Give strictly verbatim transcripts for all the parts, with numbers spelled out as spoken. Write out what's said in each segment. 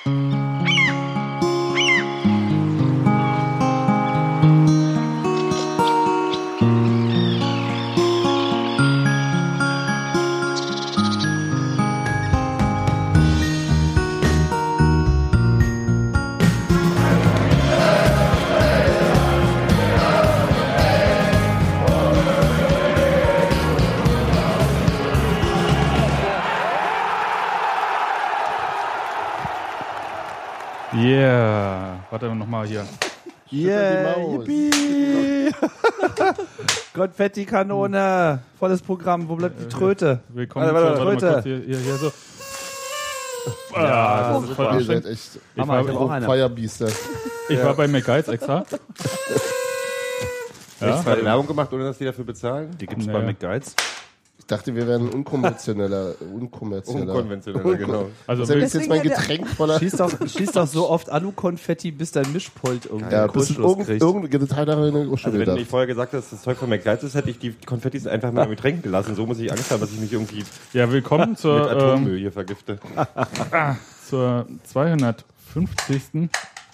Yeah. Warte nochmal hier. Yeah, yippie. Konfettikanone. Volles Programm. Wo bleibt die Tröte? Willkommen warte, warte, zur, warte Tröte. mal kurz hier, hier, hier so. Ja, Ah, das das ist ist voll super. Ihr seid anstrengend. echt Ich Hammer, ich war, hab auch eine. Firebeaster. ich Ja. war bei McGuides extra. Ja? Extra Werbung gemacht, ohne dass die dafür bezahlen? Die gibt's Naja. bei McGuides. Ich dachte, wir wären unkonventioneller. Unkommerzieller. Unkonventioneller, genau. Also Selbst will, jetzt mein Getränk voller. Schieß doch, schieß doch so oft Alu-Konfetti, bis dein Mischpult irgendwie Ja, einen bis Kurzschluss irgend, kriegt. irgendeine Detail darin auch schon Also wenn wieder. du nicht vorher gesagt hast, dass das Zeug von McGuides ist, hätte ich die Konfettis einfach mal im Getränk gelassen. So muss ich Angst haben, dass ich mich irgendwie ja, willkommen mit zur, ähm, Atommüll hier vergifte. zur zweihundertfünfzigsten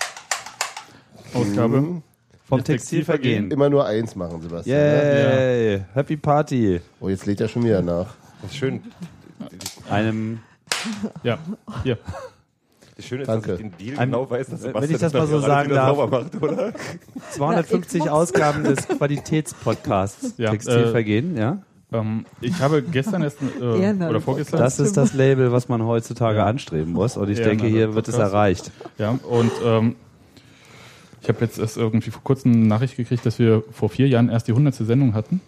Ausgabe. Mhm. Vom Textilvergehen. Immer nur eins machen, Sebastian. Yay, Happy Party. Oh, jetzt lädt er schon wieder nach. Das ist schön. Einem, Ja, hier. Das Schöne ist, Danke. dass ich den Deal Ein- genau weiß, dass wenn Sebastian ich das mal so gerade sagen wieder darf. sauber macht, oder? zweihundertfünfzig Na, ich Ausgaben des Qualitätspodcasts Ja, Textilvergehen, ja. Ähm, ich habe gestern erst, äh, Ehrenmann. oder vorgestern, Das ist das Label, was man heutzutage anstreben muss. Und ich Ja, denke, na, hier das wird es Podcast. erreicht. ja, und ähm, ich habe jetzt erst irgendwie vor kurzem eine Nachricht gekriegt, dass wir vor vier Jahren erst die hundertste Sendung hatten.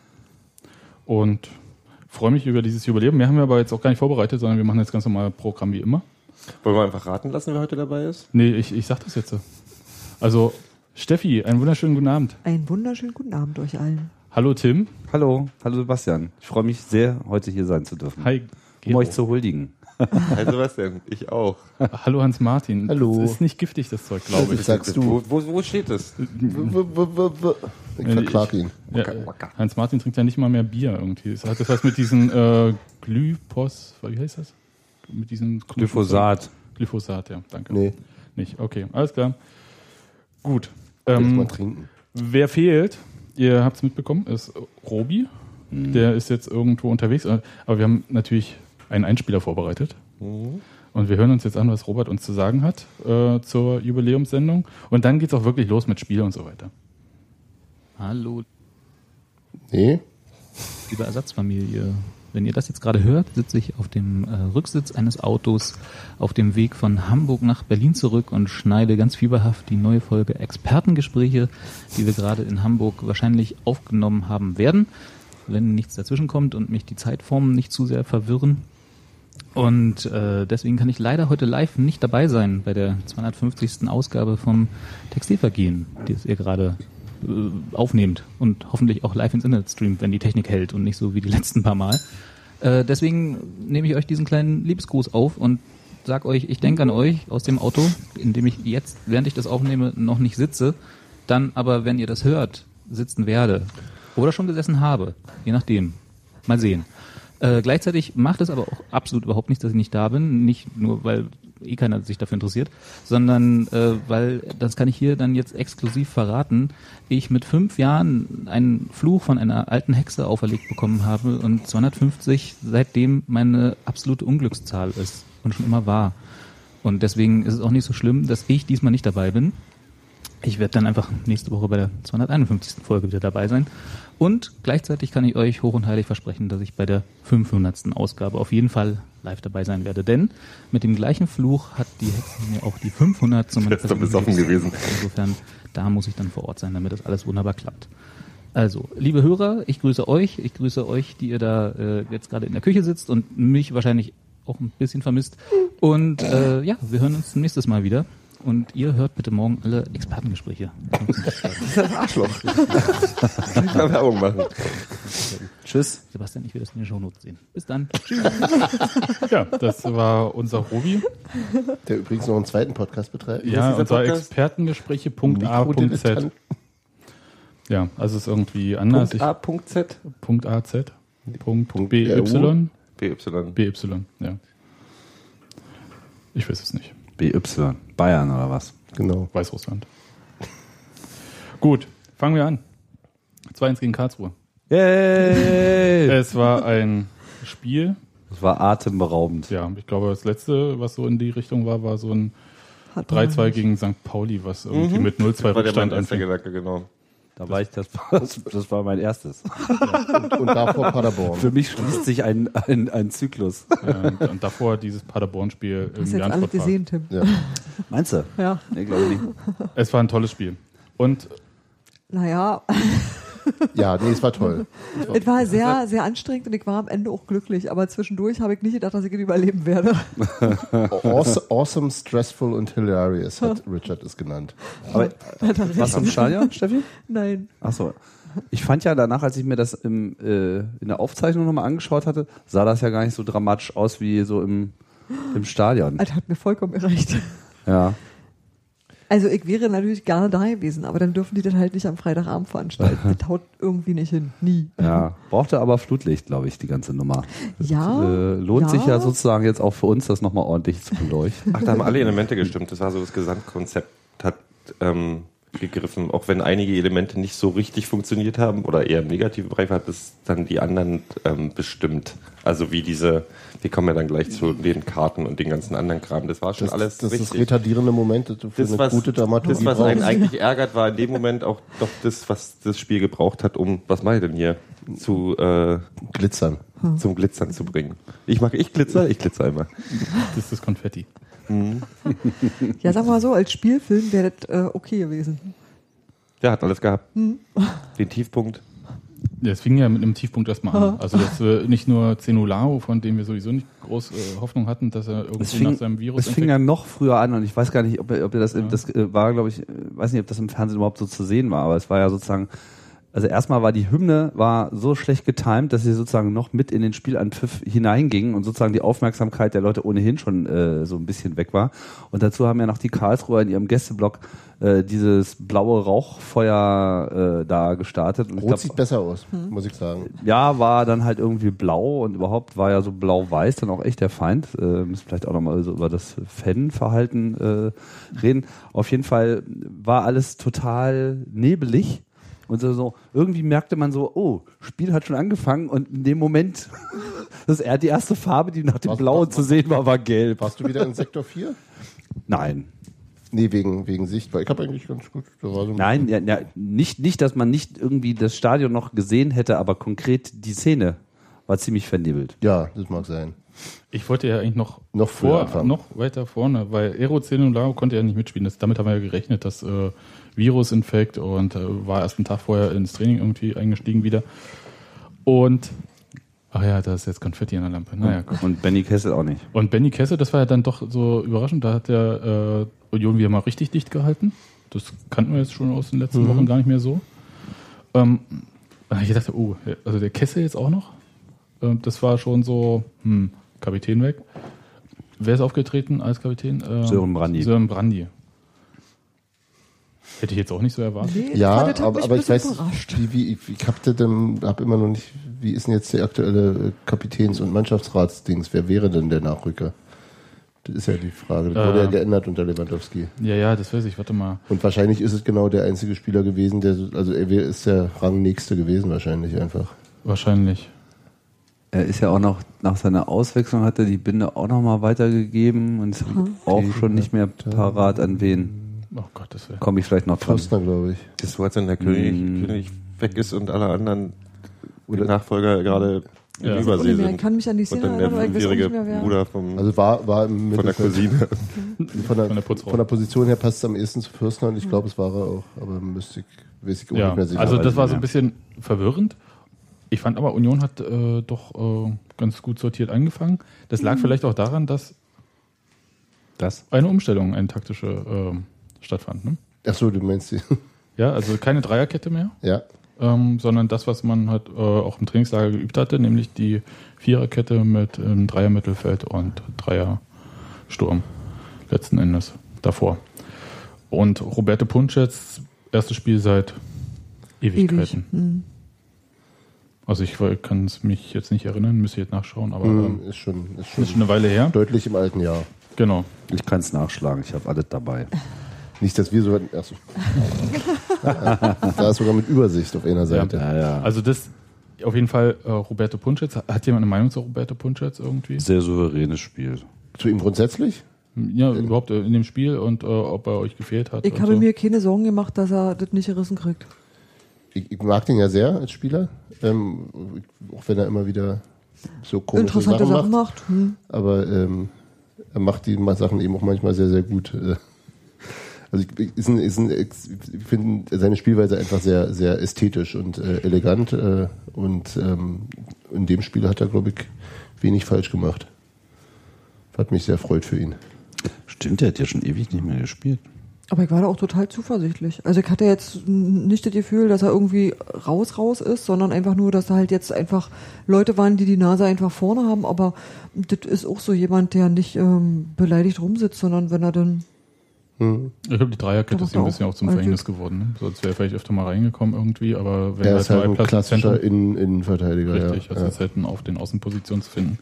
Und freue mich über dieses Jubiläum. Wir haben wir aber jetzt auch gar nicht vorbereitet, sondern wir machen jetzt ganz normal Programm wie immer. Wollen wir einfach raten lassen, wer heute dabei ist? Nee, ich, ich sag das jetzt so. Also, Steffi, einen wunderschönen guten Abend. Einen wunderschönen guten Abend euch allen. Hallo Tim. Hallo, hallo Sebastian. Ich freue mich sehr, heute hier sein zu dürfen. Hi. Um Gero. euch zu huldigen. Hi Sebastian, ich auch. Hallo Hans-Martin. Hallo. Das ist nicht giftig, das Zeug, glaube Das ich. sagst du. Wo, wo, wo steht das? W- w- w- w- Ich verklag ihn. Ja, Hans-Martin trinkt ja nicht mal mehr Bier irgendwie. Hat das was mit diesen äh, Glyphos, wie heißt das? Mit diesem Glyphosat. Glyphosat, ja, danke. Nee, Nicht, okay, alles klar. Gut. will ich mal Ähm, trinken. wer fehlt, ihr habt es mitbekommen, ist Robi. Der ist jetzt irgendwo unterwegs. Aber wir haben natürlich einen Einspieler vorbereitet. Und wir hören uns jetzt an, was Robert uns zu sagen hat äh, zur Jubiläumssendung. Und dann geht es auch wirklich los mit Spiel und so weiter. Hallo, Nee? liebe Ersatzfamilie. Wenn ihr das jetzt gerade hört, sitze ich auf dem äh, Rücksitz eines Autos auf dem Weg von Hamburg nach Berlin zurück und schneide ganz fieberhaft die neue Folge Expertengespräche, die wir gerade in Hamburg wahrscheinlich aufgenommen haben werden, wenn nichts dazwischen kommt und mich die Zeitformen nicht zu sehr verwirren. Und äh, deswegen kann ich leider heute live nicht dabei sein bei der zweihundertfünfzigsten Ausgabe vom Textilvergehen, die ihr gerade äh, aufnehmt und hoffentlich auch live ins Internet streamt, wenn die Technik hält und nicht so wie die letzten paar Mal. Äh, deswegen nehme ich euch diesen kleinen Liebesgruß auf und sag euch, ich denke an euch aus dem Auto, in dem ich jetzt, während ich das aufnehme, noch nicht sitze, dann aber, wenn ihr das hört, sitzen werde oder schon gesessen habe, je nachdem. Mal sehen. Äh, gleichzeitig macht es aber auch absolut überhaupt nichts, dass ich nicht da bin. Nicht nur, weil eh keiner sich dafür interessiert, sondern äh, weil, das kann ich hier dann jetzt exklusiv verraten, ich mit fünf Jahren einen Fluch von einer alten Hexe auferlegt bekommen habe und zweihundertfünfzig seitdem meine absolute Unglückszahl ist und schon immer war. Und deswegen ist es auch nicht so schlimm, dass ich diesmal nicht dabei bin. Ich werde dann einfach nächste Woche bei der zweihunderteinundfünfzigsten Folge wieder dabei sein. Und gleichzeitig kann ich euch hoch und heilig versprechen, dass ich bei der fünfhundertsten Ausgabe auf jeden Fall live dabei sein werde. Denn mit dem gleichen Fluch hat die Hexe mir auch die fünfhundert zum Der ist doch besoffen gewesen. Insofern, da muss ich dann vor Ort sein, damit das alles wunderbar klappt. Also, liebe Hörer, ich grüße euch. Ich grüße euch, die ihr da äh, jetzt gerade in der Küche sitzt und mich wahrscheinlich auch ein bisschen vermisst. Und äh, ja, wir hören uns nächstes Mal wieder. Und ihr hört bitte morgen alle Expertengespräche. Das ist ein Arschloch. Nicht mal Werbung machen. Tschüss. Sebastian, ich will das in den Shownotes sehen. Bis dann. Tschüss. Ja, das war unser Robi. Der übrigens noch einen zweiten Podcast betreibt. Ja, dieser unser Podcast? Expertengespräche Punkt A Punkt Z. Mikrodilettant. Ja, also es ist irgendwie anders. Punkt A, Punkt Z. Ich, Punkt A Z. Punkt Punkt B Y. B Y. B Y, ja. Ich weiß es nicht. B Y. Bayern oder was? Genau. Weißrussland. Gut, fangen wir an. zwei eins gegen Karlsruhe. Yay! Es war ein Spiel. Das war atemberaubend. Ja, ich glaube, das letzte, was so in die Richtung war, war so ein Hat man drei zwei nicht. gegen Sankt Pauli, was irgendwie Mhm. mit null zwei Das war der mein Rückstand erster anfing. Gedanke, genau. Da war ich, das, das, das war mein erstes. Und, und davor Paderborn. Für mich schließt sich ein, ein, ein Zyklus. Ja, und, und davor dieses Paderborn-Spiel Hast im jetzt alle Jansportpark. gesehen, Tim. Ja. Meinst du? Ja. Nee, glaube ich nicht. Es war ein tolles Spiel. Und Naja, ja, nee, es war toll. es war sehr, sehr anstrengend und ich war am Ende auch glücklich. Aber zwischendurch habe ich nicht gedacht, dass ich ihn überleben werde. Awesome, awesome, stressful und hilarious hat Richard es genannt. Aber warst du im Stadion, Steffi? Nein. Achso. Ich fand ja danach, als ich mir das im, äh, in der Aufzeichnung nochmal angeschaut hatte, sah das ja gar nicht so dramatisch aus wie so im, im Stadion. Das hat mir vollkommen recht. Ja. Also ich wäre natürlich gerne da gewesen, aber dann dürfen die das halt nicht am Freitagabend veranstalten. Das haut irgendwie nicht hin. Nie. Ja. Brauchte aber Flutlicht, glaube ich, die ganze Nummer. Ja. Äh, lohnt ja. sich ja sozusagen jetzt auch für uns, das nochmal ordentlich zu durch. Ach, da haben alle Elemente gestimmt. Das war so das Gesamtkonzept hat ähm, gegriffen. Auch wenn einige Elemente nicht so richtig funktioniert haben oder eher im negativen Bereich, hat das dann die anderen ähm, bestimmt. Also wie diese, wir kommen ja dann gleich zu den Karten und den ganzen anderen Kram. Das war schon Das, alles das richtig. ist retardierende Moment, das du für Das, eine was, gute Dramaturgie das, was einen brauchst. eigentlich ärgert, war in dem Moment auch doch das, was das Spiel gebraucht hat, um, was mache ich denn hier, zu, äh, Glitzern. zum Glitzern zu bringen. Ich mag, ich glitzer, ich glitzer immer. das ist das Konfetti. Ja, sag mal so, als Spielfilm wäre das äh, okay gewesen. Der hat alles gehabt. Den Tiefpunkt. Ja, es fing ja mit einem Tiefpunkt erstmal an. Also das äh, nicht nur Zenulao, von dem wir sowieso nicht groß äh, Hoffnung hatten, dass er Es irgendwie fing, nach seinem Virus es fing ja noch früher an und ich weiß gar nicht, ob, ihr- ob ihr das, das äh, war, glaube ich, äh, weiß nicht, ob das im Fernsehen überhaupt so zu sehen war, aber es war ja sozusagen, also erstmal war die Hymne war so schlecht getimt, dass sie sozusagen noch mit in den Spielanpfiff hineinging und sozusagen die Aufmerksamkeit der Leute ohnehin schon äh, so ein bisschen weg war. Und dazu haben ja noch die Karlsruher in ihrem Gästeblock äh, dieses blaue Rauchfeuer äh, da gestartet. Und ich Rot glaub, sieht besser aus, muss ich sagen. ja, war dann halt irgendwie blau und überhaupt war ja so blau-weiß dann auch echt der Feind. Äh, müssen vielleicht auch nochmal so über das Fanverhalten äh, reden. Auf jeden Fall war alles total nebelig. Und so, so irgendwie merkte man so, oh, Spiel hat schon angefangen und in dem Moment, das ist die erste Farbe, die nach dem Was- Blauen was- zu sehen war, war gelb. Warst du wieder in Sektor vier? Nein. Nee, wegen, wegen Sicht, weil ich habe eigentlich ganz gut. Da war so ein Nein, ja, ja, nicht, nicht, dass man nicht irgendwie das Stadion noch gesehen hätte, aber konkret die Szene war ziemlich vernebelt. Ja, das mag sein. Ich wollte ja eigentlich noch, Noch früher vor, anfangen. noch weiter vorne, weil Aero Zenulao konnte ja nicht mitspielen. Das, damit haben wir ja gerechnet, dass äh, Virusinfekt und äh, war erst einen Tag vorher ins Training irgendwie eingestiegen wieder. Und, ach ja, da ist jetzt Konfetti an der Lampe. Naja, gut. Und Benny Kessel auch nicht. Und Benny Kessel, das war ja dann doch so überraschend, da hat der äh, Union wieder mal richtig dicht gehalten. Das kannten wir jetzt schon aus den letzten Mhm. Wochen gar nicht mehr so. Ähm, ich dachte, oh, also der Kessel jetzt auch noch? Ähm, das war schon so, hm, Kapitän weg. Wer ist aufgetreten als Kapitän? Ähm, Sören Brandy. Sören Brandy. Hätte ich jetzt auch nicht so erwartet. Nee, Ja, fand, das hat aber, mich aber ein ich weiß, bisschen überrascht. wie, wie, ich, ich hab, denn, hab immer noch nicht, wie ist denn jetzt der aktuelle äh, Kapitäns- und Mannschaftsratsdings? Wer wäre denn der Nachrücker? Das ist ja die Frage. Das wurde Äh. ja geändert unter Lewandowski. Ja, ja, das weiß ich. Warte mal. Und wahrscheinlich ist es genau der einzige Spieler gewesen, der, so- also er wär- ist der Rangnächste gewesen wahrscheinlich einfach. Wahrscheinlich. Er ist ja auch noch, nach seiner Auswechslung hat er die Binde auch noch mal weitergegeben und ist auch schon nicht mehr parat, an wen. Oh Gott, das wäre. Komme ich vielleicht noch dran. Forstner, glaube ich. Das war jetzt, wenn der König, Mm. König weg ist und alle anderen Nachfolger gerade Ja. in Übersee Ich sind. kann mich an die Und Szene dann der erinnern, aber ich weiß auch fünfjährige nicht mehr, wer. Bruder vom, Also war, war im von der Mittelfeld. Cousine. Von der, Von der Putzfrau. von der Position her passt es am ehesten zu Fürstner und ich glaube, es war er auch. Aber müsste ich, weiß ich auch Ja, nicht mehr sicher. also weiß das ich war nicht so ein mehr. bisschen verwirrend. Ich fand aber, Union hat äh, doch äh, ganz gut sortiert angefangen. Das lag vielleicht auch daran, dass Das? eine Umstellung, eine taktische äh, stattfand. Ne? Ach so, du meinst die. Ja, also keine Dreierkette mehr, Ja. ähm, sondern das, was man halt äh, auch im Trainingslager geübt hatte, nämlich die Viererkette mit ähm, Dreier-Mittelfeld und Dreier-Sturm letzten Endes davor. Und Roberto Punschetz, erstes Spiel seit Ewig. Ewigkeiten. Hm. Also ich kann es mich jetzt nicht erinnern, müsste ich jetzt nachschauen, aber Mhm, ähm, ist schon, ist schon ist schon eine Weile her. deutlich im alten Jahr. Genau. Ich kann es nachschlagen, ich habe alles dabei. Nicht, dass wir so... Achso. Da ist sogar mit Übersicht auf einer Seite. Ja, ja. Also das auf jeden Fall äh, Roberto Punschitz. Hat jemand eine Meinung zu Roberto Punschitz irgendwie? Sehr souveränes Spiel. Zu ihm grundsätzlich? Ja, überhaupt äh, in dem Spiel und äh, ob er euch gefehlt hat. Ich und habe so. mir keine Sorgen gemacht, dass er das nicht gerissen kriegt. Ich, ich mag den ja sehr als Spieler, ähm, auch wenn er immer wieder so komische Interessante Sachen Sachen macht. macht. Hm. Aber ähm, er macht die Sachen eben auch manchmal sehr, sehr gut. Äh, Also ich, ist ein, ist ein, ich finde seine Spielweise einfach sehr, sehr ästhetisch und äh, elegant äh, und ähm, in dem Spiel hat er, glaube ich, wenig falsch gemacht. Hat mich sehr freut für ihn. Stimmt, der hat ja schon ewig nicht mehr gespielt. Aber ich war da auch total zuversichtlich. Also ich hatte jetzt nicht das Gefühl, dass er irgendwie raus, raus ist, sondern einfach nur, dass da halt jetzt einfach Leute waren, die die Nase einfach vorne haben. Aber das ist auch so jemand, der nicht ähm, beleidigt rumsitzt, sondern wenn er dann... Ich glaube, die Dreierkette Da ist ihm ein macht er bisschen auch auch zum eigentlich- Verhängnis geworden. Ne? Sonst wäre er vielleicht öfter mal reingekommen irgendwie, aber wenn Er halt ist halt nur ein Platz im klassischer Zentrum- Innen Innenverteidiger. Richtig, ja. also ja. jetzt selten auf den Außenpositionen zu finden.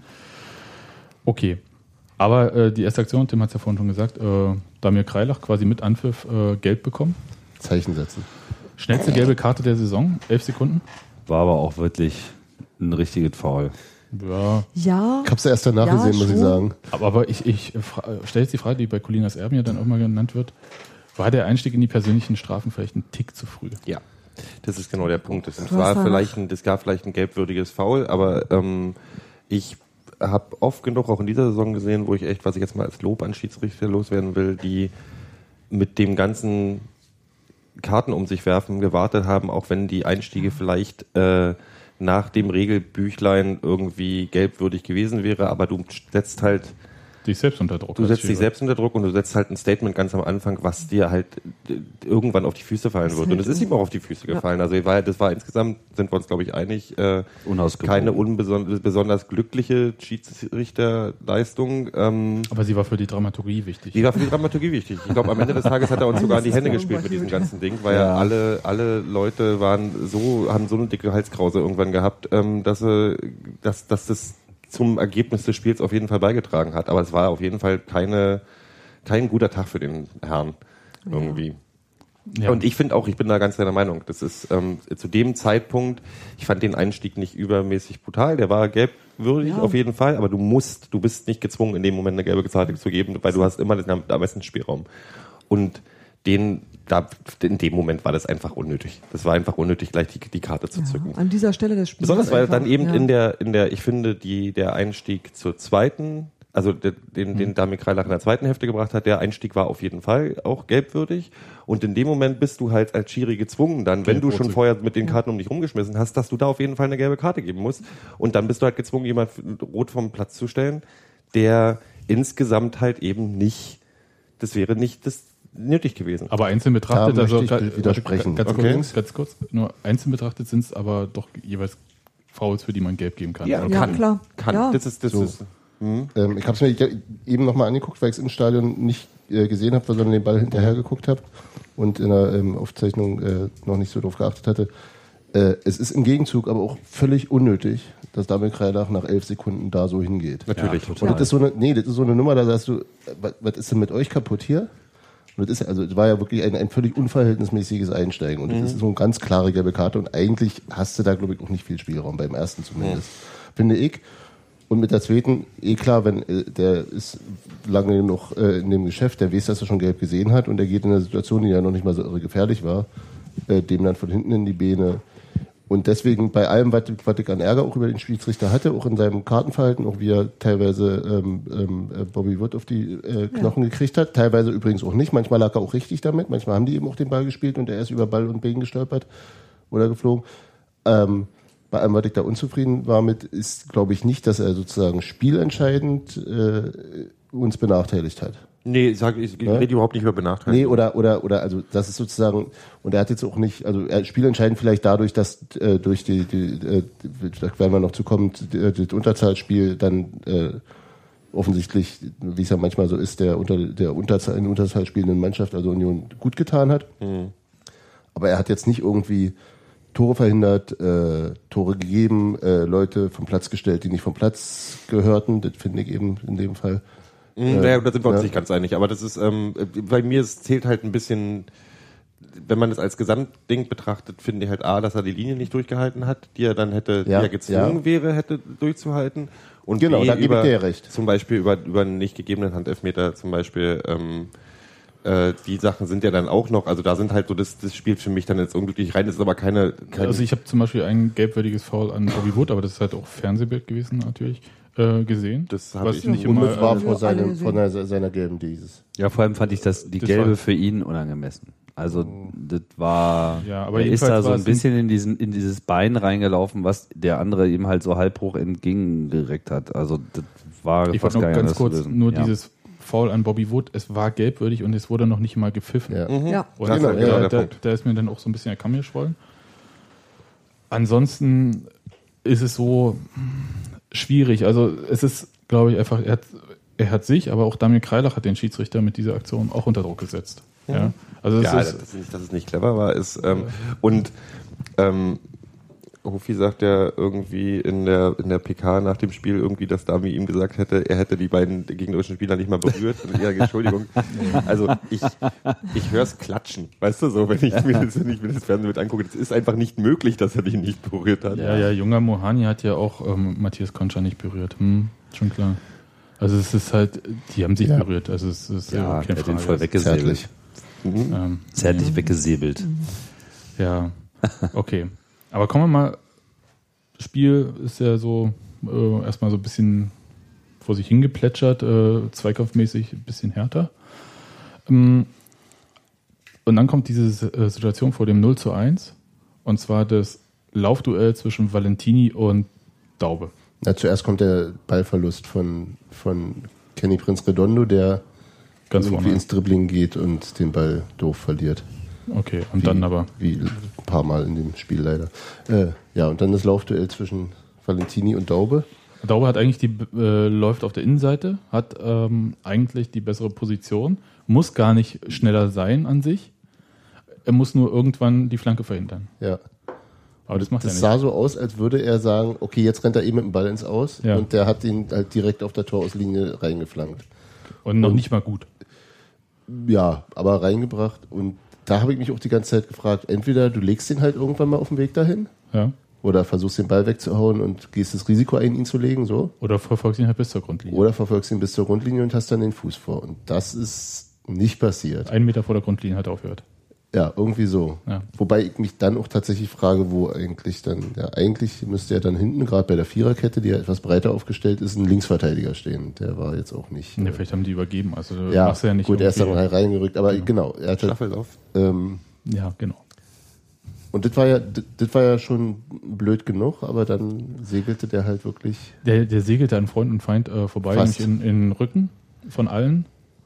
Okay. Aber äh, die erste Aktion, Tim hat es ja vorhin schon gesagt, äh, Damir Kreilach quasi mit Anpfiff äh, gelb bekommen. Zeichen setzen. Schnellste gelbe Karte der Saison, elf Sekunden. War aber auch wirklich ein richtiges Foul. Ja, Ja, Ich habe es erst danach Ja, gesehen, muss ich schon. sagen. aber, aber ich, ich stelle jetzt die Frage, die bei Colinas Erben ja dann auch mal genannt wird. War der Einstieg in die persönlichen Strafen vielleicht ein Tick zu früh? Ja, das ist genau der Punkt. Das Du war hast vielleicht ein, das gab vielleicht ein gelbwürdiges Foul, aber ähm, ich habe oft genug auch in dieser Saison gesehen, wo ich echt, was ich jetzt mal als Lob an Schiedsrichter loswerden will, die mit dem ganzen Karten um sich werfen gewartet haben, auch wenn die Einstiege vielleicht äh, nach dem Regelbüchlein irgendwie gelbwürdig gewesen wäre, aber du setzt halt Dich selbst unter Druck. Du als setzt dich Schiri. selbst unter Druck und du setzt halt ein Statement ganz am Anfang, was dir halt äh, irgendwann auf die Füße fallen wird. Und es ist ihm auch auf die Füße gefallen. Also war, das war insgesamt, sind wir uns glaube ich einig, äh, Unausgewogen. keine unbeson- besonders glückliche Schiedsrichterleistung. Ähm, Aber sie war für die Dramaturgie wichtig. die war für die Dramaturgie wichtig. Ich glaube, am Ende des Tages hat er uns sogar in die Hände gespielt mit diesem ganzen Ding, weil ja alle, alle Leute waren so, haben so eine dicke Halskrause irgendwann gehabt, ähm, dass, äh, dass, dass das zum Ergebnis des Spiels auf jeden Fall beigetragen hat. Aber es war auf jeden Fall keine, kein guter Tag für den Herrn irgendwie. Ja. Und ich finde auch, ich bin da ganz deiner Meinung. Das ist ähm, zu dem Zeitpunkt, ich fand den Einstieg nicht übermäßig brutal. Der war gelbwürdig Ja. auf jeden Fall, aber du musst, du bist nicht gezwungen, in dem Moment eine gelbe Karte zu geben, weil du hast immer den am besten Spielraum. Und den, da, in dem Moment war das einfach unnötig. Das war einfach unnötig, gleich die, die Karte zu zücken. an dieser Stelle des Spiels. Besonders weil einfach, dann eben ja. in der, in der, ich finde, die, der Einstieg zur zweiten, also den, den, den Damir Kreilach in der zweiten Hälfte gebracht hat, der Einstieg war auf jeden Fall auch gelbwürdig. Und in dem Moment bist du halt als Schiri gezwungen, dann, wenn du schon vorher mit den Karten um dich rumgeschmissen hast, dass du da auf jeden Fall eine gelbe Karte geben musst. Und dann bist du halt gezwungen, jemand rot vom Platz zu stellen, der insgesamt halt eben nicht, das wäre nicht das nötig gewesen. Aber einzeln betrachtet, Da also möchte ich ga- widersprechen. Ganz, Okay. kurz, ganz kurz, nur einzeln betrachtet sind es aber doch jeweils Fouls, für die man gelb geben kann. Ja, Ja, kann, klar. kann. Ja. Das ist, das So. ist, Ähm, ich habe es mir eben nochmal angeguckt, weil ich es im Stadion nicht äh, gesehen habe, sondern den Ball hinterher geguckt habe und in der ähm, Aufzeichnung äh, noch nicht so drauf geachtet hatte. Äh, es ist im Gegenzug aber auch völlig unnötig, dass Damir Kreilach nach elf Sekunden da so hingeht. natürlich. Und das ist so eine, nee, das ist so eine Nummer, da sagst du, was, was ist denn mit euch kaputt hier? Und das ist, also, das war ja wirklich ein, ein völlig unverhältnismäßiges Einsteigen. Und das ist so eine ganz klare gelbe Karte. Und eigentlich hast du da, glaube ich, noch nicht viel Spielraum, beim ersten zumindest. Finde ich. Und mit der zweiten, eh klar, wenn äh, der ist lange genug äh, in dem Geschäft, der weiß, dass er schon gelb gesehen hat und der geht in einer Situation, die ja noch nicht mal so irre gefährlich war, äh, dem dann von hinten in die Beine. Und deswegen bei allem, was, was ich an Ärger auch über den Schiedsrichter hatte, auch in seinem Kartenverhalten, auch wie er teilweise ähm, ähm, Bobby Wood auf die äh, Knochen ja. gekriegt hat, teilweise übrigens auch nicht. Manchmal lag er auch richtig damit, manchmal haben die eben auch den Ball gespielt und er ist über Ball und Bein gestolpert oder geflogen. Ähm, bei allem, was ich da unzufrieden war mit, ist, glaube ich, nicht, dass er sozusagen spielentscheidend äh, uns benachteiligt hat. Nee, sag, ich, ich Ja? rede überhaupt nicht über Benachteiligung. Nee, oder, oder, oder, also, das ist sozusagen, und er hat jetzt auch nicht, also, er spielentscheidend vielleicht dadurch, dass, äh, durch die, die, äh, da werden wir noch zu kommen, die, das Unterzahlspiel dann, äh, offensichtlich, wie es ja manchmal so ist, der unter, der Unterzahl, in Unterzahl spielenden Mannschaft, also Union, gut getan hat. Mhm. Aber er hat jetzt nicht irgendwie Tore verhindert, äh, Tore gegeben, äh, Leute vom Platz gestellt, die nicht vom Platz gehörten. Das finde ich eben in dem Fall Mhm, naja, da sind wir uns ja. nicht ganz einig. Aber das ist, ähm, bei mir es zählt halt ein bisschen, wenn man es als Gesamtding betrachtet, finde ich halt A, dass er die Linie nicht durchgehalten hat, die er dann hätte, ja. die er gezwungen ja. wäre, hätte durchzuhalten. Und genau, B, da gebe ich dir recht. Zum Beispiel über, über einen nicht gegebenen Handelfmeter zum Beispiel, ähm, äh, die Sachen sind ja dann auch noch, also da sind halt so, das, das spielt für mich dann jetzt unglücklich rein, das ist aber keine... keine also ich habe zum Beispiel ein gelbwürdiges Foul an Bobby Wood, aber das ist halt auch Fernsehbild gewesen natürlich, äh, gesehen. Das habe ich nicht immer, unmittelbar äh, vor seinem, von der, seiner gelben dieses. Ja, vor allem fand ich das, die das gelbe war, für ihn unangemessen. Also das war, ja, aber er ist da so ein ein bisschen in diesen in dieses Bein reingelaufen, was der andere ihm halt so halb hoch entgegengereckt hat. Also das war ich fast wollte gar noch nicht ganz kurz lösen. nur ja. dieses Foul an Bobby Wood, es war gelbwürdig und es wurde noch nicht mal gepfiffen. Ja. Mhm. Ja. Und genau, da, ja, da, da, da ist mir dann auch so ein bisschen der Kamm geschwollen. Ansonsten ist es so schwierig. Also es ist, glaube ich, einfach, er hat, er hat sich, aber auch Damir Kreilach hat den Schiedsrichter mit dieser Aktion auch unter Druck gesetzt. Mhm. Ja, also es ja ist, dass, es nicht, dass es nicht clever war, ist ähm, und ähm, Hofi sagt ja irgendwie in der in der P K nach dem Spiel irgendwie, dass Dami ihm gesagt hätte, er hätte die beiden gegnerischen Spieler nicht mal berührt. Und ja, Entschuldigung. Also ich ich höre es klatschen, weißt du so, wenn ich mir das, wenn ich mir das Fernsehen mit angucke, das ist einfach nicht möglich, dass er die nicht berührt hat. Ja, ja, junger Mohani hat ja auch ähm, Matthias Concha nicht berührt. Hm, schon klar. Also es ist halt, die haben sich ja. berührt. Also es ist ja, ja, er hat den voll weggesäbelt. Mhm. Ähm, Zärtlich weggesäbelt. Ja, okay. Aber kommen wir mal, das Spiel ist ja so äh, erstmal so ein bisschen vor sich hingeplätschert, äh, zweikampfmäßig ein bisschen härter. Ähm, und dann kommt diese äh, Situation vor dem null zu eins, und zwar das Laufduell zwischen Valentini und Daube. Na, zuerst kommt der Ballverlust von, von Kenny Prinz Redondo, der Ganz irgendwie vorne. ins Dribbling geht und den Ball doof verliert. Okay, und wie, dann aber. Wie ein paar Mal in dem Spiel leider. Äh, ja, und dann das Laufduell zwischen Valentini und Daube. Daube hat eigentlich die, äh, läuft auf der Innenseite, hat ähm, eigentlich die bessere Position, muss gar nicht schneller sein an sich. Er muss nur irgendwann die Flanke verhindern. Ja. Aber das macht Das er nicht. sah so aus, als würde er sagen, okay, jetzt rennt er eh mit dem Ball ins Aus. Ja. Und der hat ihn halt direkt auf der Torauslinie reingeflankt. Und noch und- nicht mal gut. Ja, aber reingebracht. Und da habe ich mich auch die ganze Zeit gefragt, entweder du legst den halt irgendwann mal auf dem Weg dahin Ja. oder versuchst den Ball wegzuhauen und gehst das Risiko ein, ihn zu legen, so. Oder verfolgst ihn halt bis zur Grundlinie. Oder verfolgst ihn bis zur Grundlinie und hast dann den Fuß vor. Und das ist nicht passiert. Einen Meter vor der Grundlinie hat er aufgehört. Ja, irgendwie so. Ja. Wobei ich mich dann auch tatsächlich frage, wo eigentlich dann, ja, eigentlich müsste ja dann hinten, gerade bei der Viererkette, die ja etwas breiter aufgestellt ist, ein Linksverteidiger stehen. Der war jetzt auch nicht. Ja, äh, vielleicht haben die übergeben. Also du ja, machst ja nicht gut, er ist dann irgendwie- halt reingerückt, aber Ja. genau. Er hatte, Staffellauf. ähm, Ja, genau. und das war ja, das, das war ja schon blöd genug, aber dann segelte der halt wirklich. Der, der segelte an Freund und Feind äh, vorbei, Fast. nämlich in, in den Rücken von allen,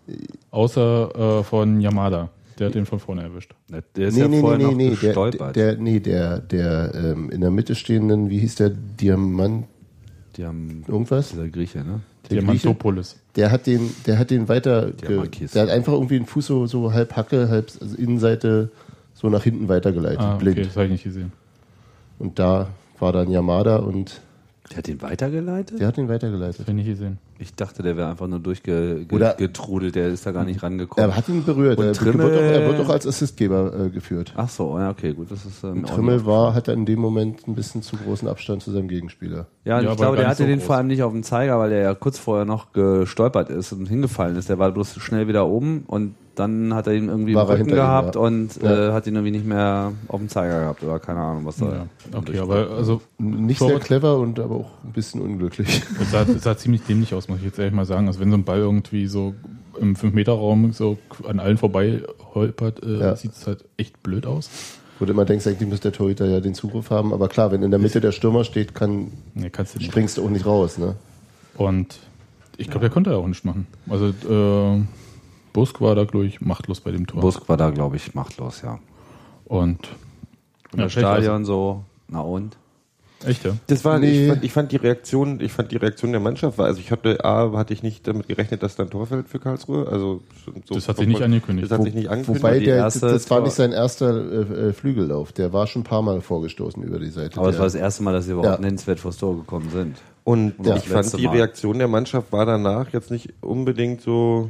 außer äh, von Yamada. Der hat den von vorne erwischt. Der ist nee, ja nee, vorher nee, noch nee, nee, der, gestolpert. der, nee, der, der ähm, in der Mitte stehenden, wie hieß der, Diamant, Die haben irgendwas? dieser Grieche, ne? Der Diamantopoulos. Der hat den, der hat den weiter, ge, Diamantis. der hat einfach irgendwie den Fuß so, so halb Hacke, halb also Innenseite so nach hinten weitergeleitet, Ah, blind. okay, das habe ich nicht gesehen. Und da war dann Yamada und Der hat ihn weitergeleitet? der hat ihn Das weitergeleitet. habe ich nicht gesehen. Ich dachte, der wäre einfach nur Oder- durchgetrudelt, der ist da gar nicht rangekommen. Er hat ihn berührt. Und Er, Trimmel- wird auch, er wird auch als Assistgeber äh, geführt. Ach so, ja, okay, gut, das ist ähm, Und auch Trimmel nicht- war, hatte in dem Moment ein bisschen zu großen Abstand zu seinem Gegenspieler. Ja, und Ja, ich aber glaube, gar der nicht hatte so den groß. vor allem nicht auf dem Zeiger, weil der ja kurz vorher noch gestolpert ist und hingefallen ist. Der war bloß schnell wieder oben und dann hat er ihn irgendwie War im er Rücken hinter ihm, gehabt ja. und Ja. äh, hat ihn irgendwie nicht mehr auf dem Zeiger gehabt oder keine Ahnung, was da. Ja. Okay, aber also Nicht Torwart- sehr clever und aber auch ein bisschen unglücklich. das sah, das sah ziemlich dämlich aus, muss ich jetzt ehrlich mal sagen. Also wenn so ein Ball irgendwie so im fünf Meter Raum so an allen vorbei holpert, äh, Ja. sieht es halt echt blöd aus. Wo du immer denkst, eigentlich müsste der Torhüter ja den Zugriff haben. Aber klar, wenn in der Mitte der Stürmer steht, kann, Nee, kannst du nicht. springst du auch nicht raus. Ne? Und ich glaube, der konnte ja auch nicht machen. Also äh, Busk war da, glaube ich, machtlos bei dem Tor. Busk war da, glaube ich, machtlos, ja. Und Und ja, das schlecht, Stadion so, na und? also, echt, ja. Das war, Nee. ich, fand, ich fand die Reaktion, ich fand die Reaktion der Mannschaft war, also ich hatte, A, hatte ich nicht damit gerechnet, dass da ein Tor fällt für Karlsruhe, also so Das hat sich nicht angekündigt. Das hat sich nicht angekündigt. Wobei die der, erste das war Tor- nicht sein erster äh, äh, Flügellauf. Der war schon ein paar Mal vorgestoßen über die Seite. Aber es der, war das erste Mal, dass sie überhaupt Ja. nennenswert vors Tor gekommen sind. Und Ja, ich fand, letzte die Mal. Reaktion der Mannschaft war danach jetzt nicht unbedingt so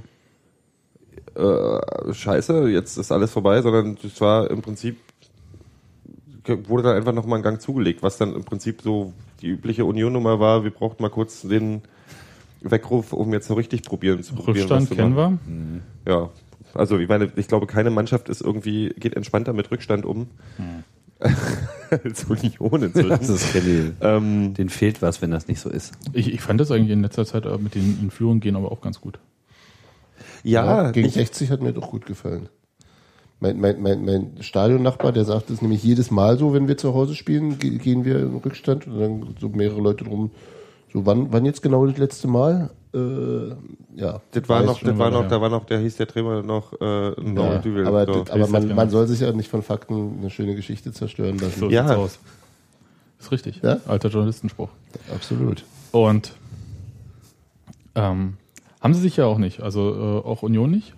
äh, scheiße, jetzt ist alles vorbei, sondern es war im Prinzip, wurde dann einfach nochmal ein Gang zugelegt, was dann im Prinzip so die übliche Union-Nummer war, wir brauchten mal kurz den Weckruf, um jetzt so richtig probieren zu probieren. Rückstand was zu kennen machen. wir. Ja, also ich meine, ich glaube, keine Mannschaft ist irgendwie, geht entspannter mit Rückstand um. Hm. Als Union inzwischen. Das ist Kelly. ähm, Denen fehlt was, wenn das nicht so ist. Ich, ich fand das eigentlich in letzter Zeit äh, mit den in Führung gehen aber auch ganz gut. ja, Ja, gegen ich, sechzig hat mir doch gut gefallen. Mein, mein, mein, mein Stadionnachbar, der sagt es nämlich jedes Mal so, wenn wir zu Hause spielen, ge- gehen wir in Rückstand und dann so mehrere Leute drum. So, wann, wann jetzt genau das letzte Mal? Äh, ja. das war weiß noch, schon, das war aber noch, ja. da war noch, der hieß der Trainer noch, äh, noch Ja, Düvel. aber so. das, aber man, ja. man soll sich ja nicht von Fakten eine schöne Geschichte zerstören lassen. So Ja. sieht's aus. Ist richtig. Ja? Alter Journalistenspruch. Absolut. Und ähm, haben sie sich ja auch nicht, also äh, auch Union nicht.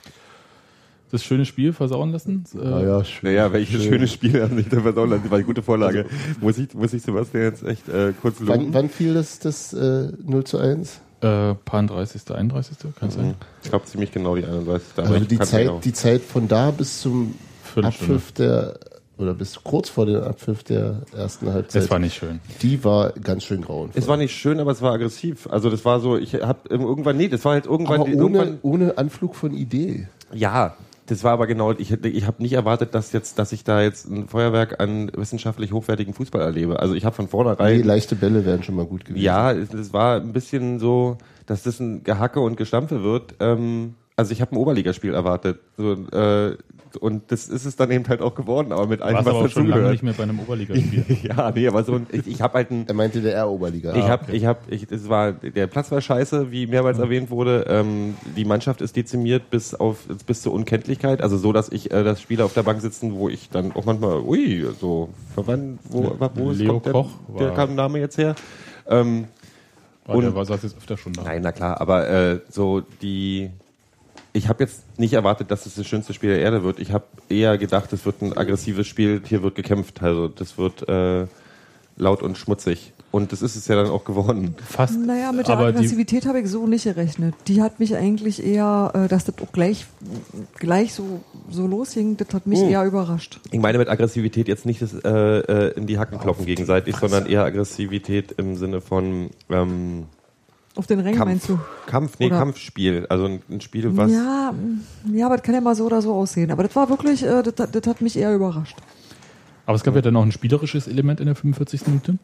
Das schöne Spiel versauen lassen. Äh, Naja, schön. Naja, welches schön. schönes Spiel haben sich da versauen lassen. Das war eine gute Vorlage. muss ich, muss ich Sebastian jetzt echt äh, kurz Wann, loben? wann fiel das, das äh, null zu eins? Äh, paar dreißigste, einunddreißigste Kann es sein? Ich glaube ziemlich genau die einunddreißigste Aber Also ich die kann's Zeit, genau. die Zeit von da bis zum Viertelstunde. Abpfiff der, oder bis kurz vor dem Abpfiff der ersten Halbzeit, Es war nicht schön. die war ganz schön grauenvoll. Es war nicht schön, aber es war aggressiv. Also das war so, ich habe irgendwann, nee, das war halt irgendwann, aber die, ohne, irgendwann ohne Anflug von Idee. ja, das war aber genau, ich, hätte- ich habe nicht erwartet, dass jetzt, dass ich da jetzt ein Feuerwerk an wissenschaftlich hochwertigen Fußball erlebe. Also ich habe von vornherein Nee, leichte Bälle wären schon mal gut gewesen. Ja, es, es war ein bisschen so, dass das ein Gehacke und Gestampfe wird. Ähm, also ich habe ein Oberligaspiel erwartet. So, äh, und das ist es dann eben halt auch geworden, aber mit allem, Warst was aber auch schon lange dazugehört. nicht mehr bei einem Oberligaspiel. Ja, nee, aber so ein, ich, ich habe halt ein, Er meinte der R-Oberliga. ich Ah, habe, ich habe, ich, es war, der Platz war scheiße, wie mehrmals erwähnt wurde. Ähm, die Mannschaft ist dezimiert bis auf, bis zur Unkenntlichkeit. Also so, dass ich, äh, dass Spieler auf der Bank sitzen, wo ich dann auch manchmal, ui, so, wann, wo, wo ist, Leo kommt der, Koch der war- kam Name jetzt her? Ähm, Aber der Und- war, saß jetzt öfter schon da. Nein, na klar, aber äh, so die. Ich habe jetzt nicht erwartet, dass es das schönste Spiel der Erde wird. Ich habe eher gedacht, es wird ein aggressives Spiel. Hier wird gekämpft. Also das wird äh, laut und schmutzig. Und das ist es ja dann auch geworden. Fast. Naja, mit der aber die, Aggressivität habe ich so nicht gerechnet. Die hat mich eigentlich eher, äh, dass das auch gleich, gleich so, so losging, das hat mich Hm. eher überrascht. Ich meine mit Aggressivität jetzt nicht das, äh, äh, in die Hacken kloppen gegenseitig, sondern eher Aggressivität im Sinne von ähm, Auf den Rängen Kampf. meinst du? Kampf, nee, Oder- Kampfspiel. Also ein, ein Spiel, was. Ja, mm, ja, aber das kann ja mal so oder so aussehen. Aber das war wirklich, äh, das, das hat mich eher überrascht. aber es gab ja dann noch ein spielerisches Element in der fünfundvierzigsten Minute.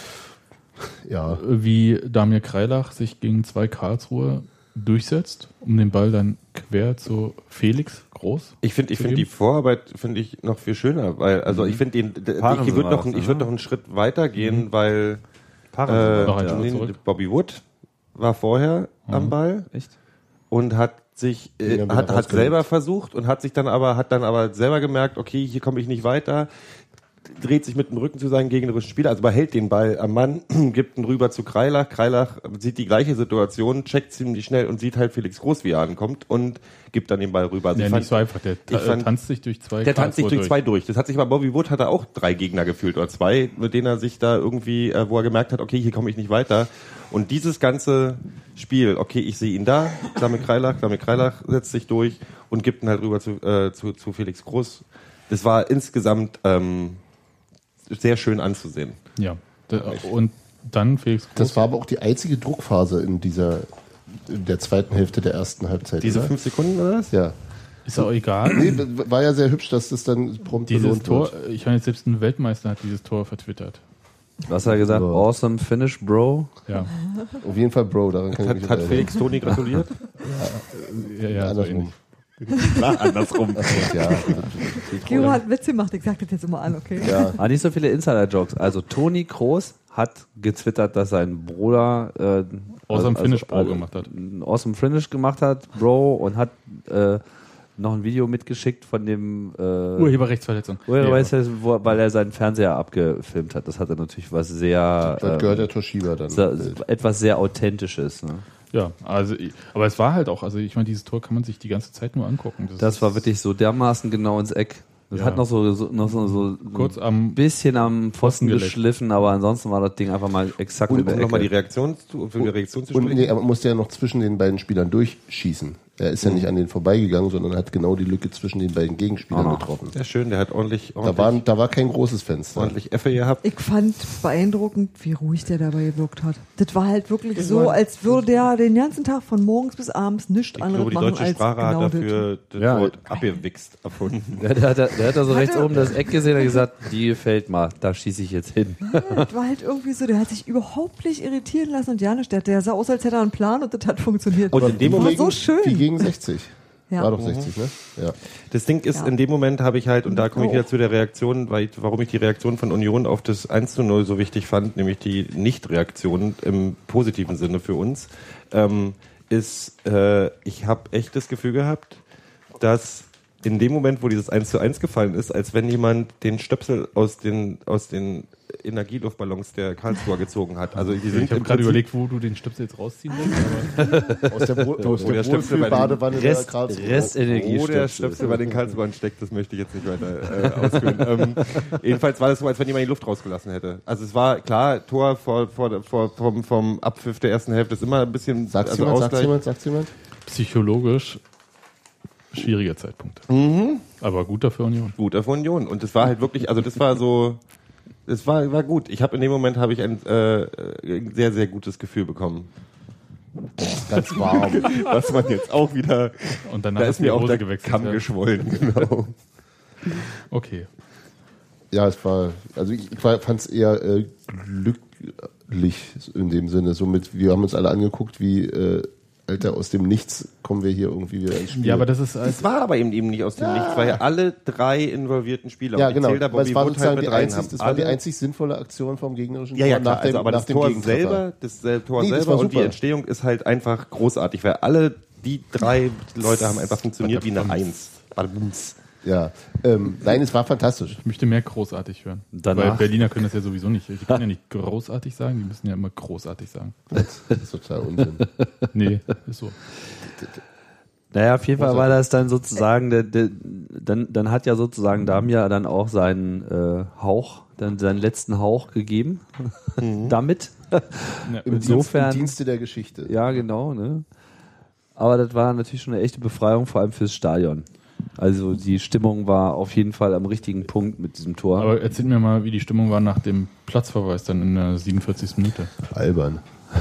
ja. Wie Damir Kreilach sich gegen zwei Karlsruhe durchsetzt, um den Ball dann quer zu Felix Groß. Ich finde, ich zu finde die geben. Vorarbeit finde ich noch viel schöner, weil also ich finde den, d- Paaren ich sind würde wir noch, das, ich würde noch einen Schritt weiter gehen, weil äh, Noch einen Schritt nee, zurück. Bobby Wood war vorher am Ball Echt? und hat sich äh, Den haben wir hat, hat rausgenommen. selber versucht und hat sich dann aber hat dann aber selber gemerkt, okay, hier komme ich nicht weiter. Dreht sich mit dem Rücken zu seinen gegnerischen Spieler, also behält den Ball am Mann, gibt ihn rüber zu Kreilach. Kreilach sieht die gleiche Situation, checkt ziemlich schnell und sieht halt Felix Groß, wie er ankommt und gibt dann den Ball rüber. Also Ja, ich fand- nicht so einfach. Der ta ich fand- tanzt sich durch zwei der tanzt sich Karlsruhe durch zwei durch. Das hat sich bei Bobby Wood hat er auch drei Gegner gefühlt oder zwei, mit denen er sich da irgendwie, äh, wo er gemerkt hat, okay, hier komme ich nicht weiter. Und dieses ganze Spiel, okay, ich sehe ihn da, damit Kreilach, damit Kreilach setzt sich durch und gibt ihn halt rüber zu, äh, zu, zu Felix Groß. Das war insgesamt ähm, sehr schön anzusehen. Ja. Da- Und dann Felix Groß. Das war aber auch die einzige Druckphase in dieser, in der zweiten Hälfte der ersten Halbzeit. Diese oder? fünf Sekunden oder was? Ja. ist auch egal. Nee, war ja sehr hübsch, dass das dann prompt Dieses belohnt Tor, wird. ich meine, selbst ein Weltmeister hat dieses Tor vertwittert. Was hat er gesagt? So. Awesome finish, Bro. Ja, Auf jeden Fall Bro, daran kann ich Hat, mich hat erinnern. Felix Toni gratuliert? ja, ja so Andersrum. ähnlich. Klar, andersrum. Ja, Gero hat Witze gemacht, ich sag das jetzt immer an, okay? ja. Ah, nicht so viele Insider-Jokes. Also Toni Kroos hat getwittert, dass sein Bruder äh, Awesome also- Finish Bro also gemacht hat. Ein Awesome Finish gemacht hat, Bro, und hat äh, noch ein Video mitgeschickt von dem äh, Urheberrechtsverletzung. Urheberrecht, wo, weil er seinen Fernseher abgefilmt hat. Das hatte natürlich was sehr Das gehört der ähm, Toshiba dann. sehr- etwas sehr Authentisches. Ne? Ja, also, ich- aber es war halt auch, also ich meine, dieses Tor kann man sich die ganze Zeit nur angucken. Das ist- war wirklich so dermaßen genau ins Eck. Das Ja. hat noch so, so, noch so, so Kurz ein am bisschen am Pfosten Pfosten geleckt. geschliffen, aber ansonsten war das Ding einfach mal exakt Und in der um nochmal die Ecke. Reaktion zu, für die Reaktion zu Und sprechen. nee, aber man musste ja noch zwischen den beiden Spielern durchschießen. Er ist ja nicht an denen vorbeigegangen, sondern hat genau die Lücke zwischen den beiden Gegenspielern Ah. getroffen. Sehr schön, der hat ordentlich, Da, ordentlich, waren, da war kein großes Fenster. ordentlich Effe gehabt. Ich fand beeindruckend, wie ruhig der dabei gewirkt hat. Das war halt wirklich so, als würde der den ganzen Tag von morgens bis abends nichts Ich anderes glaube, die machen deutsche als Sprache genau hat das. dafür das Ja. Wort abgewichst erfunden. Der, der, der, der hat da so Hat rechts er- oben das Eck gesehen und gesagt, die gefällt mal, da schieße ich jetzt hin. Ja, das war halt irgendwie so, der hat sich überhaupt nicht irritieren lassen und ja nicht, der, der sah aus, als hätte er einen Plan und das hat funktioniert. Und in dem war Moment so schön. Wie gegen sechzig. Ja. War doch sechzig, ne? Ja. Das Ding ist, Ja. in dem Moment habe ich halt, und da komme ich Oh. wieder zu der Reaktion, weil ich, warum ich die Reaktion von Union auf das eins zu null so wichtig fand, nämlich die Nicht-Reaktion im positiven Sinne für uns, ähm, ist, äh, ich habe echt das Gefühl gehabt, dass in dem Moment, wo dieses eins zu eins gefallen ist, als wenn jemand den Stöpsel aus den, aus den Energieluftballons der Karlsruher gezogen hat. Also die sind Ich habe im gerade Prinzip- überlegt, wo du den Stöpsel jetzt rausziehen willst. Aus der, Bro aus Wo der der Stöpsel bei den Wohlfühlbadewanne der Rest, Karlsruhe. Restenergie. Wo der Stöpsel bei den Karlsruhern steckt, das möchte ich jetzt nicht weiter äh, ausführen. ähm, jedenfalls war das so, als wenn jemand die Luft rausgelassen hätte. Also es war klar, Tor vor, vor, vor, vom, vom Abpfiff der ersten Hälfte ist immer ein bisschen Sagt's also jemand, sagt's Ausgleich. jemand, sagt's jemand? Psychologisch schwieriger Zeitpunkt. Aber gut dafür Union. Gut auf Union. Und das war halt wirklich, also das war so, das war, war gut. Ich habe in dem Moment habe ich ein äh, ein sehr, sehr gutes Gefühl bekommen. Ganz warm. Was man jetzt auch wieder, Und danach da ist ist mir die auch Hose der gewechselt. Kamm ja. geschwollen, genau. Okay. Ja, es war, also ich, ich fand es eher äh, glücklich in dem Sinne. Somit, wir haben uns alle angeguckt, wie, äh, Alter, aus dem Nichts kommen wir hier irgendwie wieder ins Spiel. Ja, aber das ist als Es war aber eben, eben nicht aus dem Nichts, weil ja alle drei involvierten Spieler, ja, und ich genau. zähle da Weil Bobby es war Wood sozusagen halt die mit rein, einzig, haben das war die alle- einzig sinnvolle Aktion vom gegnerischen Ja, ja, Tor klar, nach dem, also, aber nach das dem Tor Gegentreffer. selber, das äh, Tor Nee, das selber war und die super. Entstehung ist halt einfach großartig, weil alle die drei Leute haben einfach funktioniert wie eine Eins. Badabums. Ja, ähm, nein, es war fantastisch. Ich möchte mehr großartig hören. Danach- Weil Berliner können das ja sowieso nicht. Die können ja nicht großartig sagen, die müssen ja immer großartig sagen. Das ist total Unsinn. Nee, ist so. Naja, auf jeden Fall war das dann sozusagen, der, der, dann, dann hat ja sozusagen Damia dann auch seinen äh, Hauch, dann seinen letzten Hauch gegeben. Damit. Ja, Im, Insofern- Dienst, Im Dienste der Geschichte. Ja, genau, ne? Aber das war natürlich schon eine echte Befreiung, vor allem fürs Stadion. Also die Stimmung war auf jeden Fall am richtigen Punkt mit diesem Tor. Aber erzähl mir mal, wie die Stimmung war nach dem Platzverweis dann in der siebenundvierzigsten Minute. Albern.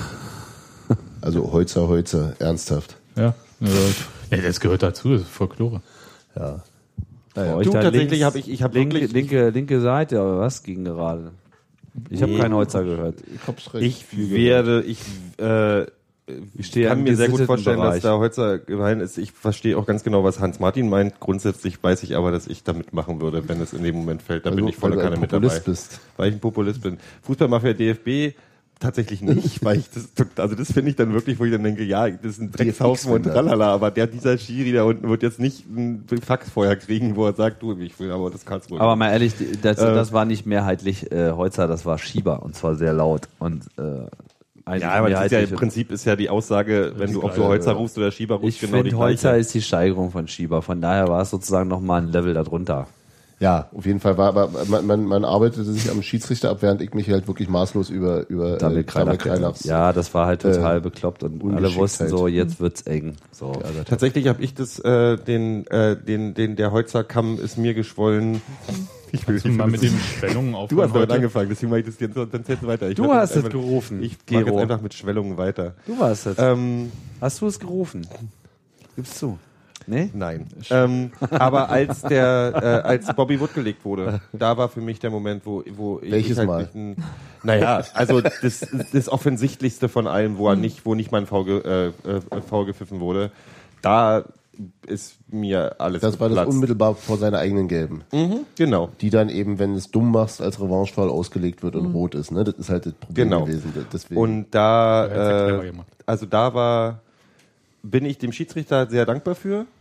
Also Holzer, Holzer, ernsthaft. Ja. Äh, nee, das gehört dazu, das ist Folklore. Ja. Bei euch Du, da tatsächlich links- habe ich, ich habe linke, wirklich, linke, linke Seite, aber was ging gerade? Ich habe Nee. keinen Holzer gehört. Ich hab's recht. ich viel werde, ich, äh, Ich stehe kann im mir sehr gut gesitteten vorstellen, Bereich. dass da Holzer gefallen ist. Ich verstehe auch ganz genau, was Hans Martin meint. Grundsätzlich weiß ich aber, dass ich da mitmachen würde, wenn es in dem Moment fällt. Da Also, bin ich voller weil du Kanne ein mit dabei. Populist bist. Weil ich ein Populist bin. Fußballmafia D F B tatsächlich nicht, weil ich das, also das finde ich dann wirklich, wo ich dann denke, ja, das ist ein Dreckshaufen und tralala, aber der, dieser Schiri da unten wird jetzt nicht ein Fax vorher kriegen, wo er sagt, du, ich will aber das Karlsruhe. Aber mal ehrlich, das, Äh. das war nicht mehrheitlich äh, Holzer, das war Schieber und zwar sehr laut. Und, äh, eigentlich ja, aber das ist ja, im mehrheitlich- Prinzip ist ja die Aussage, wenn du, ob du Holzer rufst oder Schieber rufst, ich genau die finde, Holzer gleiche. ist die Steigerung von Schieber. Von daher war es sozusagen nochmal ein Level darunter. Ja, auf jeden Fall war, aber man, man, man arbeitete sich am Schiedsrichter ab, während ich mich halt wirklich maßlos über, über Damit äh, Kreinach Kreinachs- Ja, das war halt total äh, bekloppt und alle Ungeschicktheit. wussten so, jetzt wird's eng. So. Tatsächlich habe ich das, äh, den, äh, den, den, der Holzerkamm ist mir geschwollen. Ich will Mal mit den Schwellungen Du hast aufhören damit heute. angefangen, deswegen mache ich das jetzt, dann zählst du weiter. Ich Du mach hast jetzt es einfach- gerufen, Ich mache Gero. jetzt einfach mit Schwellungen weiter. Du warst es. Ähm, Hast du es gerufen? Gib's zu. Nee? Nein. Ähm, aber als der, äh, als Bobby Wood gelegt wurde, da war für mich der Moment, wo, wo Welches ich halt Mal? nicht ein, naja, also das, das offensichtlichste von allem, wo er nicht, wo nicht mal ein Foul, ge, äh, äh, Foul gepfiffen wurde, da ist mir alles Das war das geplatzt. unmittelbar vor seiner eigenen Gelben. Mhm, genau. Die dann eben, wenn es dumm machst, als Revanchefoul ausgelegt wird und rot ist. Ne? Das ist halt das Problem Genau. gewesen. Deswegen. Und da, Ja, hat's ja clever äh, gemacht. also da war, bin ich dem Schiedsrichter sehr dankbar für,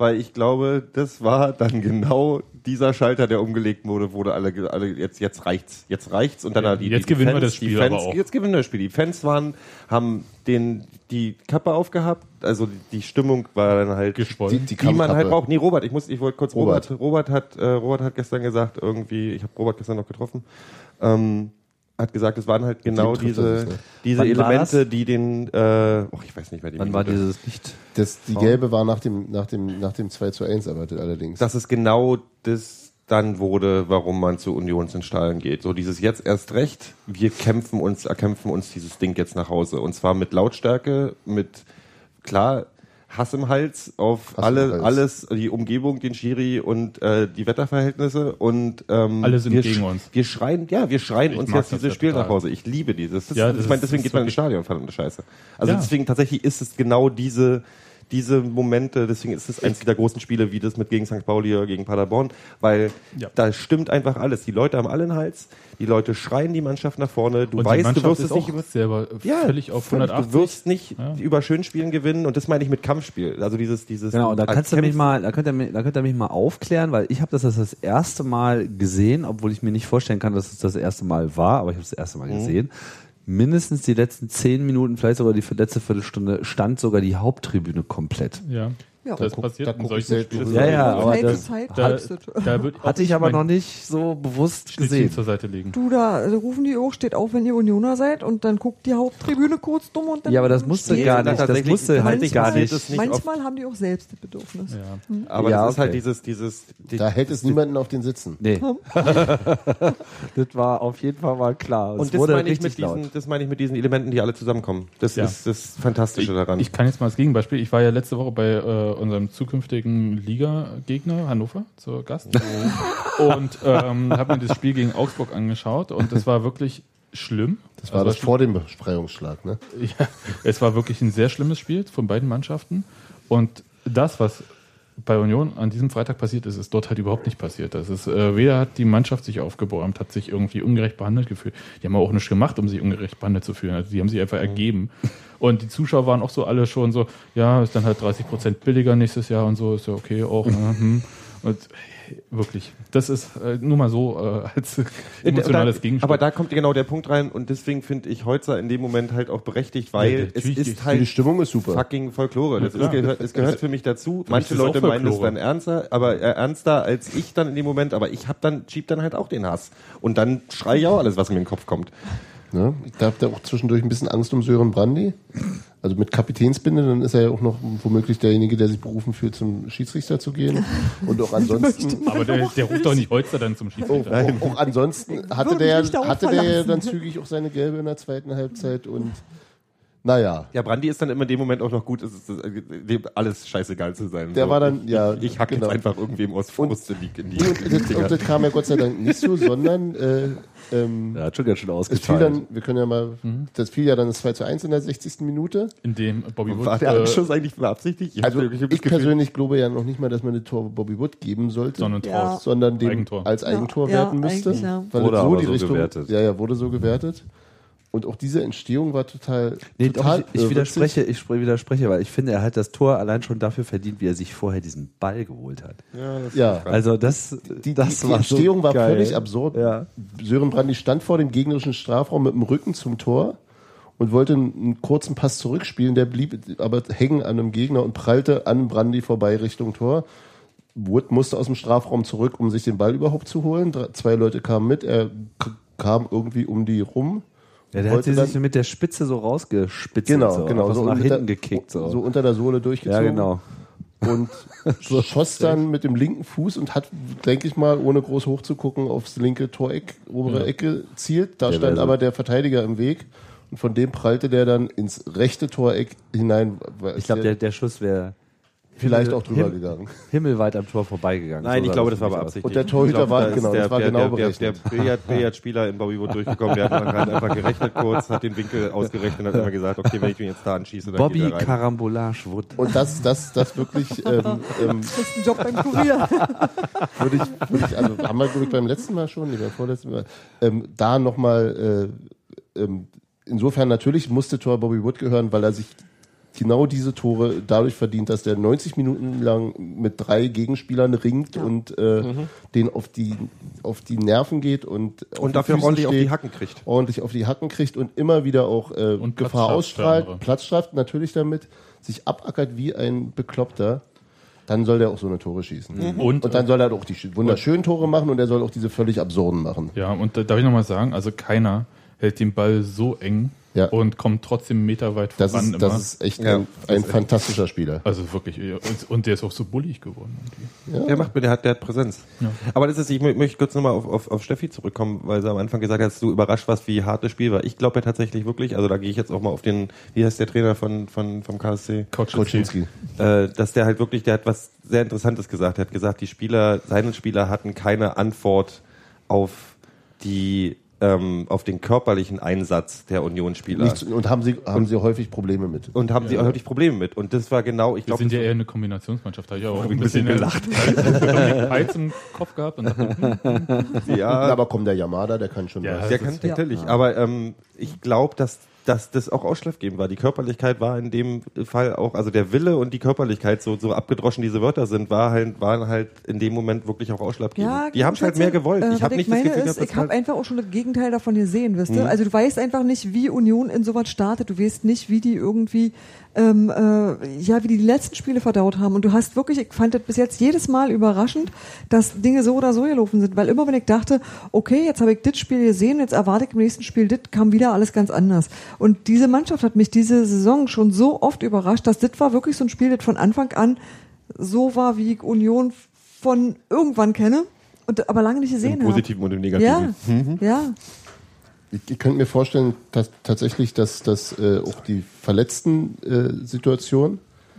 weil ich glaube, das war dann genau dieser Schalter, der umgelegt wurde, wurde alle, alle jetzt, jetzt reicht's, jetzt reicht's und dann Ja, die, jetzt die, die gewinnen Fans, wir das Spiel die Fans, aber auch. Jetzt gewinnen wir das Spiel. Die Fans waren, haben den, die Kappe aufgehabt, also die, die Stimmung war dann halt, Geschwollen. Die- die die man Kampfkappe. halt braucht. Nee, Robert, ich muss, ich wollte kurz Robert. Robert, Robert hat, äh, Robert hat gestern gesagt, irgendwie, ich habe Robert gestern noch getroffen, ähm, hat gesagt, es waren halt genau trifft diese, das, ne? diese Wann war Elemente, das? die den, äh, oh, ich weiß nicht mehr, die Wann war Minute. dieses Licht? Das, die gelbe war nach dem, nach dem, nach dem zwei zu eins erwartet allerdings. dass es genau das dann wurde, warum man zu Unions in Stahlen geht. So dieses jetzt erst recht, wir kämpfen uns, erkämpfen uns dieses Ding jetzt nach Hause. Und zwar mit Lautstärke, mit, klar, Hass im Hals auf Hass alle, im Hals. alles, die Umgebung, den Schiri und äh, die Wetterverhältnisse und ähm, Alle sind wir, gegen sch- uns. Wir schreien, ja, wir schreien Ich uns mag jetzt das dieses ja Spiel total. nach Hause. Ich liebe dieses. Das, Ja, das, das ich meine, ist- deswegen das geht ist man ins wirklich- Stadion, verdammte Scheiße. Also Ja. deswegen tatsächlich ist es genau diese diese Momente, deswegen ist es eines der großen Spiele, wie das mit gegen Sankt Pauli oder gegen Paderborn, weil Ja. da stimmt einfach alles. Die Leute haben alle einen Hals, die Leute schreien die Mannschaft nach vorne, du Und die weißt, du Mannschaft wirst ist es auch nicht über selber ja, völlig auf völlig. hundertachtzig. Du wirst nicht Ja. über Schönspielen gewinnen und das meine ich mit Kampfspiel. Also dieses, dieses. Genau, und da als kannst du mich Kämpfen- mal, da könnt ihr mich, da könnt ihr mich mal aufklären, weil ich habe das das das erste Mal gesehen, obwohl ich mir nicht vorstellen kann, dass es das erste Mal war, aber ich habe es das erste Mal gesehen. Mindestens die letzten zehn Minuten, vielleicht sogar die letzte Viertelstunde, stand sogar die Haupttribüne komplett. Ja. Ja. Das Da guck- passiert da in guck ich solchen selten Spielen. rüber. Ja, ja, aber Zeit das zu Zeit Da, halbst du. da wird auch hatte ich aber mein noch nicht so bewusst Schnittchen gesehen. zur Seite legen. Du, da also rufen die auch, steht auf, wenn ihr Unioner seid und dann guckt die Haupttribüne kurz dumm und dann... Ja, aber das musste steht- gar dann nicht, das tatsächlich- musste halt tatsächlich gar manchmal, nicht. das nicht manchmal haben die auch selbst das Bedürfnis. Ja. Aber Ja, das ist halt okay. dieses, dieses, die, Da hält es niemanden auf den Sitzen. Nee. Das war auf jeden Fall mal klar. Es und das wurde meine, ich mit richtig laut. diesen, das meine ich mit diesen Elementen, die alle zusammenkommen. Das Ja. ist das Fantastische daran. Ich kann jetzt mal das Gegenbeispiel. Ich war ja letzte Woche bei äh, unserem zukünftigen Liga-Gegner Hannover zur Gast und ähm, habe mir das Spiel gegen Augsburg angeschaut und das war wirklich schlimm. Das war Also das vor dem Befreiungsschlag, ne? Ja, es war wirklich ein sehr schlimmes Spiel von beiden Mannschaften. Und das, was bei Union an diesem Freitag passiert ist, ist dort halt überhaupt nicht passiert. Das ist, äh, weder hat die Mannschaft sich aufgebäumt, hat sich irgendwie ungerecht behandelt gefühlt. Die haben auch nichts gemacht, um sich ungerecht behandelt zu fühlen. Also die haben sich einfach ergeben. Und die Zuschauer waren auch so alle schon so, ja, ist dann halt dreißig Prozent billiger nächstes Jahr und so, ist ja okay auch. Ne? Hm. Und äh, wirklich, das ist äh, nur mal so äh, als emotionales da, Gegenstück. aber da kommt genau der Punkt rein und deswegen finde ich Holzer in dem Moment halt auch berechtigt, weil Ja, es natürlich. ist Die halt Stimmung ist super. fucking Folklore. Das Ja, ist, gehört, es gehört für mich dazu. Manche ist es Leute auch meinen es Folklore. dann ernster, aber äh, ernster als ich dann in dem Moment, aber ich hab dann, schieb dann halt auch den Hass. Und dann schrei ich auch alles, was mir in den Kopf kommt. Ne? Da habt ihr auch zwischendurch ein bisschen Angst um Sören Brandy. Also mit Kapitänsbinde, dann ist er ja auch noch womöglich derjenige, der sich berufen fühlt, zum Schiedsrichter zu gehen. Und auch ansonsten, Aber der, der ruft doch nicht Holzer dann zum auch, Schiedsrichter. auch, auch ansonsten hatte Würde der, mich darauf hatte der ja verlassen. dann zügig auch seine Gelbe in der zweiten Halbzeit und naja. Ja, Brandi ist dann immer in dem Moment auch noch gut, es ist äh, dem alles scheißegal zu sein. Der war dann, ich, ja, Ich, ich hack genau. jetzt einfach irgendwem aus Frust in die, in die, Und das, und das kam ja Gott sei Dank nicht so, sondern äh, ähm, Ja, hat schon ganz schön es fiel ausgeteilt. dann, wir können ja mal, das fiel ja dann das zwei zu eins in der sechzigsten Minute. In dem Bobby Wood. War der äh, Anschluss eigentlich beabsichtigt? Ich Also hab- hab das ich Gefühl- persönlich glaube ja noch nicht mal, dass man das Tor Bobby Wood geben sollte, sondern Ja. Traus. sondern dem Eigentor. als Eigentor Ja, werten ja, müsste. eigentlich, ja. Weil Wurde es so aber die so Richtung, gewertet. Ja, ja, wurde so gewertet. Und auch diese Entstehung war total, Nee, total doch, ich, ich äh, widerspreche, witzig. ich spre- widerspreche, weil ich finde, er hat das Tor allein schon dafür verdient, wie er sich vorher diesen Ball geholt hat. Ja, das Ja, Also das, die, das die, die war Entstehung so war geil. völlig absurd. Ja. Sören Brandy stand vor dem gegnerischen Strafraum mit dem Rücken zum Tor und wollte einen, einen kurzen Pass zurückspielen, der blieb aber hängen an einem Gegner und prallte an Brandy vorbei Richtung Tor. Wood musste aus dem Strafraum zurück, um sich den Ball überhaupt zu holen. Drei, zwei Leute kamen mit, er k- kam irgendwie um die rum. Ja, der hat wollte sie dann- sich mit der Spitze so rausgespitzt. Genau, so, genau, einfach so nach mit der- hinten gekickt. So. so unter der Sohle Ja, durchgezogen. genau. Und schoss dann mit dem linken Fuß und hat, denke ich mal, ohne groß hochzugucken, aufs linke Toreck, obere Ja. Ecke zielt. Da Der stand wäre so- aber der Verteidiger im Weg und von dem prallte der dann ins rechte Toreck hinein. Weil Ich glaube, der, der Schuss wäre vielleicht auch drüber Him- gegangen. himmelweit am Tor vorbeigegangen. Nein, So ich sah glaube, das für war mich aus. beabsichtigt. Und der Torhüter Ich glaube, war- da ist genau, der, das war der, genau der, der, berechnet. der Billard, Billardspieler in Bobby Wood durchgekommen, der hat dann einfach gerechnet kurz, hat den Winkel ausgerechnet und hat immer gesagt, okay, wenn ich ihn jetzt da anschieße, dann Bobby geht er rein. Karambolage Wood. Und das, das, das wirklich, ähm, ähm, Das ist ein Job beim Kurier. würde ich, würde ich, also haben wir glaube ich beim letzten Mal schon, nee, beim vorletzten Mal, ähm, da nochmal, äh, ähm, insofern natürlich musste Tor Bobby Wood gehören, weil er sich genau diese Tore dadurch verdient, dass der neunzig Minuten lang mit drei Gegenspielern ringt Ja. und äh, mhm. den auf die, auf die Nerven geht und auf Und dafür Füßen ordentlich steht, auf die Hacken kriegt. ordentlich auf die Hacken kriegt und immer wieder auch äh, Und Gefahr Platz schafft für ausstrahlt, andere. Platz schafft natürlich damit, sich abackert wie ein Bekloppter. Dann soll der auch so eine Tore schießen. Mhm. Und, Und, dann soll er auch die wunderschönen Tore machen und er soll auch diese völlig absurden machen. Ja, und da darf ich nochmal sagen, also keiner hält den Ball so eng Ja. und kommt trotzdem einen Meter weit Das voran ist, das ist echt Ja, ein, das ein ist fantastischer Spieler. Also wirklich, und, und der ist auch so bullig geworden. Irgendwie. Der macht mir, der hat, der hat Präsenz. Ja. Aber das ist, ich mö- möchte kurz nochmal auf, auf, auf Steffi zurückkommen, weil sie am Anfang gesagt hat, dass du überrascht warst, wie hart das Spiel war. Ich glaube ja tatsächlich wirklich, also da gehe ich jetzt auch mal auf den, wie heißt der Trainer von, von, vom K S C? Koczynski. Äh, dass der halt wirklich, der hat was sehr Interessantes gesagt. Er hat gesagt, die Spieler, seine Spieler hatten keine Antwort auf die, ähm, auf den körperlichen Einsatz der Unionsspieler. Nichts, und haben sie, haben sie häufig Probleme mit. Und haben sie auch wirklich Probleme mit. Und das war genau, ich Wir glaube, sind ja eher eine Kombinationsmannschaft, da habe ich auch ein bisschen gelacht. Heiz im Kopf gehabt und dachte, hm, ja, Aber komm, der Yamada, der kann schon Ja, was. der das kann ist- natürlich. ja. Aber ähm, ich glaube, dass, dass das auch ausschlaggebend war. Die Körperlichkeit war in dem Fall auch, also der Wille und die Körperlichkeit, so, so abgedroschen diese Wörter sind, war halt, waren halt in dem Moment wirklich auch ausschlaggebend. Ja, die haben halt mehr gewollt. Äh, ich habe was nicht meine das Gefühl, ist, dass das ich habe halt- einfach auch schon das Gegenteil davon gesehen, wisst ihr? Also du weißt einfach nicht, wie Union in sowas startet. Du weißt nicht, wie die irgendwie, ähm, äh, ja, wie die die letzten Spiele verdaut haben. Und du hast wirklich, ich fand das bis jetzt jedes Mal überraschend, dass Dinge so oder so gelaufen sind. Weil immer wenn ich dachte, okay, jetzt habe ich das Spiel gesehen, jetzt erwarte ich im nächsten Spiel das, kam wieder alles ganz anders. Und diese Mannschaft hat mich diese Saison schon so oft überrascht, dass das war wirklich so ein Spiel, das von Anfang an so war, wie ich Union von irgendwann kenne, und aber lange nicht gesehen im habe. Positiven und im Negativen. Ja, ja. Ich, ich könnte mir vorstellen, dass tatsächlich, dass, dass äh, auch die verletzten äh, Situation,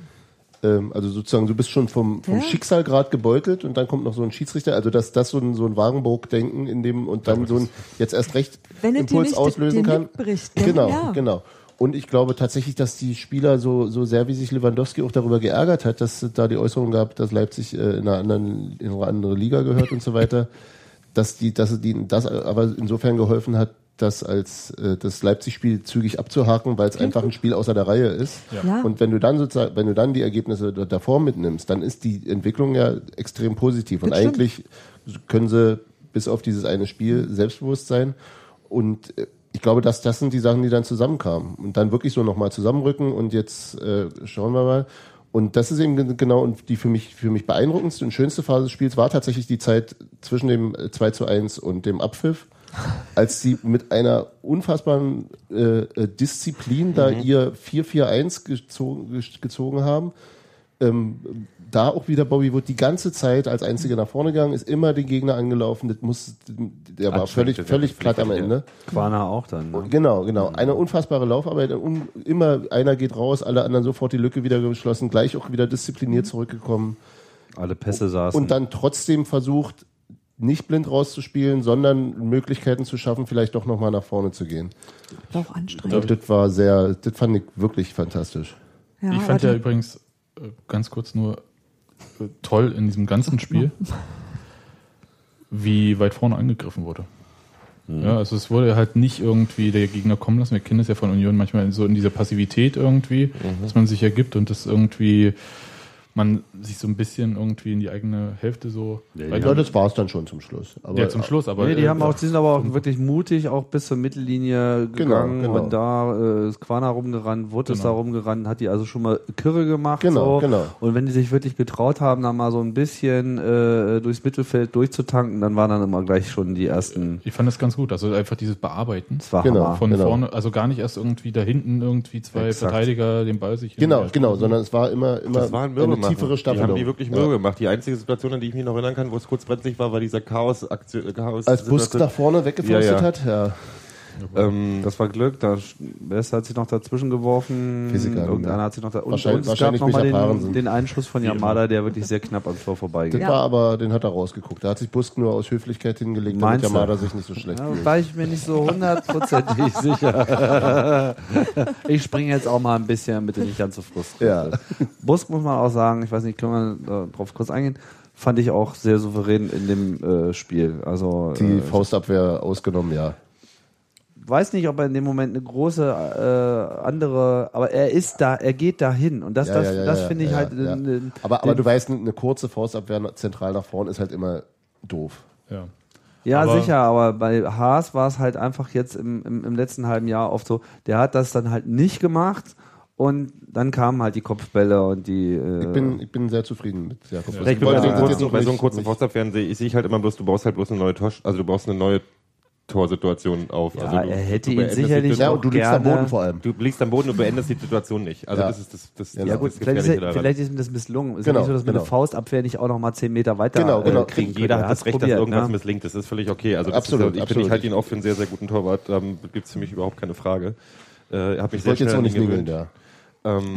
ähm, also sozusagen, du bist schon vom, vom Ja. Schicksal gerade gebeutelt und dann kommt noch so ein Schiedsrichter, also dass das so ein, so ein Wagenburg-Denken in dem und dann so ein jetzt erst recht Wenn es dir Impuls nicht auslösen den kann. Nick bricht, ne? Genau, Ja. genau. Und ich glaube tatsächlich, dass die Spieler so, so sehr wie sich Lewandowski auch darüber geärgert hat, dass es da die Äußerung gab, dass Leipzig äh, in, einer anderen, in eine andere Liga gehört und so weiter, dass die, dass die, das aber insofern geholfen hat, das als äh, das Leipzig-Spiel zügig abzuhaken, weil es einfach ein Spiel außer der Reihe ist. Ja. Und wenn du dann sozusagen, wenn du dann die Ergebnisse da- davor mitnimmst, dann ist die Entwicklung ja extrem positiv. Und Das stimmt. eigentlich können sie bis auf dieses eine Spiel selbstbewusst sein. Und äh, ich glaube, dass das sind die Sachen, die dann zusammenkamen. Und dann wirklich so nochmal zusammenrücken und jetzt äh, schauen wir mal. Und das ist eben ge- genau und die für mich für mich beeindruckendste und schönste Phase des Spiels war tatsächlich die Zeit zwischen dem äh, zwei zu eins und dem Abpfiff, als sie mit einer unfassbaren äh, äh, Disziplin da ihr vier vier eins gezogen, gezogen haben. Ähm, da auch wieder Bobby Wood die ganze Zeit als Einziger nach vorne gegangen, ist immer den Gegner angelaufen. Das muss, der war völlig, völlig platt am Ende. Quana auch dann. Ne? Genau, genau. Eine unfassbare Laufarbeit. Un- Immer einer geht raus, alle anderen sofort die Lücke wieder geschlossen, gleich auch wieder diszipliniert zurückgekommen. Alle Pässe saßen. Und dann trotzdem versucht, nicht blind rauszuspielen, sondern Möglichkeiten zu schaffen, vielleicht doch nochmal nach vorne zu gehen. War auch Ich anstrengend. glaube, das war sehr, das fand ich wirklich fantastisch. Ja, ich fand ja aber übrigens äh, ganz kurz nur äh, toll in diesem ganzen Spiel, wie weit vorne angegriffen wurde. Ja, also es wurde halt nicht irgendwie der Gegner kommen lassen. Wir kennen das ja von Union manchmal so in dieser Passivität irgendwie, dass man sich ergibt und das irgendwie man sich so ein bisschen irgendwie in die eigene Hälfte so Ja, rein- Ja, das war es dann schon zum Schluss. Aber, ja, zum Schluss, aber nee, die äh, haben auch, die sind aber auch wirklich mutig auch bis zur Mittellinie gegangen genau. und da äh, ist Quana rumgerannt, Wood ist da Genau. rumgerannt, hat die also schon mal Kirre gemacht. Genau, so. genau. Und wenn die sich wirklich getraut haben, dann mal so ein bisschen äh, durchs Mittelfeld durchzutanken, dann waren dann immer gleich schon die ersten. ich fand das ganz gut. Also einfach dieses Bearbeiten Das war Genau. Hammer. von genau. vorne, also gar nicht erst irgendwie da hinten irgendwie zwei Exakt. Verteidiger den Ball sich Genau, hin- genau, sondern es war immer, immer Das war ein eine Mürbe tiefere Die haben Staffelung. die wirklich Mürbe gemacht. Die einzige Situation, an die ich mich noch erinnern kann, wo es kurz brenzlig war, war dieser Chaos, Aktion, Chaos Als Busk nach vorne weggefaustet Ja, ja. hat, ja. ähm, Das war Glück, da West hat sich noch dazwischen geworfen, Weiß ich gar nicht irgendeiner mehr. hat sich noch da und, Wahrscheinlich- und es gab wahrscheinlich noch mal Micha den, Parensen. den Einschuss von Yamada, der wirklich sehr knapp am Tor Das vorbeigeht. Ja. war aber, den hat er rausgeguckt. Da hat sich Busk nur aus Höflichkeit hingelegt, damit Meinst du? Yamada sich nicht so schlecht Ja, fühlt. war ich mir nicht so hundertprozentig sicher. Ich springe jetzt auch mal ein bisschen, bitte nicht ganz so frustriert. Ja. Busk muss man auch sagen, ich weiß nicht, können wir darauf kurz eingehen, fand ich auch sehr souverän in dem äh, Spiel. Also Die äh, Faustabwehr ausgenommen, ja. weiß nicht, ob er in dem Moment eine große äh, andere, aber er ist da, er geht dahin und das, Ja, das, ja, ja, das ja, finde ich ja, halt. ja. In, in, Aber, aber in, du weißt, eine kurze Faustabwehr zentral nach vorne ist halt immer doof. Ja. Ja, Aber- sicher, aber bei Haas war es halt einfach jetzt im, im, im letzten halben Jahr oft so, der hat das dann halt nicht gemacht und dann kamen halt die Kopfbälle und die... Äh, Ich bin, ich bin sehr zufrieden mit Jakob. Ja, ich bin Bei, Ja, so ja, einem ja. kurzen, bei so einem kurzen Faustabwehren sehe ich, sehe ich halt immer bloß, du baust halt bloß eine neue Tor, also du baust eine neue Torsituation auf. ja, also du, er hätte du ihn beendest die sicherlich Ja, auch und du liegst am gerne, Boden vor allem. Du liegst am Boden und beendest die Situation nicht. Also Ja. das ist das, das, Ja, das, Ja gut, das vielleicht ist, Gefährliche er, daran. vielleicht ist ihm das misslungen. Ist Genau, ja nicht so, dass man genau. eine Faustabwehr nicht auch noch mal zehn Meter weiter Genau, genau. äh, kriegen Jeder könnte. hat das Hat's Recht, probiert, dass irgendwas ne? misslingt. Das ist völlig okay. Also das Absolut, ist, ich, bin, absolut. ich halte ihn auch für einen sehr, sehr guten Torwart. Da ähm, gibt es für mich überhaupt keine Frage. Äh, hab mich Ich sehr wollte jetzt schnell auch an nicht ihn ningeln, gewöhnt. ja. Ähm,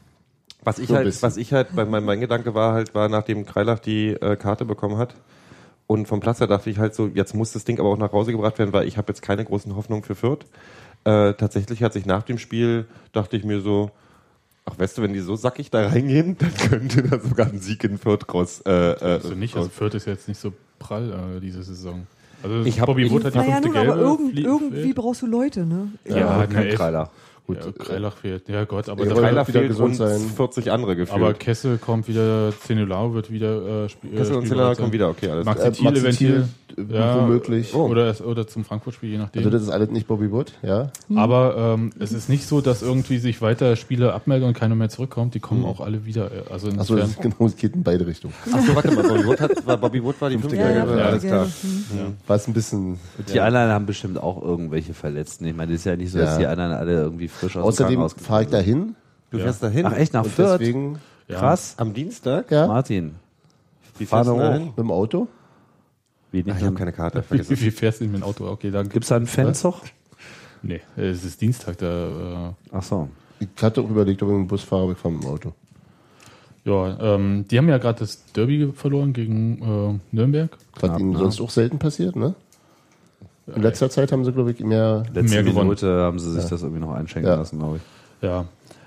was ich So ein halt, bisschen. was ich halt, bei meinem mein Gedanke war halt, war nachdem Kreilach die äh, Karte bekommen hat und vom Platz her dachte ich halt so, jetzt muss das Ding aber auch nach Hause gebracht werden, weil ich habe jetzt keine großen Hoffnungen für Fürth. Äh, tatsächlich hat sich nach dem Spiel, dachte ich mir so, ach weißt du, wenn die so sackig da reingehen, dann könnte da sogar ein Sieg in Fürth raus. Äh, äh, Also nicht, also Fürth ist jetzt nicht so prall äh, diese Saison. Also Ich hab- Bobby ich- Wood hat die Naja, fünfte nun, aber Gelbe. irgend, flie- irgendwie fehlt. brauchst du Leute, ne? Ja, Ja, kein kein Kreiler. Gut, Ja, Kreilach fehlt. Ja Gott, aber, Ja, dafür- Kreilach wieder fehlt gesund und sein. vierzig andere gefühlt. aber Kessel kommt wieder, Zenulao wird wieder äh, spielen. Kessel und Ziller kommen wieder, okay, alles Maxi Äh, Thiel Maxi eventuell. Thiel, Ja, womöglich. Oh. Oder, es- oder zum Frankfurt-Spiel, je nachdem. Also das ist alles nicht Bobby Wood, ja. Aber ähm, es ist nicht so, dass irgendwie sich weiter Spiele abmelden und keiner mehr zurückkommt. Die kommen auch alle wieder. äh, Also Achso, das insofern. ist genau, es geht in beide Richtungen. Achso, warte mal, Bobby Wood, hat, war, Bobby Wood war die fünfte Ja, ja, Gelbe. fünfte Alles klar. Gelbe. Hm. War es ein bisschen. Die anderen haben bestimmt auch irgendwelche Verletzten. Ich meine, es ist ja nicht so, dass Ja. die anderen alle irgendwie frisch aus dem Außerdem Krankenhaus fahre ich da hin Du fährst da hin? Ach echt, nach und Fürth? deswegen Ja. Krass. Am Dienstag? ja, Martin, Wie fahr fährst du da da hoch. hin? mit dem Auto. Wie Ach, nicht ich habe keine Karte. Vergiss Wie es. viel fährst du mit dem Auto? Okay, dann Gibt's da einen Fanzug? Nee, es ist Dienstag. Da, Ach so. Ich hatte auch überlegt, ob ich mit dem Bus fahre, aber ich fahre mit dem Auto. äh, ja, ähm, die haben ja gerade das Derby verloren gegen äh, Nürnberg. Was Knapp, ihnen ne? sonst auch selten passiert, ne? In letzter Zeit haben sie, glaube ich, mehr. Letzte Mehr gewonnen. Minute haben sie sich das irgendwie noch einschenken Ja. lassen, glaube ich. Ja.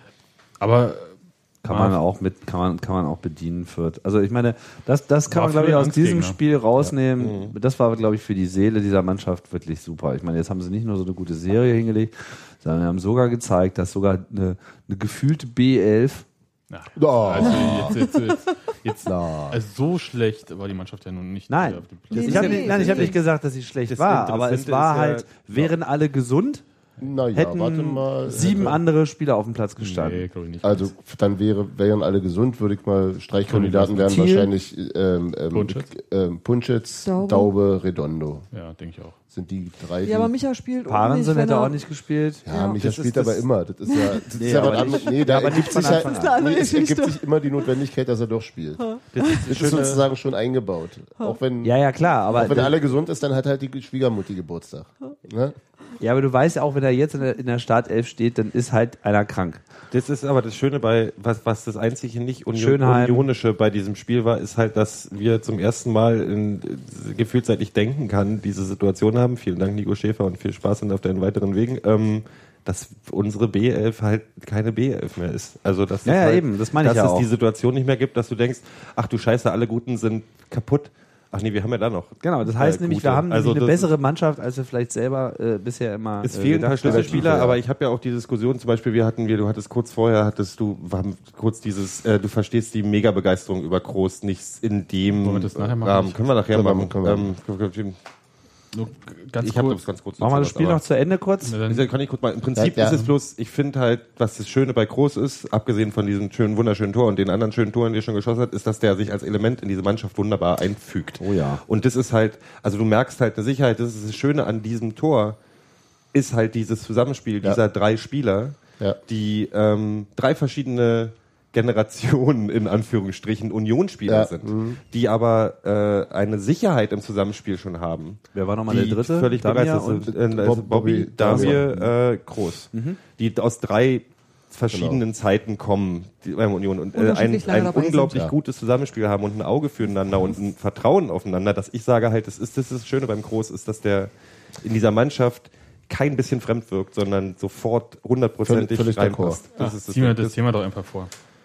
Aber Kann Ah. man auch mit, kann man, kann man auch bedienen Fürth. Also ich meine, das, das kann War man, glaube ich, früher aus diesem Angstgegner. Spiel rausnehmen. Das war, glaube ich, für die Seele dieser Mannschaft wirklich super. Ich meine, jetzt haben sie nicht nur so eine gute Serie hingelegt, sondern haben sogar gezeigt, dass sogar eine, eine gefühlte B elf na, Oh. also jetzt, jetzt, jetzt, jetzt Na. also so schlecht war die Mannschaft ja nun nicht. Nein. äh, auf dem Platz. Nee, Ich habe nee, nicht, nein, ich nee. habe nicht gesagt, dass sie schlecht Das war, aber es Interessante war ist ja- halt, wären alle gesund, Naja, hätten warte mal. sieben hätte- andere Spieler auf dem Platz gestanden. Nee, glaube ich nicht. Also dann wäre, wären alle gesund, würde ich mal, Streichkandidaten wären Thiel. wahrscheinlich ähm, ähm, Punschitz. ähm, Punschitz, Daube. Daube, Redondo. Ja, denke ich auch. Sind die drei, die... Ja, aber Micha spielt auch Parensen nicht, wenn hätte er- auch nicht gespielt. ja, Ja. Micha Das spielt ist aber das- immer. Das ist ja, das Nee, ist ja aber was nicht- anderes. Nee, da aber nicht ergibt von sich ja, Anfang an. Das ist eine andere nee, es ergibt Geschichte. sich immer die Notwendigkeit, dass er doch spielt. Das ist Das ist schöne, sozusagen schon eingebaut. Auch wenn, Ja, ja, klar, aber auch wenn alle gesund ist, dann hat halt die Schwiegermutti Geburtstag. Ne? ja, aber du weißt ja auch, wenn er jetzt in der, in der Startelf steht, dann ist halt einer krank. das ist aber das Schöne bei, was, was das einzige nicht Union, Schönheim. Unionische bei diesem Spiel war, ist halt, dass wir zum ersten Mal in, äh, gefühlt seit ich denken kann, diese Situation haben. Vielen Dank, Nico Schäfer, und viel Spaß und auf deinen weiteren Wegen. Ähm, dass unsere B elf halt keine B elf mehr ist. Also, dass Ja, es ja, halt, eben, das meine ich dass ja es auch. die Situation nicht mehr gibt, dass du denkst, ach du Scheiße, alle Guten sind kaputt. Ach nee, wir haben ja da noch. Genau, das heißt äh, nämlich, gute. wir haben also eine das bessere Mannschaft, als wir vielleicht selber äh, bisher immer. Es äh, fehlen ein paar gedacht haben. Schlüsselspieler, ja. aber ich habe ja auch die Diskussion, zum Beispiel, wir hatten, wir, du hattest kurz vorher, hattest du, wir haben kurz dieses, äh, du verstehst die Mega-Begeisterung über Groß nicht in dem Wollen wir das nachher machen? Rahmen. Können wir nachher Können wir machen. machen, können wir Ähm, Nur ganz ich habe kurz. das ganz kurz. Machen wir das dazu Spiel was, noch zu Ende kurz? Na, aber- dann- Also kann ich kurz mal, im Prinzip Ja, ja. ist es bloß, ich finde halt, was das Schöne bei Groß ist, abgesehen von diesem schönen, wunderschönen Tor und den anderen schönen Toren, die er schon geschossen hat, ist, dass der sich als Element in diese Mannschaft wunderbar einfügt. Oh ja. Und das ist halt, also du merkst halt eine Sicherheit, das ist das Schöne an diesem Tor, ist halt dieses Zusammenspiel Ja. dieser drei Spieler, Ja. die ähm, drei verschiedene Generationen in Anführungsstrichen Unionsspieler Ja. sind, Mhm. die aber äh, eine Sicherheit im Zusammenspiel schon haben. Wer war nochmal Die der dritte? völlig Damir begeistert und sind. Äh, also Bob- Bobby, Bobby, Damir, äh, Groß. Die aus drei verschiedenen Zeiten kommen die, beim Union und äh, ein, Unterschiedlich lange ein dabei sind. unglaublich Ja. gutes Zusammenspiel haben und ein Auge füreinander und ein Vertrauen aufeinander, dass ich sage halt, das ist das, ist das Schöne beim Groß, ist, dass der in dieser Mannschaft kein bisschen fremd wirkt, sondern sofort hundertprozentig Völlig- völlig reinpasst. Ach, Das ist das, zieh mir das das, Thema doch einfach vor.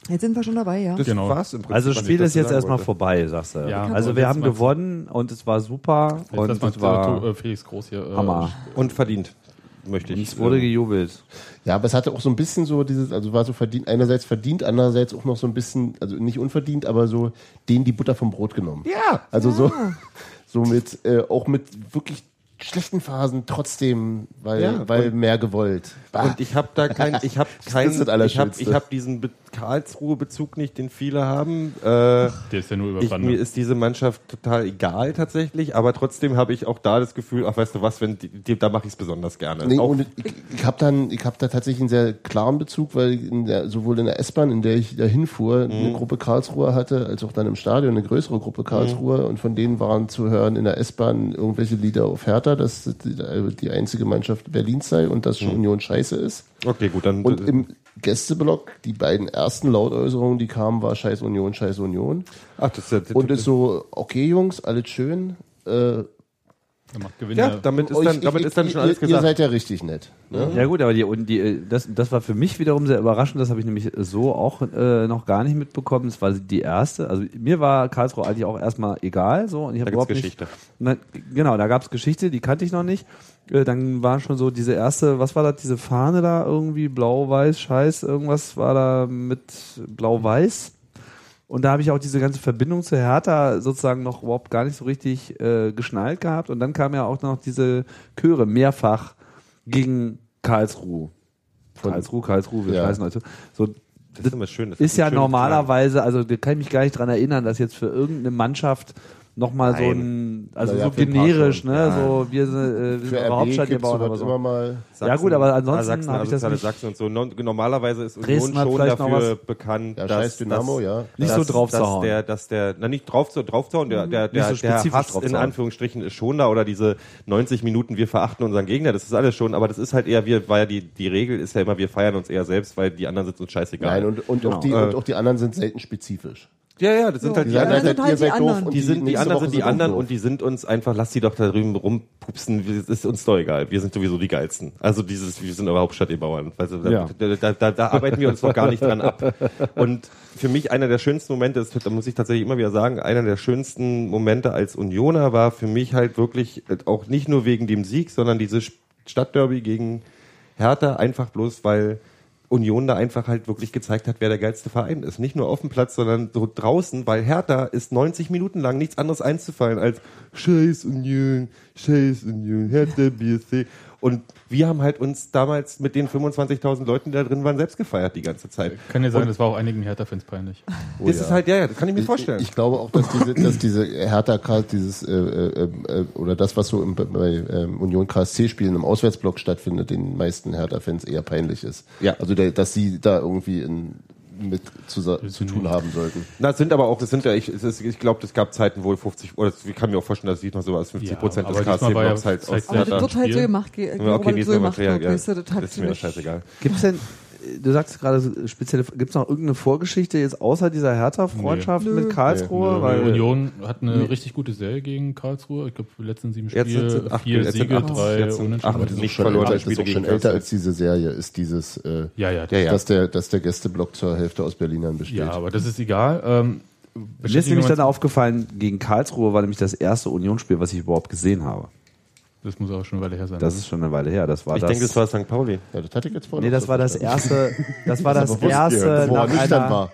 Jetzt sind wir schon dabei, ja. Das Genau. war's im Prinzip. Also das was Spiel ich dazu ist jetzt sagen erstmal wollte. vorbei, sagst du. Ja. Also wir Jetzt haben mal- gewonnen und es war super Jetzt und lass mal es war to- äh, Felix Groß hier. Äh, Hammer. Und verdient, möchte ich. Es wurde äh, gejubelt. Ja, aber es hatte auch so ein bisschen so dieses, also war so verdient, einerseits verdient, andererseits auch noch so ein bisschen, also nicht unverdient, aber so denen die Butter vom Brot genommen. Ja. Also so, so mit, äh, auch mit wirklich schlechten Phasen trotzdem, weil, Ja, weil und- mehr gewollt. Und ich habe da kein, ich habe Das keinen, ist das ich habe Allerschönste. ich hab diesen Be- Karlsruhe-Bezug nicht, den viele haben. Äh, Der ist ja nur über ich, Brande. mir ist diese Mannschaft total egal tatsächlich, aber trotzdem habe ich auch da das Gefühl, ach weißt du was, wenn die, die, da mache ich es besonders gerne. Nee, Auch- und ich, ich habe dann, ich habe da tatsächlich einen sehr klaren Bezug, weil in der, sowohl in der S-Bahn, in der ich da hinfuhr, eine Gruppe Karlsruher hatte, als auch dann im Stadion eine größere Gruppe Karlsruher und von denen waren zu hören in der S-Bahn irgendwelche Lieder auf Hertha, dass die, die einzige Mannschaft Berlins sei und dass schon Union scheiße ist. okay, gut, dann Und im Gästeblock, die beiden ersten Lautäußerungen, die kamen, war Scheiß Union, Scheiß Union. ach, das ist ja, Und ist so, okay Jungs, alles schön. Äh, Er macht Gewinne. ja, damit ist euch- dann, damit ich- ist dann ihr- schon alles Ihr gesagt. seid ja richtig nett. Ne? Ja gut, aber die, und die, das, das war für mich wiederum sehr überraschend, das habe ich nämlich so auch äh, noch gar nicht mitbekommen. Das war die erste, also mir war Karlsruhe eigentlich auch erstmal egal, so, und ich Da habe gibt's überhaupt nicht, Geschichte. Na, genau, da gab's Geschichte, die kannte ich noch nicht. Äh, Dann war schon so diese erste, was war das, diese Fahne da irgendwie, blau-weiß, scheiß, irgendwas war da mit blau-weiß. Und da habe ich auch diese ganze Verbindung zu Hertha sozusagen noch überhaupt gar nicht so richtig äh, geschnallt gehabt. Und dann kam ja auch noch diese Chöre mehrfach gegen Karlsruhe. Karlsruhe, Karlsruhe, wir Ja. scheißen heute. So, Das ist immer schön. Das ist ein ja schönes normalerweise, also da kann ich mich gar nicht dran erinnern, dass jetzt für irgendeine Mannschaft nochmal so ein, also Naja, so für ein paar generisch, schon. ne, Ja. so wir sind, äh, wir sind Für eure R B Hauptstadt gibt's gebaut, sowas aber so. immer mal. Ja, gut, aber ansonsten Sachsen, hab ich das asoziale nicht- Sachsen und so. No- Normalerweise ist Dresden Union hat schon vielleicht noch dafür was. bekannt, Ja, dass, scheiß Dynamo, dass, ja. Nicht dass, so drauf zu dass hauen. der, dass der, na nicht drauf zu, drauf zu hauen, der, der, der, Nicht so der spezifisch Hass drauf in zu hauen. Anführungsstrichen ist schon da oder diese neunzig Minuten, wir verachten unseren Gegner, das ist alles schon, aber das ist halt eher, wir, weil die, die Regel ist ja immer, wir feiern uns eher selbst, weil die anderen sind uns scheißegal. Nein, und, und, Genau. auch die, Äh. und auch die anderen sind selten spezifisch. ja, ja, das sind Ja. halt Die die Ja, anderen. das sind halt die anderen. und Die sind, die nächste anderen Woche sind die auch anderen doof. und die sind uns einfach, lass die doch da drüben rumpupsen, es ist uns doch egal. Wir sind sowieso die Geilsten. Also dieses, wir sind eure Hauptstadt, ihr Bauern. Also da, Ja. da, da, da, da arbeiten wir uns noch gar nicht dran ab. Und für mich einer der schönsten Momente, ist, da muss ich tatsächlich immer wieder sagen, einer der schönsten Momente als Unioner war für mich halt wirklich, auch nicht nur wegen dem Sieg, sondern dieses Stadtderby gegen Hertha, einfach bloß, weil Union da einfach halt wirklich gezeigt hat, wer der geilste Verein ist. Nicht nur auf dem Platz, sondern so draußen, weil Hertha ist neunzig Minuten lang nichts anderes einzufallen als Scheiß Union, Scheiß Union, Hertha B S C. Und wir haben halt uns damals mit den fünfundzwanzigtausend Leuten, die da drin waren, selbst gefeiert die ganze Zeit. Ich kann dir sagen, Und das war auch einigen Hertha-Fans peinlich. Oh das ja. ist halt, ja, ja, das kann ich mir vorstellen. Ich, ich glaube auch, dass diese, dass diese Hertha Karl, dieses äh, äh, äh, oder das, was so im, bei ähm, Union K S C-Spielen im Auswärtsblock stattfindet, den meisten Hertha-Fans eher peinlich ist. Ja. Also der, dass sie da irgendwie in, mit zu, zu tun haben sollten. Na, es sind aber auch, das sind ja, ich, es ist, ich glaube, es gab Zeiten, wo fünfzig, oder ich kann mir auch vorstellen, dass diesmal so als fünfzig Prozent Ja, des aber diesmal war ja- K S C-Blocks halt zeigt aus Aber das Hertha. wird halt so Spiel. gemacht, ge- Ja, weil okay, das wie so es gemacht immer, ja, wird, ja, weißt du, das hat ist mir ziemlich- scheißegal. Gibt's denn, du sagst gerade spezielle, gibt's noch irgendeine Vorgeschichte jetzt außer dieser Hertha-Freundschaft Nee. mit Karlsruhe? Nee. Weil Union hat eine richtig gute Serie gegen Karlsruhe. Ich glaube, die letzten sieben Jetzt Spiele, sind acht- vier jetzt sind Siege, acht- drei jetzt sind Unentschieden. acht- Aber das ist nicht schon verloren, älter, das das ist Spiele auch schon gegen älter Kassel. als diese Serie, ist dieses, äh, Ja, ja, Ja, ja. dass der, dass der Gästeblock zur Hälfte aus Berlinern besteht. ja, aber das ist egal. Ähm, mir ist nämlich dann aufgefallen, gegen Karlsruhe war nämlich das erste Unionsspiel, was ich überhaupt gesehen habe. Das muss auch schon eine Weile her sein. Das ist schon eine Weile her. Das war Ich das. denke, es war Sankt Pauli. Ja, das hatte ich jetzt vorhin Nee, auch das so war das verstanden. erste, das war das Aber wusste erste ihr, wo er nach nüchtern einer, war.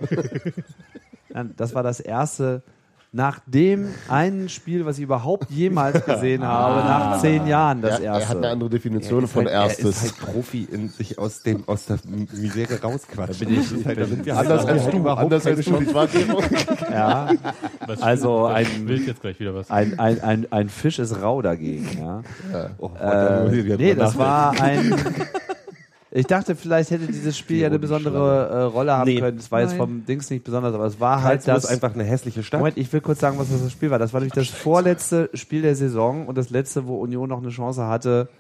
Nein, das war das erste nach dem einen Spiel, was ich überhaupt jemals gesehen habe, nach zehn Jahren das Er, er hat eine erste. andere Definition ist von halt, er erstes. ist halt Profi in sich aus dem aus der Misere rausquatschen. Da bin ich, halt, da sind wir anders halt als halt du, überhaupt anders keine als du, Chance. nicht wahr, Gero? Ja, Was also spielt- was ein- spielt jetzt gleich wieder was. ein, ein, ein, ein Fisch ist rau dagegen. Ja. Oh, da muss ich Äh, jetzt nee, mal das nachdenken. war ein. Ich dachte, vielleicht hätte dieses Spiel ja eine besondere äh, Rolle haben Nee. können. Das war jetzt Nein. vom Dings nicht besonders, aber es war halt Karlsruhe das. ist einfach eine hässliche Stadt. Moment, ich will kurz sagen, was das Spiel war. Das war nämlich das vorletzte Spiel der Saison und das letzte, wo Union noch eine Chance hatte,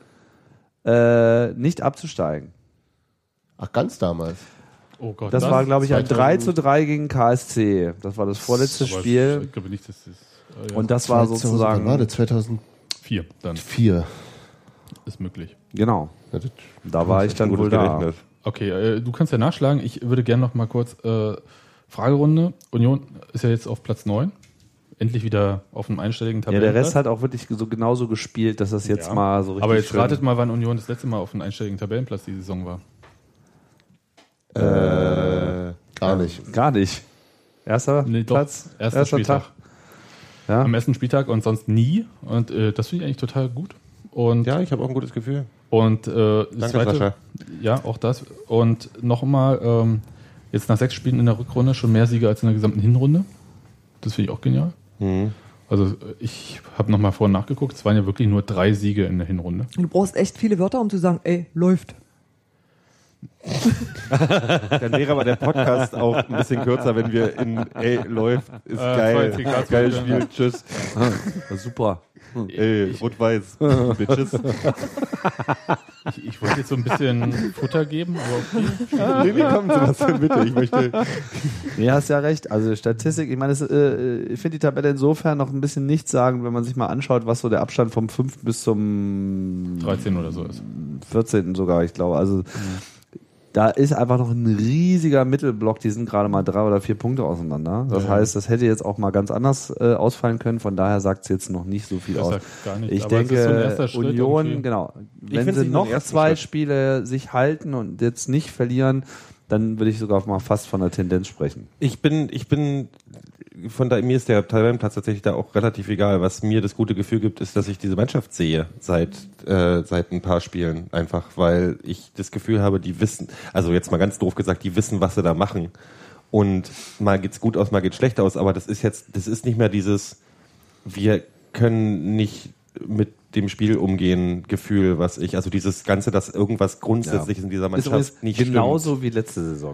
äh, nicht abzusteigen. Ach, ganz damals. Oh Gott, Das war, glaube ich, ein zweitausend drei zu drei gegen K S C. Das war das vorletzte aber Spiel. Ich glaube nicht, dass das äh, ja, Und das war zweitausend, wann war sozusagen. das? zweitausendvier. vier dann Ja, ist möglich. Genau. das- Da war ich dann Gut wohl da. gerechnet. Okay, äh, du kannst ja nachschlagen. Ich würde gerne noch mal kurz äh, Fragerunde. Union ist ja jetzt auf Platz neun. Endlich wieder auf einem einstelligen Ja, Tabellenplatz. der Rest hat auch wirklich so genauso gespielt, dass das jetzt Ja. mal so richtig Aber jetzt schön- ratet mal, wann Union das letzte Mal auf einem einstelligen Tabellenplatz die Saison war. Äh, gar nicht. Gar nicht. Erster Nee, doch. Platz, Erster Spieltag. Tag. Ja. Am ersten Spieltag und sonst nie. Und äh, das finde ich eigentlich total gut. Und, Ja, ich habe auch ein gutes Gefühl. und äh, das Danke, zweite, Sascha. ja, auch das. Und nochmal, ähm, jetzt nach sechs Spielen in der Rückrunde schon mehr Siege als in der gesamten Hinrunde. Das finde ich auch genial. Mhm. Also ich habe nochmal vorhin nachgeguckt, es waren ja wirklich nur drei Siege in der Hinrunde. Du brauchst echt viele Wörter, um zu sagen, ey, läuft. Dann wäre aber der Podcast auch ein bisschen kürzer, wenn wir in ey, läuft, ist geil, geiles Spiel, tschüss. Ja, super. Ey, rot-weiß, Bitches. Ich, ich wollte jetzt so ein bisschen Futter geben, aber okay. Nee, nee, komm, Sebastian, bitte, ich möchte... Nee, hast ja recht. Also Statistik, ich meine, es, äh, ich finde die Tabelle insofern noch ein bisschen nichts sagen, wenn man sich mal anschaut, was so der Abstand vom fünften bis zum dreizehn oder so ist. vierzehnten sogar, ich glaube. Also da ist einfach noch ein riesiger Mittelblock, die sind gerade mal drei oder vier Punkte auseinander. Das Ja. heißt, das hätte jetzt auch mal ganz anders äh, ausfallen können, von daher sagt es jetzt noch nicht so viel Das aus. sagt gar nichts. Ich Aber es denke, ist so ein erster Schritt Union, irgendwie. genau, wenn find's sie nicht nur noch ein erster zwei Schritt. Spiele sich halten und jetzt nicht verlieren, dann würde ich sogar mal fast von der Tendenz sprechen. Ich bin, ich bin, von da, mir ist der Tabellenplatz tatsächlich da auch relativ egal. Was mir das gute Gefühl gibt, ist, dass ich diese Mannschaft sehe seit, äh, seit ein paar Spielen. Einfach, weil ich das Gefühl habe, die wissen, also jetzt mal ganz doof gesagt, die wissen, was sie da machen. Und mal geht's gut aus, mal geht's schlecht aus, aber das ist jetzt, das ist nicht mehr dieses, wir können nicht mit dem Spiel umgehen, Gefühl, was ich, also dieses Ganze, dass irgendwas Grundsätzliches in dieser Ist Mannschaft übrigens nicht genauso stimmt. wie letzte Saison.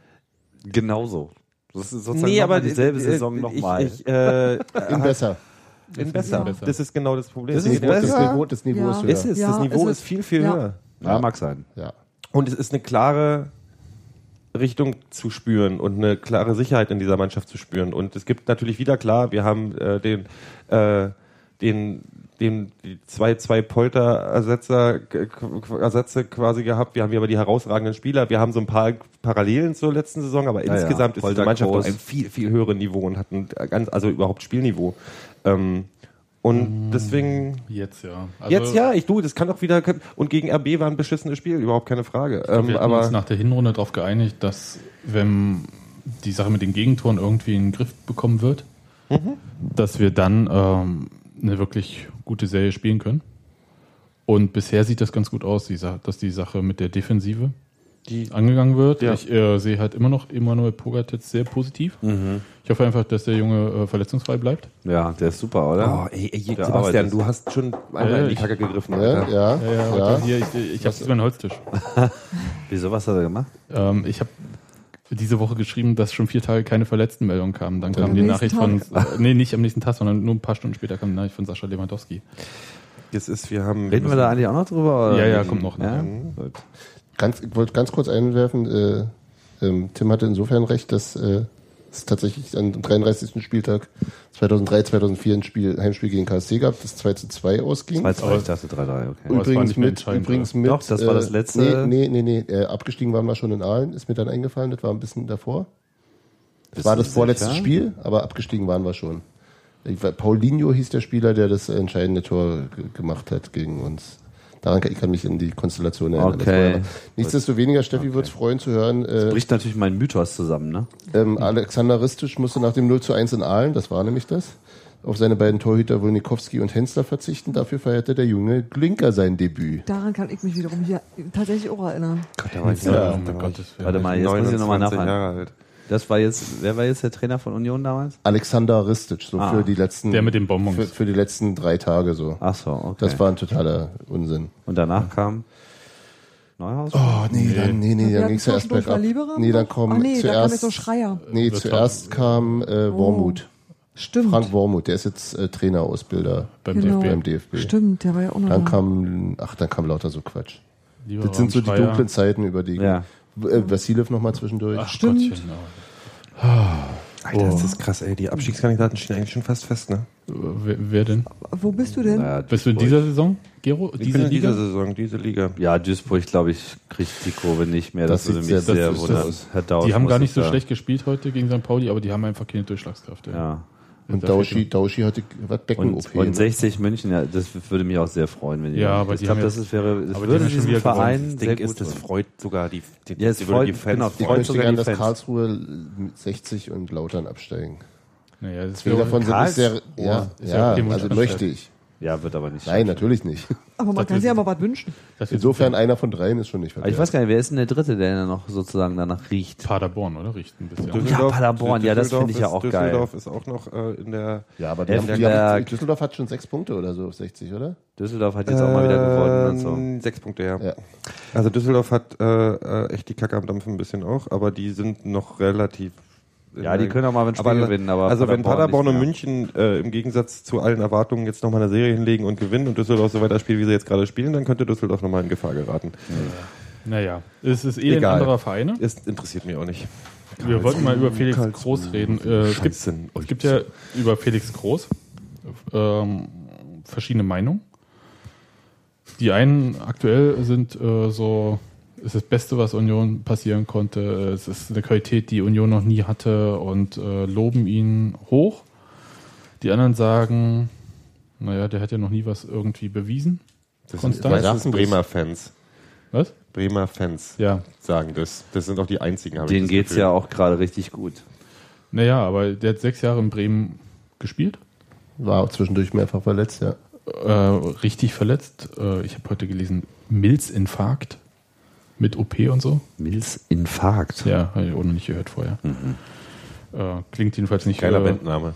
Genauso. Das ist sozusagen Nee, noch aber mal dieselbe äh, Saison ich- nochmal. Ich, äh, In besser. in besser. besser. Das ist genau das Problem. Das Das ist Niveau, das besser? Niveau, das Niveau Ja. ist höher. Ist es, Ja, das Niveau ist ist, es. viel, viel Ja. höher. Ja, mag sein. Ja. Und es ist eine klare Richtung zu spüren und eine klare Sicherheit in dieser Mannschaft zu spüren. Und es gibt natürlich wieder klar, wir haben äh, den, äh, den, den die zwei, zwei Polter-Ersetzer, k- k- Ersätze quasi gehabt. Wir haben hier aber die herausragenden Spieler. Wir haben so ein paar Parallelen zur letzten Saison, aber Ja, insgesamt ja. ist Polter, die Mannschaft Groß. auf einem viel, viel höheren Niveau und hat ein ganz, also überhaupt Spielniveau. Ähm, und deswegen Jetzt ja. Also, Jetzt ja, ich du, das kann doch wieder und gegen R B war ein beschissenes Spiel, überhaupt keine Frage. Ich glaub, Ähm, wir hatten aber uns nach der Hinrunde darauf geeinigt, dass wenn die Sache mit den Gegentoren irgendwie in den Griff bekommen wird, Mhm. dass wir dann ähm, eine wirklich gute Serie spielen können. Und bisher sieht das ganz gut aus, die Sa- dass die Sache mit der Defensive die angegangen wird. Ja. Ich äh, sehe halt immer noch Emanuel Pogatetz sehr positiv. Ich hoffe einfach, dass der Junge äh, verletzungsfrei bleibt. Ja, der ist super, oder? Oh, ey, ey, Der Sebastian, arbeitet. du hast schon einmal Ja, in die ich- Kacke gegriffen. Ja, Alter. ja, Ja, ja, ja. heute Hier, ich ich habe meinen Holztisch. Wieso, was hat er gemacht? Ähm, ich habe diese Woche geschrieben, dass schon vier Tage keine Verletztenmeldung kamen. Dann kam Am die nächsten Nachricht von, äh, nee, nicht am nächsten Tag, sondern nur ein paar Stunden später kam die Nachricht von Sascha Lewandowski. Jetzt ist, wir haben. Reden wir da eigentlich auch noch drüber? Oder? Ja, ja, kommt noch. Ja? nachher. Ganz, ich wollte ganz kurz einwerfen, äh, ähm, Tim hatte insofern recht, dass äh, es tatsächlich am dreiunddreißigsten Spieltag zweitausenddrei, zweitausendvier ein Spiel, Heimspiel gegen K S C gab, das zwei zu zwei ausging. zwei zwei, ich dachte drei drei, okay. Aber es war Übrigens nicht mehr mit, entscheidend, übrigens oder? mit. Doch, das war das äh, letzte- Nee, nee, nee, nee. Äh, abgestiegen waren wir schon in Aalen, ist mir dann eingefallen, das war ein bisschen davor. Das Bist war du das vorletzte sicher? Spiel, aber abgestiegen waren wir schon. Ich war, Paulinho hieß der Spieler, der das entscheidende Tor g- gemacht hat gegen uns. Daran kann ich kann mich in die Konstellation erinnern. Das Okay. war ja- Nichtsdestoweniger, Steffi wird es freuen zu hören, äh, Bricht natürlich mein Mythos zusammen, ne? ähm, Alexander Ristisch musste nach dem null zu eins in Aalen, das war nämlich das, auf seine beiden Torhüter Wolnikowski und Hensler verzichten. Dafür feierte der junge Glinker sein Debüt. Daran kann ich mich wiederum hier tatsächlich auch erinnern. Gott, da war ich Ja, ja, oh mein Gott, das wäre Warte mal, jetzt muss ich nochmal neunundzwanzig nachfragen. Jahre alt. Das war jetzt, wer war jetzt der Trainer von Union damals? Alexander Ristisch, so Ah. für die letzten, Der mit den Bonbons. für, für die letzten drei Tage so. Ach so, okay. Das war ein totaler Unsinn. Und danach kam Neuhaus? Oh, nee, dann, nee, nee, Wir dann hatten ging's ja erst zwischendurch bergab. Lieberer Nee, dann noch? kommen Ach nee, da kam zuerst, jetzt so Schreier. nee, Wird zuerst kam, äh, Wormuth. Stimmt. Frank Wormuth, der ist jetzt äh, Trainerausbilder Beim Genau. D F B. beim D F B. Stimmt, der war ja auch noch Dann da. kam, ach, dann kam lauter so Quatsch. Lieber Das sind so die Raumschreier. dunklen Zeiten, über die Ja. äh, Vassilev nochmal zwischendurch. Ach Stimmt. Gottchen, oh. Alter, das ist krass, ey. Die Abstiegskandidaten stehen eigentlich schon fast fest, ne? Wer, wer denn? Wo bist du denn? Naja, Bist du in dieser Saison, Gero? Ich Diese bin in Liga? dieser Saison, diese Liga. Ja, Duisburg, glaube ich, kriegt die Kurve nicht mehr. Das, Das würde sieht mich sehr- sehr das ist- wundern. das- Herr Daus Die haben muss gar nicht ich so sagen. schlecht gespielt heute gegen Sankt Pauli, aber die haben einfach keine Durchschlagskraft. ey. Ja. Und Da Dauschi, fehlt- Dauschi hatte was Becken-O Und, P. und ne? sechzig München, ja, das würde mich auch sehr freuen, wenn die. Ja, aber ich die glaube, haben das jetzt- ist, wäre, das aber die würde haben ja schon diesem wieder gewonnen. Verein Das sehr Ding gut ist, das tun. freut sogar die, die, Ja, es die, freut- die Fans. genau, Ich freut möchte sogar gerne, die dass Fans. Karlsruhe mit sechzig und Lautern absteigen. Naja, das Viele wäre davon sind nicht sehr, ja, ist ja ja, okay, muss also man möchte sagen. ich. Ja, wird aber nicht. Nein, natürlich nicht. Aber man Das kann ist- sich ja mal was wünschen. Insofern einer von dreien ist schon nicht Aber ich verkehrt. weiß gar nicht, wer ist denn der Dritte, der dann noch sozusagen danach riecht? Paderborn, oder? Riecht ein bisschen. Ja, Paderborn, ja, das Düsseldorf finde ich ja ist- auch geil. Düsseldorf ist auch noch äh, in der... Ja, aber die haben, die haben, Effenberg. Düsseldorf hat schon sechs Punkte oder so auf sechzig, oder? Düsseldorf hat jetzt auch mal wieder gewonnen und so. Ähm, Sechs Punkte, ja. Ja. Also Düsseldorf hat äh, äh, echt die Kacke am Dampfen ein bisschen auch, aber die sind noch relativ... Ja, die können auch mal ein Spiel aber, gewinnen, aber also wenn Paderborn Paderborn und nicht München äh, im Gegensatz zu allen Erwartungen jetzt nochmal eine Serie hinlegen und gewinnen und Düsseldorf so weiter spielt, wie sie jetzt gerade spielen, dann könnte Düsseldorf nochmal in Gefahr geraten. Naja, es ist eh Egal. ein anderer Verein. Ist, interessiert mich auch nicht. Wir wollten mal über Felix Groß reden. Äh, es, gibt, Scheiße. es gibt ja über Felix Groß ähm, verschiedene Meinungen. Die einen aktuell sind äh, so, es ist das Beste, was Union passieren konnte. Es ist eine Qualität, die Union noch nie hatte und äh, loben ihn hoch. Die anderen sagen, naja, der hat ja noch nie was irgendwie bewiesen. Das Konstant. sind meistens Bremer Fans. Was? Bremer Fans Ja. sagen das. Das sind auch die einzigen, habe ich Denen das geht's Gefühl. ja auch gerade richtig gut. Naja, aber der hat sechs Jahre in Bremen gespielt. War auch zwischendurch mehrfach verletzt, ja. Äh, richtig verletzt. Äh, ich habe heute gelesen, Milzinfarkt mit O P und so. Milzinfarkt. Ja, habe ich auch noch nicht gehört vorher. Äh, klingt jedenfalls nicht... Geiler äh, Bandname.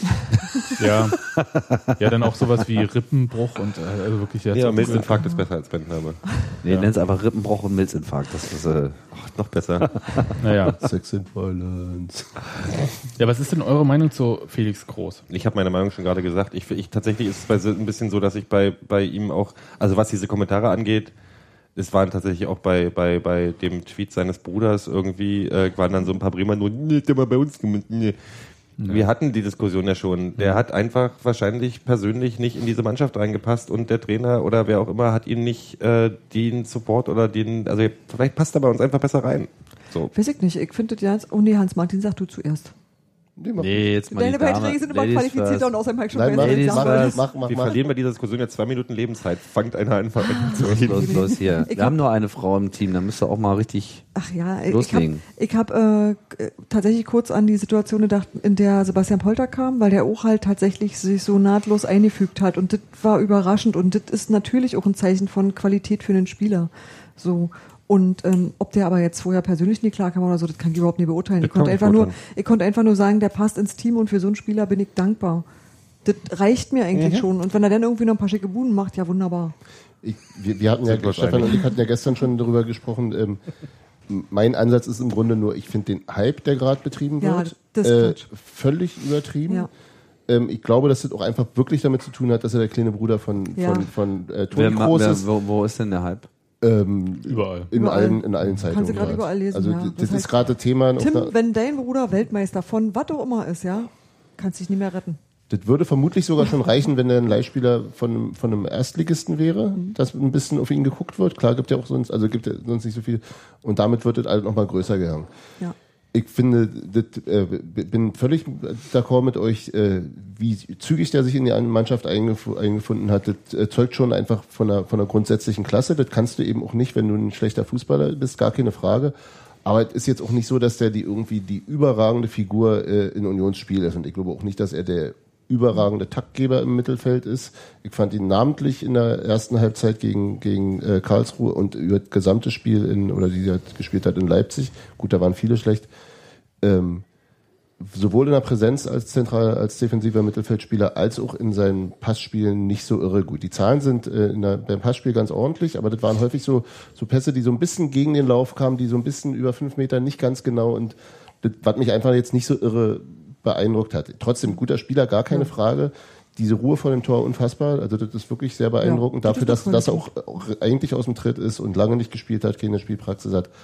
Ja. Ja, dann auch sowas wie Rippenbruch und äh, also wirklich... der hat Ja, so- Milzinfarkt ist besser als Bandname. Nee, ja. Nenn's einfach Rippenbruch und Milzinfarkt. Das ist, äh, Ach, noch besser. Naja. Sex and Violence. Ja, was ist denn eure Meinung zu Felix Groß? Ich habe meine Meinung schon gerade gesagt. Ich, ich tatsächlich ist es bei so, ein bisschen so, dass ich bei, bei ihm auch, also was diese Kommentare angeht, es waren tatsächlich auch bei, bei, bei dem Tweet seines Bruders irgendwie, äh, waren dann so ein paar Bremer nur, nee, der war bei uns gemacht, nee. Ja. Wir hatten die Diskussion ja schon. Der hat einfach wahrscheinlich persönlich nicht in diese Mannschaft reingepasst und der Trainer oder wer auch immer hat ihn nicht äh, den Support oder den, also vielleicht passt er bei uns einfach besser rein. So. Weiß ich nicht. Ich finde das ja, oh nee, Hans-Martin, sag du zuerst. Nee, mach, nee, jetzt mal Deine die Dame. Beiträge sind immer Ladies qualifizierter first. und außerdem habe ich schon Nein, mach, bessere Ladies mach, Sachen. first. mach, mach, Wir mach. verlieren bei dieser Diskussion jetzt zwei Minuten Lebenszeit. Fangt einer an, zu Los, reden. los, los hier. Ich Wir hab- haben nur eine Frau im Team, da müsst ihr auch mal richtig. Ach ja, ich habe Loslegen. ich hab, äh, tatsächlich kurz an die Situation gedacht, in der Sebastian Polter kam, weil der auch halt tatsächlich sich so nahtlos eingefügt hat und das war überraschend und das ist natürlich auch ein Zeichen von Qualität für einen Spieler. So. Und ähm, ob der aber jetzt vorher persönlich nie klarkam oder so, das kann ich überhaupt nicht beurteilen. Das Ich konnte kann ich einfach nur, beurteilen. ich konnte einfach nur sagen, der passt ins Team und für so einen Spieler bin ich dankbar. Das reicht mir eigentlich Mhm. schon. Und wenn er dann irgendwie noch ein paar schicke Buden macht, ja wunderbar. Ich, wir, wir hatten ja, Sind wir Stefan einig. und ich hatten ja gestern schon darüber gesprochen. Ähm, mein Ansatz ist im Grunde nur, ich finde den Hype, der gerade betrieben Ja, wird, das ist äh, Quatsch. völlig übertrieben. Ja. Ähm, ich glaube, dass das auch einfach wirklich damit zu tun hat, dass er der kleine Bruder von, Ja. von, von äh, Wer, Toni ma- Kroos wer, ist. wo, wo ist denn der Hype? Ähm, Überall. in, Überall. allen, in allen Zeitungen. Kannst du gerade grad. überall lesen, Also ja. das, Das das heißt, ist gerade Thema. auf Tim, der- wenn dein Bruder Weltmeister von was auch immer ist, ja, kannst dich nicht mehr retten. Das würde vermutlich sogar schon reichen, wenn er ein Leihspieler von einem, von einem Erstligisten wäre, dass ein bisschen auf ihn geguckt wird. Klar, gibt ja auch sonst, also gibt ja sonst nicht so viel. Und damit wird das alles nochmal größer gegangen. Ja. Ich finde, das, äh, bin völlig d'accord mit euch, äh, wie zügig der sich in die Mannschaft eingef- eingefunden hat. Das äh, zeugt schon einfach von einer, von einer grundsätzlichen Klasse. Das kannst du eben auch nicht, wenn du ein schlechter Fußballer bist, gar keine Frage. Aber es ist jetzt auch nicht so, dass der die irgendwie die überragende Figur äh, in Unionsspiel ist. Und ich glaube auch nicht, dass er der überragende Taktgeber im Mittelfeld ist. Ich fand ihn namentlich in der ersten Halbzeit gegen, gegen äh, Karlsruhe und über das gesamte Spiel in, oder die er gespielt hat in Leipzig. Gut, da waren viele schlecht. Ähm, sowohl in der Präsenz als zentral, als defensiver Mittelfeldspieler, als auch in seinen Passspielen nicht so irre gut. Die Zahlen sind äh, in der, beim Passspiel ganz ordentlich, aber das waren häufig so, so Pässe, die so ein bisschen gegen den Lauf kamen, die so ein bisschen über fünf Meter nicht ganz genau und das, was mich einfach jetzt nicht so irre beeindruckt hat. Trotzdem guter Spieler, gar keine Frage. Diese Ruhe vor dem Tor unfassbar. Also das ist wirklich sehr beeindruckend Ja, dafür, das dass, ist dass er auch, auch eigentlich aus dem Tritt ist und lange nicht gespielt hat, keine Spielpraxis hat.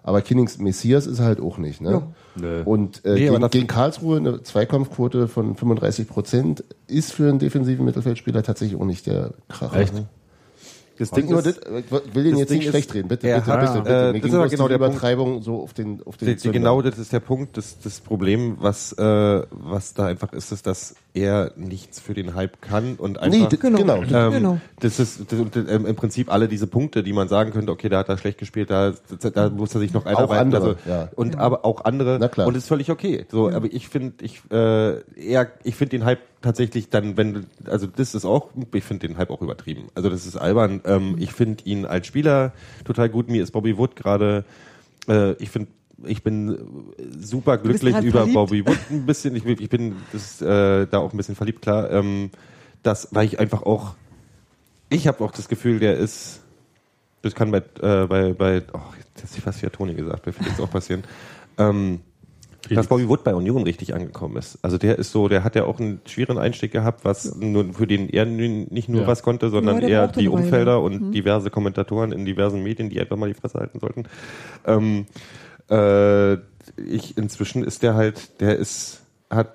Aber Kinnings Messias ist er halt auch nicht. Ne? Ja. Nö. Und äh, Nee, aber gegen, das- gegen Karlsruhe eine Zweikampfquote von fünfunddreißig Prozent ist für einen defensiven Mittelfeldspieler tatsächlich auch nicht der Kracher. Echt? Das Denk nur, das, ich will den das jetzt Ding nicht ist, schlecht reden, bitte, er bitte, hat, bitte, äh, bitte. Mir das ging ist aber bloß genau die der Punkt. Übertreibung so auf den, auf den Die, die, Zünder. genau das ist der Punkt, das, das Problem, was, äh, was da einfach ist, ist, dass er nichts für den Hype kann und einfach... Nee, das, Genau. genau. Ähm, Genau. Das ist das, das, ähm, im Prinzip alle diese Punkte, die man sagen könnte, okay, da hat er schlecht gespielt, da, da, da muss er sich noch einarbeiten. andere, also, ja. Und aber auch andere. Na klar. Und das ist völlig okay. So, aber ich finde, ich äh, eher, ich finde den Hype tatsächlich dann, wenn, also das ist auch, ich finde den Hype auch übertrieben. Also das ist albern. Ähm, ich finde ihn als Spieler total gut. Mir ist Bobby Wood gerade, äh, ich finde ich bin super glücklich halt über verliebt? Bobby Wood ein bisschen. Ich, ich bin das, äh, da auch ein bisschen verliebt, klar. Ähm, das, weil ich einfach auch, ich habe auch das Gefühl, der ist, das kann bei, äh, bei, bei oh, jetzt hat sich fast wieder Toni gesagt, bei Felix auch passieren, ähm, dass Bobby Wood bei Union richtig angekommen ist. Also der ist so, der hat ja auch einen schweren Einstieg gehabt, was nur für den er nicht nur Ja. was konnte, sondern Ja, der eher brauchte die eine Weile. Umfelder und Mhm. diverse Kommentatoren in diversen Medien, die einfach mal die Fresse halten sollten. Ähm, äh, ich inzwischen ist der halt, der ist, hat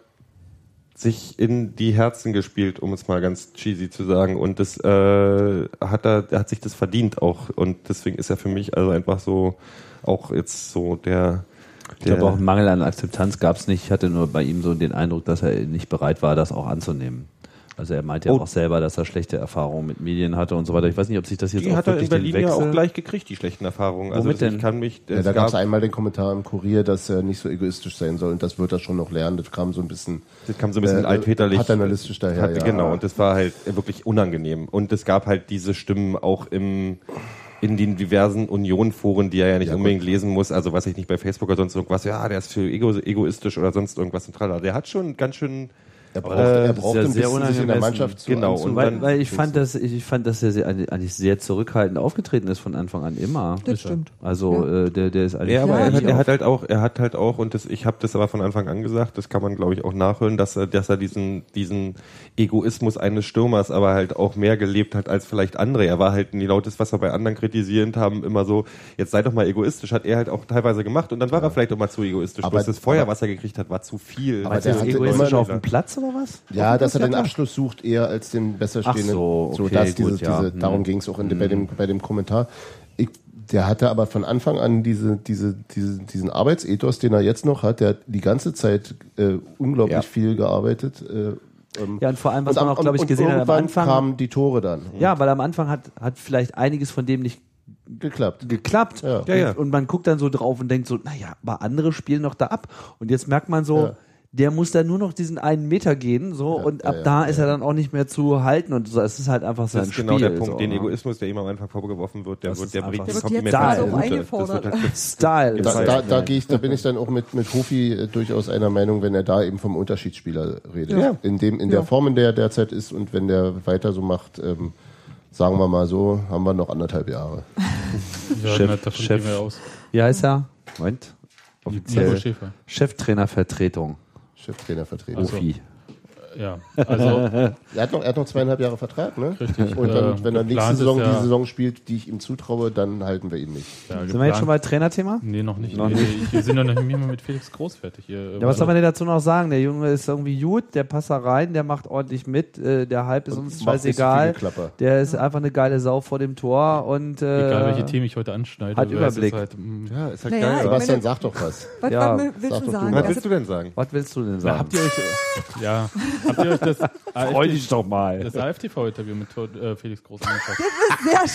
sich in die Herzen gespielt, um es mal ganz cheesy zu sagen. Und das äh, hat er, er hat sich das verdient auch. Und deswegen ist er für mich also einfach so auch jetzt so der. Ich glaube, auch einen Mangel an Akzeptanz gab es nicht. Ich hatte nur bei ihm so den Eindruck, dass er nicht bereit war, das auch anzunehmen. Also er meinte ja Oh. auch selber, dass er schlechte Erfahrungen mit Medien hatte und so weiter. Ich weiß nicht, ob sich das jetzt Die auch hat er in wirklich den Berlin ja Wechsel... auch gleich gekriegt, die schlechten Erfahrungen. Also Womit ich denn? kann mich. Ja, es da gab es einmal den Kommentar im Kurier, dass er nicht so egoistisch sein soll und das wird er schon noch lernen. Das kam so ein bisschen, Das kam so ein bisschen äh, altväterlich. paternalistisch daher, Hatte, ja. Genau, und das war halt wirklich unangenehm. Und es gab halt diese Stimmen auch im in den diversen Union-Foren, die er ja nicht Ja, unbedingt lesen muss, also was ich nicht bei Facebook oder sonst irgendwas, ja, der ist für ego, egoistisch oder sonst irgendwas zentral. Der hat schon ganz schön Er braucht, Äh, er braucht sehr- ein sehr bisschen sich in der unangemessen. Mannschaft zu Genau, anzu- und Weil, dann- weil ich fand, dass ich, ich fand, dass er sehr, eigentlich sehr zurückhaltend aufgetreten ist von Anfang an immer. Das stimmt. Also Ja. äh, der, der ist eigentlich Ja, aber Ja, er, hat, ich er auch. hat halt auch, er hat halt auch, und das, ich habe das aber von Anfang an gesagt, das kann man glaube ich auch nachhören, dass er, dass er diesen, diesen Egoismus eines Stürmers aber halt auch mehr gelebt hat als vielleicht andere. Er war halt genau das, was wir bei anderen kritisierend haben, immer so, jetzt sei doch mal egoistisch, hat er halt auch teilweise gemacht und dann war er vielleicht auch mal zu egoistisch. Aber- Bloß das Feuer, aber- was er gekriegt hat, war zu viel. Aber Meinst du der jetzt hatte egoistisch immer auf noch- dem Platz oder was? Ja, dass er Ja, den klar. Abschluss sucht eher als den besser Ach stehenden. so, okay, das, gut, diese, ja. diese, darum Hm. ging es auch in, bei, dem, bei dem Kommentar. Ich, der hatte aber von Anfang an diese, diese, diese, diesen Arbeitsethos, den er jetzt noch hat. Der hat die ganze Zeit äh, unglaublich Ja. viel gearbeitet. Äh, ähm, Ja, und vor allem, was und man am- auch, glaube ich, und gesehen hat am irgendwann Anfang. kamen die Tore dann. Ja, weil am Anfang hat, hat vielleicht einiges von dem nicht Geklappt. geklappt. Ja. Und, Ja, ja. und man guckt dann so drauf und denkt so, naja, aber andere spielen noch da ab. Und jetzt merkt man so, Ja. der muss da nur noch diesen einen Meter gehen, so, Ja, und ja, ab ja, da ja, ist er dann auch nicht mehr zu halten und so. Es ist halt einfach sein Das ist Spiel. genau der Punkt, so, den ne? Egoismus, der ihm am Anfang vorgeworfen wird, der Das wird, ist der einfach- bringt Der den wird jetzt Kompliment also zugute. eingefordert. Das wird halt Style. Da, ist da, halt, da, ne? gehe ich, da bin ich dann auch mit, mit Hofi äh, durchaus einer Meinung, wenn er da eben vom Unterschiedsspieler redet. Ja. In, dem, in der Ja. Form, in der er derzeit ist und wenn der weiter so macht, ähm, sagen wir mal so, haben wir noch anderthalb Jahre. Ja, Chef- na, davon Chef- gehen wir aus. Wie heißt er? Moment. Nico Offiziell. Schäfer. Cheftrainervertretung. Cheftrainervertreter. Also- Hofi. Ja, also Er hat noch, er hat noch zweieinhalb Jahre Vertrag, ne? richtig. Und dann, Äh, wenn er nächste geplant ist Saison ja- die Saison spielt, die ich ihm zutraue, dann halten wir ihn nicht. Ja, Sind wir jetzt schon geplant- bei Trainerthema? Nee, noch nicht. Noch nee, nicht. Wir sind ja noch nicht mehr mit Felix Groß fertig. Hier, Ja, was soll man denn dazu noch sagen? Der Junge ist irgendwie gut, der passt da rein, der macht ordentlich mit, äh, der Hype ist Und uns macht nicht so scheißegal. viel Geklapper. Der ist einfach eine geile Sau vor dem Tor und äh, Egal, welche Themen ich heute anschneide. hat weil es Überblick. Ist halt, mm, Ja, ist halt Naja, geil. ich Sebastian, meine- sag doch was. Was, Ja, was willst sag du doch du sagen? mal. Was Also, willst du denn sagen? was willst du denn na, sagen? habt ihr euch, ja, habt ihr euch das Freu dich doch mal. das A F T V-Interview mit Tor- äh, Felix Groß angeschaut? sehr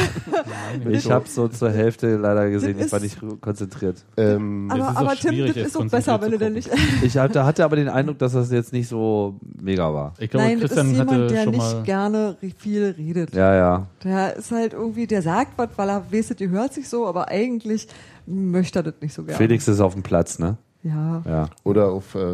schön. Ich habe so zur Hälfte leider gesehen, Das ich war ist- nicht konzentriert. Ähm, Es Aber, ist auch aber Tim, schwierig, das jetzt ist doch konzentriert besser, wenn zu du denn nicht. gucken. Ich hatte, hatte aber den Eindruck, dass das jetzt nicht so mega war. Ich glaube, Nein, das ist Christian hatte jemand, der schon nicht mal. gerne re- viel redet. Ja, ja. Der ist halt irgendwie, der sagt was, weil er weiß, die hört sich so, aber eigentlich möchte er das nicht so gerne. Felix ist auf dem Platz, ne? Ja. Ja. oder auf äh,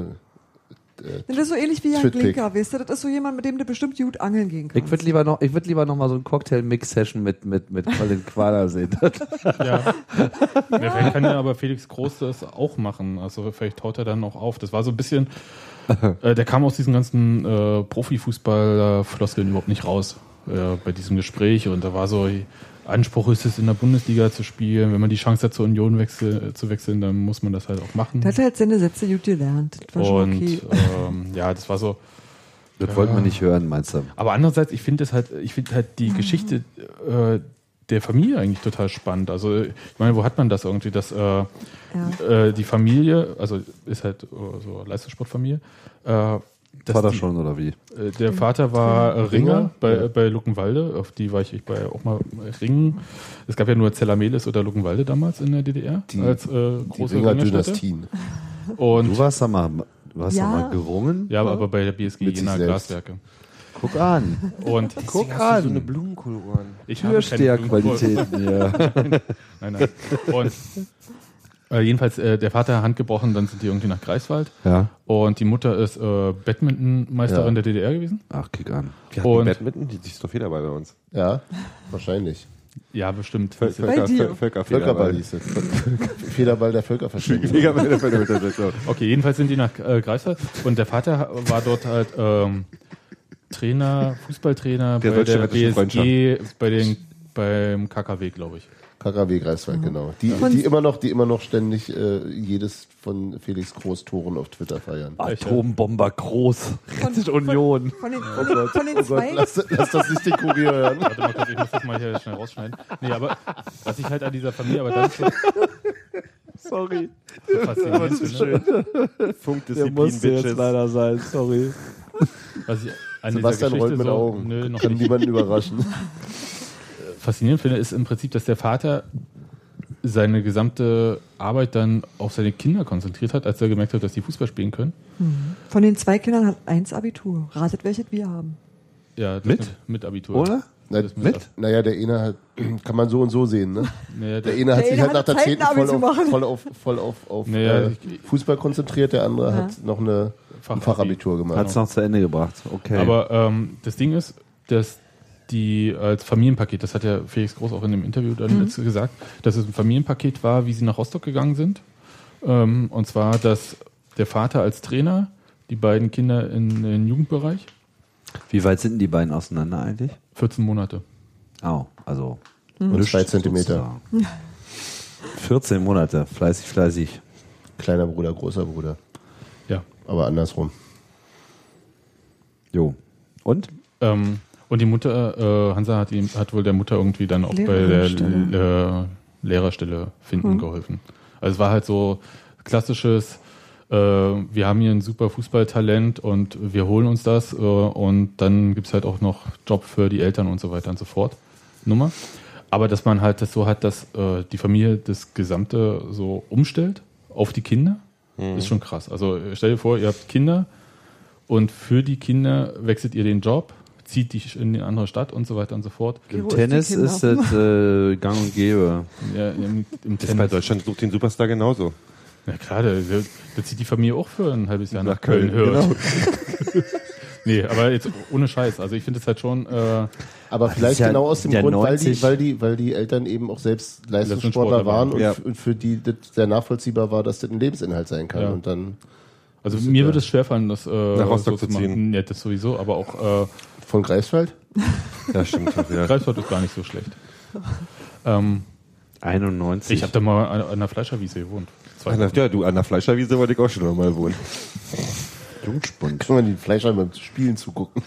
Das ist so ähnlich wie Jan Twitpic. Klinker, weißt du? Das ist so jemand, mit dem du bestimmt gut angeln gehen kannst. Ich würde lieber noch, ich würde lieber noch mal so ein Cocktail-Mix-Session mit, mit, mit Colin Quader sehen. Ja. Ja, vielleicht kann ja aber Felix Groß das auch machen. Also vielleicht taut er dann auch auf. Das war so ein bisschen, äh, der kam aus diesen ganzen äh, Profifußball-Floskeln überhaupt nicht raus. äh, bei diesem Gespräch und da war so, Anspruch ist es in der Bundesliga zu spielen, wenn man die Chance hat zur Union wechsel, zu wechseln, dann muss man das halt auch machen. Der hat halt seine Sätze gut gelernt. Das war schon Und okay. ähm, ja, das war so. Das wollten wir nicht hören, meinst du? Aber andererseits, ich finde es halt, ich finde halt die Geschichte äh, der Familie eigentlich total spannend. Also ich meine, wo hat man das irgendwie, dass äh, Ja. äh, die Familie, also ist halt äh, so Leistungssportfamilie, äh, dass War das die, schon, oder wie? Äh, der Vater war äh, Ringer Ringer? bei, Ja. bei Luckenwalde, auf die war ich, ich bei auch mal Ringen. Es gab ja nur Zellamelis oder Luckenwalde damals in der D D R Die- als äh, Die große Ringer Ringerstätte. Dynastien. Und Du warst da mal, du hast Ja. da mal gerungen? ja, aber, aber bei der B S G Mit sich Jena selbst. Glaswerke. Guck an. Und Guck Hast du so eine an. Blumenkohle an. ich habe keine Türsteherqualitäten hier. Nein, nein. Und äh, jedenfalls äh, der Vater Hand gebrochen, dann sind die irgendwie nach Greifswald. Ja. Und die Mutter ist äh, Badmintonmeisterin Ja. der D D R gewesen. Ach, kick an. Wir hatten Und- Badminton, die ist doch Federball bei uns. Ja, wahrscheinlich. Ja, bestimmt. Völ- Völker, dir. Völ- Völker, Völkerball hieß es. Federball der Völkerverständigung. Federball der Völker. Okay, jedenfalls sind die nach äh, Greifswald und der Vater war dort halt ähm, Trainer, Fußballtrainer Der bei der B deutsch-sowjetischen S G, bei den, beim K K W, glaube ich. K K W Greifswald, genau. Die, Von- die immer noch, die immer noch ständig äh, jedes von Felix Groß Toren auf Twitter feiern. Atombomber groß. Rettet Union. Von den, von den, von den zwei, Lass, lass das nicht den Kurier hören. Warte mal kurz, ich muss das mal hier schnell rausschneiden. Nee, aber was ich halt an dieser Familie, aber das ist so, Sorry. so faszinierend finde, Funkdisziplin, Bitches. leider sein. Sorry. was ich an Sebastian dieser rollt Geschichte mit so, Augen. nö, noch Kann nicht niemanden überraschen. faszinierend finde, ist im Prinzip, dass der Vater seine gesamte Arbeit dann auf seine Kinder konzentriert hat, als er gemerkt hat, dass die Fußball spielen können. von den zwei Kindern hat eins Abitur. Ratet, welches wir haben. Ja, das Mit? Mit, mit Abitur. Oder? Na, Das mit? Naja, der eine hat, kann man so und so sehen, ne? Naja, Der eine hat Der sich eine halt nach hat der Zeit, zehnten ein Abi voll zu auf, machen. voll auf, voll auf, auf Naja, äh, ich- Fußball konzentriert, der andere Ja. hat noch eine, ein Fachabi. Fachabitur gemacht. Hat's noch zu Ende gebracht. Okay. Aber ähm, das Ding ist, dass die als Familienpaket, das hat ja Felix Groß auch in dem Interview dann jetzt gesagt, dass es ein Familienpaket war, wie sie nach Rostock gegangen sind. Ähm, und zwar, dass der Vater als Trainer die beiden Kinder in den Jugendbereich, Wie weit sind denn die beiden auseinander eigentlich? vierzehn Monate. Au, also. Und nichts zwei Zentimeter. sozusagen. vierzehn Monate. Fleißig, fleißig. Kleiner Bruder, großer Bruder. Ja. Aber andersrum. Jo. Und? Ähm, und die Mutter, äh, Hansa hat, ihm, hat wohl der Mutter irgendwie dann auch bei der Lehrerstelle. äh, Lehrerstelle finden geholfen. Also es war halt so klassisches, äh, wir haben hier ein super Fußballtalent und wir holen uns das äh, und dann gibt's halt auch noch Job für die Eltern und so weiter und so fort. Nummer. Aber dass man halt das so hat, dass äh, die Familie das Gesamte so umstellt auf die Kinder, ist schon krass. Also stell dir vor, ihr habt Kinder und für die Kinder wechselt ihr den Job, zieht die in eine andere Stadt und so weiter und so fort. Im Gero Tennis ist die ist es äh, gang und gäbe. Ja, im, im Das ist bei Tennis. Deutschland sucht den Superstar genauso. Ja klar, da, da zieht die Familie auch für ein halbes Jahr nach, Nach Köln, Köln, hört. Nee, aber jetzt ohne Scheiß. Also ich finde es halt schon, äh, Aber vielleicht ist ja genau aus dem der Grund, weil die, neunzig weil, die, weil die Eltern eben auch selbst Leistungssportler Leistungssportler waren und, Ja. f- und für die das sehr nachvollziehbar war, dass das ein Lebensinhalt sein kann. Ja. Und dann also mir würde es schwerfallen, das äh, Nach Rostock so zu ziehen. machen. Ja, das sowieso, aber auch äh, von Greifswald? Ja, stimmt. Ja. Greifswald ist gar nicht so schlecht. Ähm, einundneunzig. ich habe da mal an, an der Fleischerwiese gewohnt. Zwei An der, ja, du, an der Fleischerwiese wollte ich auch schon noch mal wohnen. Jungspund. Kann man die Fleischer beim Spielen zugucken.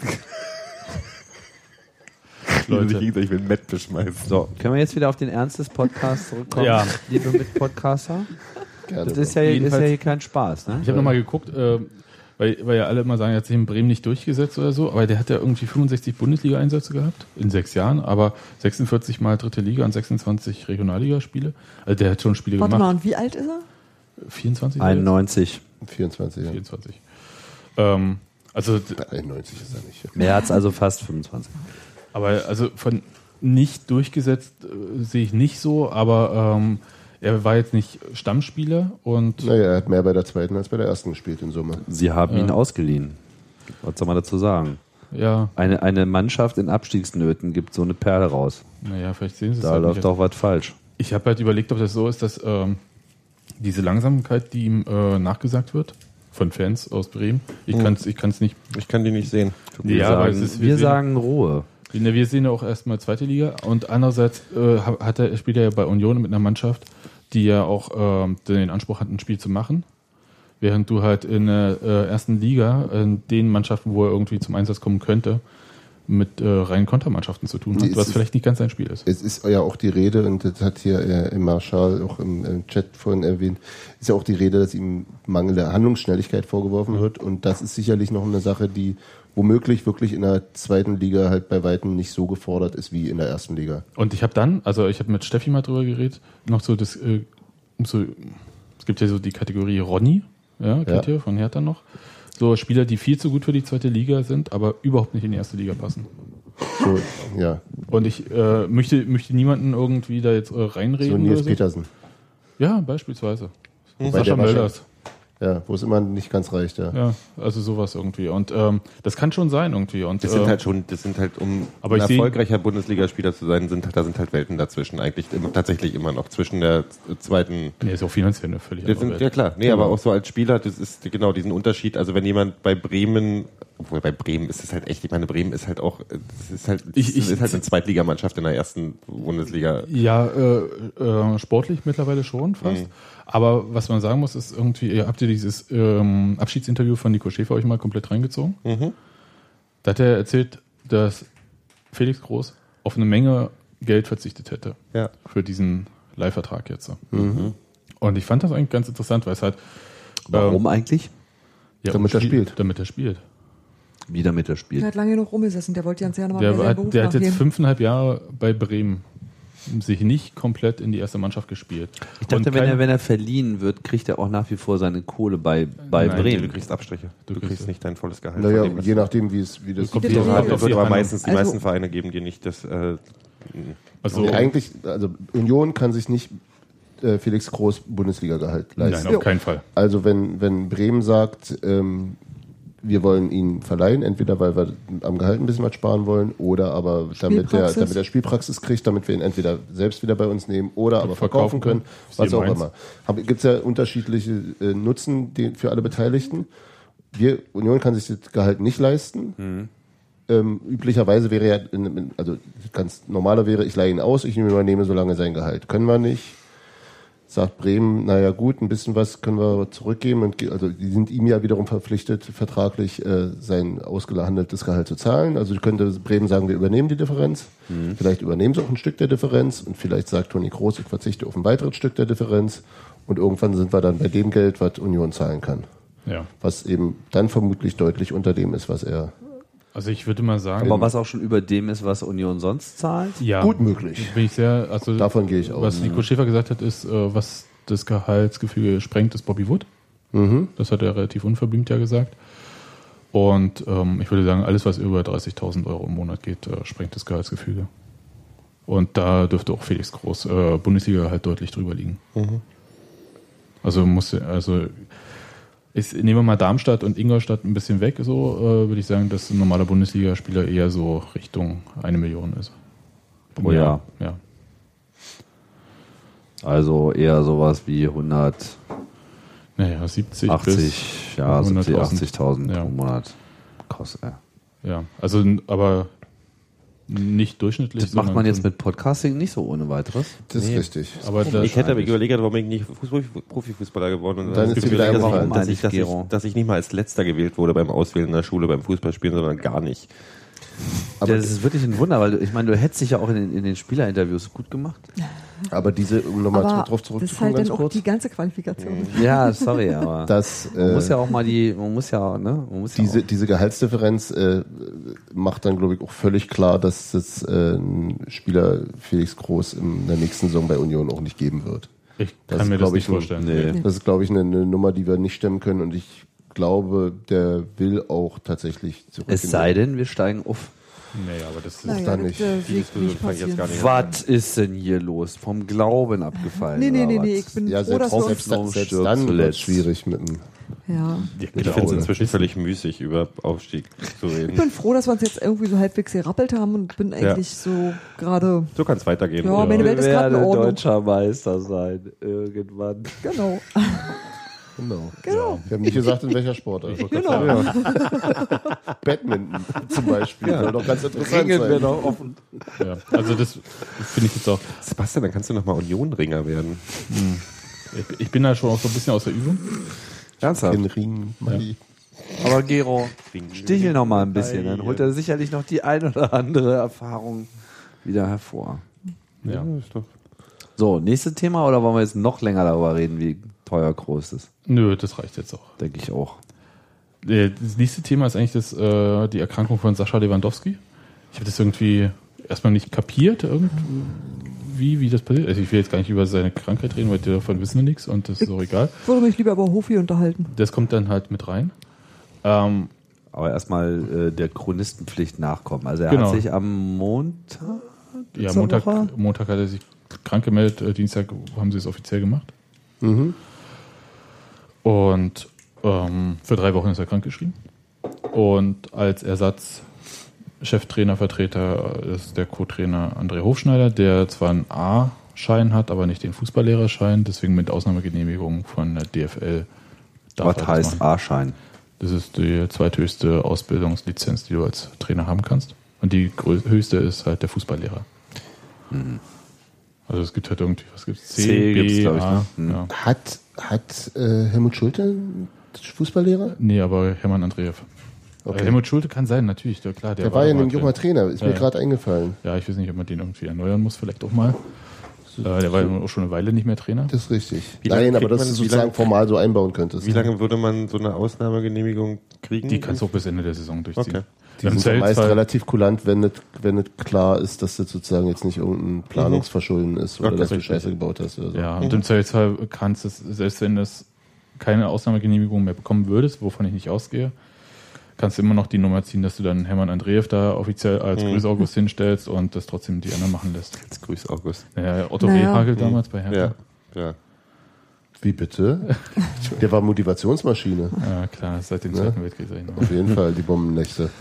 Leute. Ich will Matt beschmeißen. So, können wir jetzt wieder auf den Ernst des Podcasts zurückkommen? Ja. Liebe Mitpodcaster? Gerne. Das ist ja, ist Jedenfalls- ja hier kein Spaß, ne? Ich habe nochmal geguckt, äh, weil, weil ja alle immer sagen, er hat sich in Bremen nicht durchgesetzt oder so, aber der hat ja irgendwie fünfundsechzig Bundesliga-Einsätze gehabt in sechs Jahren, aber sechsundvierzig Mal dritte Liga und sechsundzwanzig Regionalligaspiele. Also der hat schon Spiele Warte mal, gemacht. und wie alt ist er? vierundzwanzig? einundneunzig. vierundzwanzig, ja. vierundzwanzig. Ähm, also, d- einundneunzig ist er nicht. März, also fast fünfundzwanzig. aber also von nicht durchgesetzt äh, sehe ich nicht so, aber ähm, er war jetzt nicht Stammspieler und Naja, er hat mehr bei der zweiten als bei der ersten gespielt in Summe. Sie haben ihn Ja. ausgeliehen. Was soll man dazu sagen? ja, Eine, eine Mannschaft in Abstiegsnöten gibt so eine Perle raus. naja, vielleicht sehen sie es Da halt läuft nicht. doch was falsch. Ich habe halt überlegt, ob das so ist, dass ähm, diese Langsamkeit, die ihm äh, nachgesagt wird, von Fans aus Bremen, ich kann es ich kann's nicht. Ich kann die nicht sehen. Wir Ja, aber sagen, es ist- wir wir sehen- sagen Ruhe. Ne, wir sehen ja auch erstmal zweite Liga und andererseits äh, hat er, spielt er ja bei Union mit einer Mannschaft, die ja auch äh, den Anspruch hat, ein Spiel zu machen. Während du halt in der äh, ersten Liga, in den Mannschaften, wo er irgendwie zum Einsatz kommen könnte, mit äh, reinen Kontermannschaften zu tun hat, Nee, was es vielleicht nicht ganz sein Spiel ist. Es ist ja auch die Rede, und das hat hier äh, im Marschall auch im, im Chat vorhin erwähnt, ist ja auch die Rede, dass ihm mangelnde Handlungsschnelligkeit vorgeworfen wird. Und das ist sicherlich noch eine Sache, die womöglich wirklich in der zweiten Liga halt bei Weitem nicht so gefordert ist wie in der ersten Liga. Und ich habe dann, also ich habe mit Steffi mal drüber geredet, noch so das, äh, so, es gibt ja so die Kategorie Ronny, ja, kennt Ja. ihr von Hertha noch. So Spieler, die viel zu gut für die zweite Liga sind, aber überhaupt nicht in die erste Liga passen. So, ja. Und ich äh, möchte, möchte niemanden irgendwie da jetzt äh, reinreden. So Nils oder so. Petersen. Ja, beispielsweise. Wobei Sascha der wahrscheinlich- Mölders. Ja, wo es immer nicht ganz reicht, ja. Ja, also sowas irgendwie. Und ähm, das kann schon sein irgendwie. Und, Das sind äh, halt schon, das sind halt, um Aber ein ich seh- erfolgreicher Bundesligaspieler zu sein, sind, da sind halt Welten dazwischen. Eigentlich immer, tatsächlich immer noch zwischen der zweiten. nee, ist auch finanziell eine völlig Das andere sind, Welt. ja klar, nee, aber auch so als Spieler, das ist genau diesen Unterschied. Also wenn jemand bei Bremen, obwohl bei Bremen ist es halt echt, ich meine, Bremen ist halt auch, das ist halt, Ich- ich- das ist halt eine Zweitligamannschaft in der ersten Bundesliga. Ja, äh, äh, sportlich mittlerweile schon fast. Mhm. Aber was man sagen muss, ist irgendwie, ihr habt ihr dieses ähm, Abschiedsinterview von Nico Schäfer euch mal komplett reingezogen? Mhm. Da hat er erzählt, dass Felix Groß auf eine Menge Geld verzichtet hätte Ja. für diesen Leihvertrag jetzt. Mhm. Und ich fand das eigentlich ganz interessant, weil es halt Warum ähm, eigentlich? ja, Damit er spielt. Damit er spielt. Wie damit er Der spielt. hat lange genug rumgesessen, der wollte ganz gerne mal Der, wieder seinen hat, Beruf der hat jetzt nachgehen. fünfeinhalb Jahre bei Bremen sich nicht komplett in die erste Mannschaft gespielt. Ich dachte, Und wenn keiner- er, wenn er verliehen wird, kriegt er auch nach wie vor seine Kohle bei, bei Nein, Du Bremen. kriegst Abstriche. Du, Du kriegst- kriegst nicht dein volles Gehalt. Naja, von dem, was je du- nachdem, wie es, wie das Kommt Die drauf Regel- an, Ja, auf wird die aber Handlung. meistens, die Also- meisten Vereine geben dir nicht das, äh, Also, Nee, eigentlich, also Union kann sich nicht äh, Felix Groß Bundesliga-Gehalt leisten. nein, auf keinen Fall. Also wenn, wenn Bremen sagt, ähm, wir wollen ihn verleihen, entweder weil wir am Gehalt ein bisschen was sparen wollen oder aber damit der, Spielpraxis. damit er Spielpraxis kriegt, damit wir ihn entweder selbst wieder bei uns nehmen oder aber verkaufen verkaufen können, können. was auch sieben eins. immer. Gibt es ja unterschiedliche äh, Nutzen die, für alle Beteiligten. Wir, Union kann sich das Gehalt nicht leisten. Ähm, üblicherweise wäre ja, in, in, also ganz normaler wäre, ich leihe ihn aus, ich übernehme so lange sein Gehalt. Können wir nicht. Sagt Bremen, naja gut, ein bisschen was können wir zurückgeben. Und ge- also die sind ihm ja wiederum verpflichtet, vertraglich äh, sein ausgehandeltes Gehalt zu zahlen. Also könnte Bremen sagen, wir übernehmen die Differenz. Vielleicht übernehmen sie auch ein Stück der Differenz und vielleicht sagt Toni Kroos, ich verzichte auf ein weiteres Stück der Differenz. Und irgendwann sind wir dann bei dem Geld, was Union zahlen kann. Ja. Was eben dann vermutlich deutlich unter dem ist, was er... Also ich würde mal sagen, Aber was auch schon über dem ist, was Union sonst zahlt. ja, Gut möglich. bin ich sehr, also Davon gehe ich aus. was Nico Schäfer gesagt hat, ist, äh, was das Gehaltsgefüge sprengt, ist Bobby Wood. Mhm. Das hat er relativ unverblümt ja gesagt. Und ähm, ich würde sagen, alles, was über dreißigtausend Euro im Monat geht, äh, sprengt das Gehaltsgefüge. Und da dürfte auch Felix Groß äh, Bundesliga halt deutlich drüber liegen. Mhm. Also muss, also ich nehme mal Darmstadt und Ingolstadt ein bisschen weg, so äh, würde ich sagen, dass ein normaler Bundesligaspieler eher so Richtung eine Million ist. Pro Jahr. Ja. Also eher sowas wie hundertachtzig, Naja, siebzig bis ja, siebzig, hunderttausend. achtzigtausend Ja. pro Monat. Krass, ey. Ja, also aber nicht durchschnittlich. Das macht man sondern jetzt schon- mit Podcasting nicht so ohne weiteres. Das Nee. ist richtig. Aber das, Ich hätte aber überlegt, warum ich nicht Fußball, Profifußballer geworden bin. Und dann Das ist dir Gefühl, wieder dass ich- eingefallen. dass ich, dass, ich, Gero. dass ich nicht mal als Letzter gewählt wurde beim Auswählen in der Schule, beim Fußballspielen, sondern gar nicht. Aber, das ist wirklich ein Wunder, weil du, ich meine, du hättest dich ja auch in den, in den Spielerinterviews gut gemacht. aber diese, um nochmal Aber drauf das ist zurückzukommen, halt ganz dann auch kurz, die ganze Qualifikation. Ja, sorry, aber dass man äh, muss ja auch mal die, man muss ja, ne, man muss diese, ja auch, diese Gehaltsdifferenz äh, macht dann, glaube ich, auch völlig klar, dass es äh, ein Spieler Felix Groß in der nächsten Saison bei Union auch nicht geben wird. ich das kann mir das glaub nicht ich nur- vorstellen. nee. Das ist, glaube ich, eine, eine Nummer, die wir nicht stemmen können und ich glaube, der will auch tatsächlich zurück. es in sei die- denn, wir steigen auf. Nee, aber das ist Naja, dann das nicht. äh, Die sehe ich Diskussion nicht fange ich jetzt gar passieren. nicht an. Was ist denn hier los? Vom Glauben abgefallen? Nee, nee, oder nee, was? nee, ich bin Ja, froh, dass selbst, wir uns... selbst, dann- selbst stirbt dann wird es zuletzt. schwierig mit dem. Ja. Ich finde es inzwischen völlig müßig, über Aufstieg zu Ich reden. bin froh, dass wir uns jetzt irgendwie so halbwegs gerappelt haben und bin eigentlich so gerade... So kann es weitergehen. Ja, meine Welt ist gerade in werde Ordnung. deutscher Meister sein, irgendwann. Genau. Genau. Genau. Wir haben nicht gesagt, in welcher Sportart. Genau. Ja. Badminton zum Beispiel. Ja. Soll doch ganz interessant Ringen sein. wir noch offen. Ja, also das finde ich jetzt auch. Sebastian, dann kannst du nochmal Union-Ringer werden. Ich, ich bin da schon auch so ein bisschen aus der Übung. Ernsthaft? In Ring, Mali. Aber Gero, stichel noch mal ein bisschen, dann holt er sicherlich noch die ein oder andere Erfahrung wieder hervor. Ja. ist doch. So, nächstes Thema, oder wollen wir jetzt noch länger darüber reden, wie teuer groß ist? Nö, das reicht jetzt auch. Denke ich auch. Äh, Das nächste Thema ist eigentlich das, äh, die Erkrankung von Sascha Lewandowski. Ich habe das irgendwie erstmal nicht kapiert, irgendwie, wie das passiert. Also ich will jetzt gar nicht über seine Krankheit reden, weil davon wissen wir nichts und das ist auch egal. Ich würde mich lieber über Hofi unterhalten. Das kommt dann halt mit rein. Ähm, Aber erstmal äh, der Chronistenpflicht nachkommen. Also er Genau. hat sich am Montag, ja, zur Montag, Woche? Montag hat er sich krank gemeldet, äh, Dienstag haben sie es offiziell gemacht. Mhm. Und ähm, für drei Wochen ist er krankgeschrieben. Und als Ersatz Cheftrainer, Vertreter ist der Co-Trainer André Hofschneider, der zwar einen A-Schein hat, aber nicht den Fußballlehrerschein, deswegen mit Ausnahmegenehmigung von der D F L. darf er was das heißt machen. A-Schein? Das ist die zweithöchste Ausbildungslizenz, die du als Trainer haben kannst. Und die grö- höchste ist halt der Fußballlehrer. Also es gibt halt irgendwie, was gibt's? C, C B, gibt's, glaub ich, A. ne? Hm. Ja. Hat, hat äh, Helmut Schulte einen Fußballlehrer? Nee, aber Hermann Andreev. Okay. Äh, Helmut Schulte kann sein, natürlich, ja, klar. Der war ja mal ein junger Trainer, ist Ja, mir ja. gerade eingefallen. Ja, ich weiß nicht, ob man den irgendwie erneuern muss, vielleicht auch mal. Äh, der war ja auch schon eine Weile nicht mehr Trainer. Das ist richtig. Wie lange Nein, aber kriegt dass man- du wie sozusagen lange- formal so einbauen könntest. Wie lange würde man so eine Ausnahmegenehmigung kriegen? Die kannst du auch bis Ende der Saison durchziehen. Okay. Die Im sind ja meist Zweifelsfall- relativ kulant, wenn nicht, wenn nicht klar ist, dass das sozusagen jetzt nicht irgendein Planungsverschulden ist oder Okay, dass du richtig. Scheiße gebaut hast oder so. Ja, und im Zweifelsfall kannst du es, selbst wenn das keine Ausnahmegenehmigung mehr bekommen würdest, wovon ich nicht ausgehe, kannst du immer noch die Nummer ziehen, dass du dann Hermann Andreev da offiziell als Grüß August hinstellst und das trotzdem die anderen machen lässt. Jetzt grüß August. Ja, Otto Naja. Rehhagel damals bei Hertha. Ja, ja. Wie bitte? Der war Motivationsmaschine. Ja, klar, seit dem Ja. Zweiten Weltkrieg. sag ich mal. Auf jeden Fall, die Bombennächte.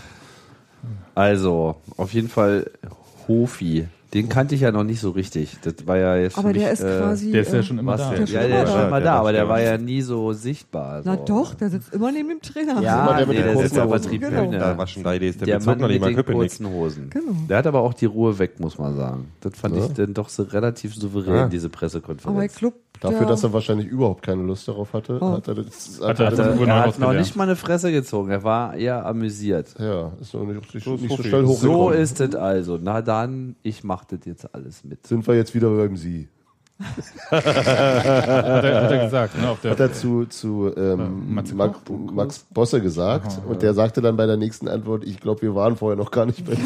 Also, auf jeden Fall Hofi. Den kannte ich ja noch nicht so richtig. Das war ja jetzt für Aber mich, der ist äh, quasi. Der ist ja äh, schon immer was da. der, ist ja, schon der immer ist da. schon immer Der da, war aber der schon war immer ja nie so sichtbar. Na so. doch, der sitzt immer neben dem Trainer. Ja, Immer der mit nee, den der kurzen ist aber Hosen. Tribüne. Da war schon drei D, der, Der bezog Mann noch nicht mit mal den Köpenick. kurzen Hosen. Genau. Der hat aber auch die Ruhe weg, muss man sagen. Das fand Ja. ich dann doch so relativ souverän, Ja. diese Aber ich Pressekonferenz. glaube, Dafür, dass er wahrscheinlich überhaupt keine Lust darauf hatte, Oh. hat er das. Hat Hat er- er, hat er, Uwe er Neuhaus hat noch gelernt. nicht mal eine Fresse gezogen, er war eher amüsiert. ja, ist noch nicht, nicht, So ist nicht so Profi. schnell So hochgekommen. ist es also. Na dann, ich mach das jetzt alles mit. Sind wir jetzt wieder beim Sie. Hat er, hat er gesagt, ne? Auf der, Hat er zu, zu ähm, Matze Max, Koch? Max Bosse gesagt Aha, und ja. der sagte dann bei der nächsten Antwort, ich glaube, wir waren vorher noch gar nicht bei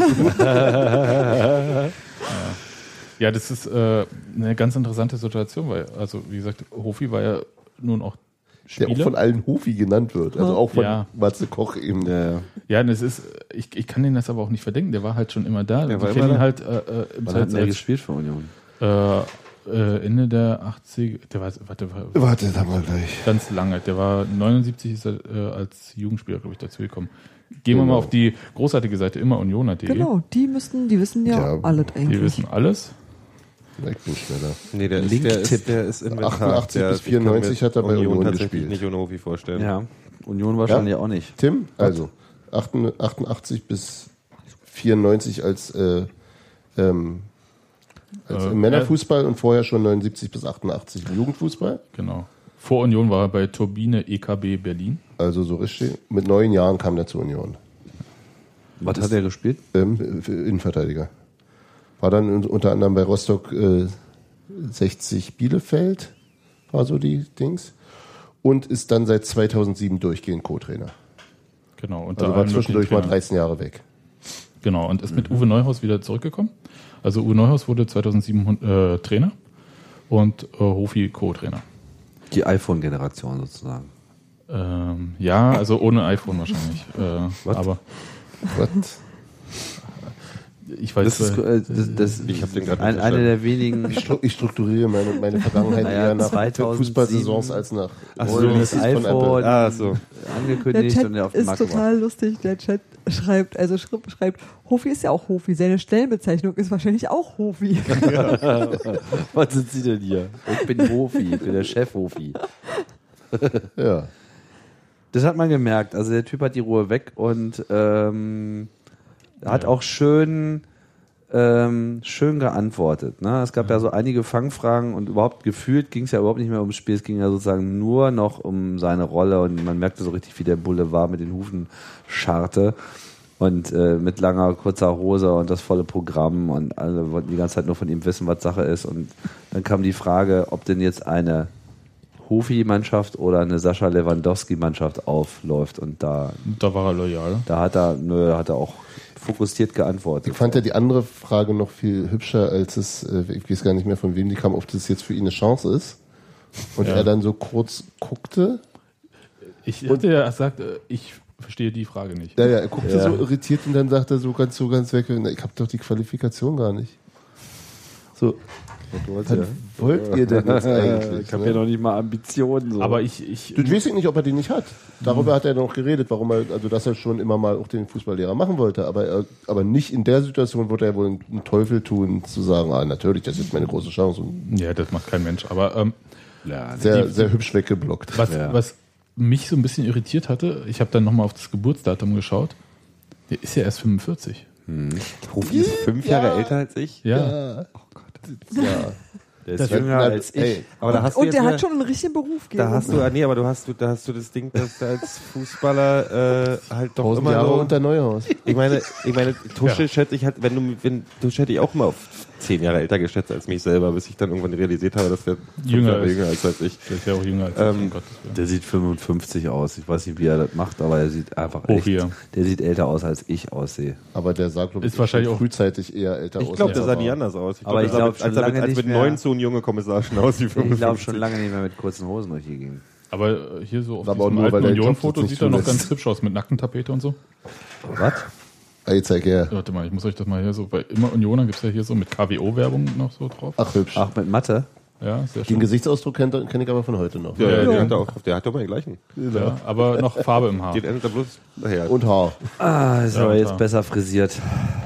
ihm. Ja, das ist äh, eine ganz interessante Situation, weil, also wie gesagt, Hofi war ja nun auch Der Spieler. auch von allen Hofi genannt wird. Also auch von Ja. Matze Koch eben. Ja, ja. Ja, das ist, ich, ich kann den das aber auch nicht verdenken, der war halt schon immer da. Der Die war kennen immer ihn da. halt äh, äh, im Wann hat Zeit er gespielt für Union? äh, äh, Ende der achtziger, der war, warte, war Warte, da mal gleich. ganz lange. Der war neunundsiebzig ist er äh, als Jugendspieler, glaube ich, dazugekommen. Gehen wir Genau. mal auf die großartige Seite immer unioner punkt de. genau, die müssten, die wissen ja, Ja, alles Die eigentlich. wissen alles. Ich bin schneller. Nee, der ist, Link-Tipp. der ist, der ist Inventar. achtundachtzig der, bis vierundneunzig hat er bei Union tatsächlich gespielt. nicht ohne Hofi vorstellen. Ja, Union wahrscheinlich auch nicht. Tim, also achtundachtzig bis vierundneunzig als, äh, ähm, als Äh, im Männerfußball und vorher schon neunundsiebzig bis achtundachtzig im Jugendfußball. Genau. Vor Union war er bei Turbine E K B Berlin. Also so richtig. Mit neun Jahren kam er zur Union. Was hat er gespielt? Ähm, für Innenverteidiger. War dann un- unter anderem bei Rostock äh, sechzig Bielefeld, war so die Dings. Und ist dann seit zweitausendsieben durchgehend Co-Trainer. Genau. Unter Also war allen zwischendurch möglichen mal Trainern. dreizehn Jahre weg. Genau, und ist mit Uwe Neuhaus wieder zurückgekommen. Also Uwe Neuhaus wurde zweitausendsieben äh, Trainer und äh, Hofi Co-Trainer. Die iPhone-Generation sozusagen. Ähm, ja, also ohne iPhone wahrscheinlich. Äh, Was? aber Was? ich weiß, Das ist, äh, äh, das, das Ich hab den grad ein, nicht eine verstanden. der wenigen Ich, stru ich strukturiere meine, meine Vergangenheit Naja, eher nach zweitausendsieben Fußballsaisons als nach Ach so, so, das Releases von iPhone Apple. Ah, so. Der angekündigt Chat und der auf den ist Markt gebracht. total lustig. Der Chat schreibt, also schreibt, schreibt, Hofi ist ja auch Hofi. Seine Stellenbezeichnung ist wahrscheinlich auch Hofi. Was sind Sie denn hier? Ich bin Hofi, ich bin der Chef Hofi. Ja. Das hat man gemerkt. Also der Typ hat die Ruhe weg und ähm, hat Ja. auch schön, ähm, schön geantwortet. Ne? Es gab ja. ja so einige Fangfragen und überhaupt gefühlt ging es ja überhaupt nicht mehr ums Spiel. Es ging ja sozusagen nur noch um seine Rolle und man merkte so richtig, wie der Boulevard mit den Hufen scharrte. Und äh, mit langer, kurzer Hose und das volle Programm und alle wollten die ganze Zeit nur von ihm wissen, was Sache ist. Und dann kam die Frage, ob denn jetzt eine Hofi-Mannschaft oder eine Sascha Lewandowski-Mannschaft aufläuft. Und da, Da war er loyal. da hat er, nö, da hat er auch fokussiert geantwortet. Ich fand ja die andere Frage noch viel hübscher, als es, äh, ich weiß gar nicht mehr von wem die kam, ob das jetzt für ihn eine Chance ist. Und Ja. er dann so kurz guckte. Ich hatte ja gesagt, äh, ich verstehe die Frage nicht. Ja, ja, er guckte Ja. so irritiert und dann sagte er so ganz, so ganz weg, na, ich habe doch die Qualifikation gar nicht. So, was ja. wollt ihr denn jetzt eigentlich? Ich habe ne? ja noch nicht mal Ambitionen. So. Aber ich, ich Du weiß nicht, ob er die nicht hat. Darüber hat er noch geredet, warum er, also dass er schon immer mal auch den Fußballlehrer machen wollte, aber er, aber nicht in der Situation würde er wohl einen Teufel tun, zu sagen, ah, natürlich, das ist meine große Chance. Und ja, das macht kein Mensch. Aber ähm, ja, sehr, sehr hübsch weggeblockt. was, Ja. was mich so ein bisschen irritiert hatte, ich habe dann nochmal auf das Geburtsdatum geschaut. Der ist ja erst fünfundvierzig. Profi ist fünf Jahre älter als ich. Ja. Ja. Ja. der ist das- jünger na, als ich. ey, Aber da hast du Und jetzt der eine- hat schon einen richtigen Beruf. Da hast du, Gero. ah, nee, aber du hast, da hast du das Ding, dass du als Fußballer äh, halt doch Tausend immer Jahre so, unter Neuhaus. ich meine, ich meine, Tusche schätze ich halt, wenn du, wenn Tusche hätte ich auch mal auf zehn Jahre älter geschätzt als mich selber, bis ich dann irgendwann realisiert habe, dass der fünf Jünger Jahre ist. jünger ist als ich. Der ist ja auch jünger als ich, Ähm, um Gottes Willen. Der sieht fünfundfünfzig aus. Ich weiß nicht, wie er das macht, aber er sieht einfach Hoch echt. hier. Der sieht älter aus, als ich aussehe. Aber der sah, glaube ich, Ist wahrscheinlich schon auch- frühzeitig eher älter aus. Ich glaube, als der er sah nie war. anders aus. Ich Aber glaub, ich der sah glaub mit- schon als er mit, lange als nicht mit mehr- neun so ein junge Kommissar schon aus wie Ich glaube fünfundfünfzig. schon lange nicht mehr mit kurzen Hosen durch hier ging. Aber äh, hier so auf Aber auch diesem nur, alten weil der Job Union-Foto das nicht sieht er noch zulässt. ganz hübsch aus mit Nackentapete und so. Was? Ey, zeig her. Warte mal, ich muss euch das mal hier so, bei immer Unioner gibt es ja hier so mit K W O-Werbung noch so drauf. Ach, hübsch. Ach, mit Mathe? Ja, sehr Den schön. Gesichtsausdruck kennt- kenne ich aber von heute noch. Ja, ja, Ja. der hat auch, der hat doch mal den gleichen. Ja, aber noch Farbe im Haar. Den ändert er bloß nachher. Und Haar. Ah, ist Ja, aber jetzt klar. besser frisiert.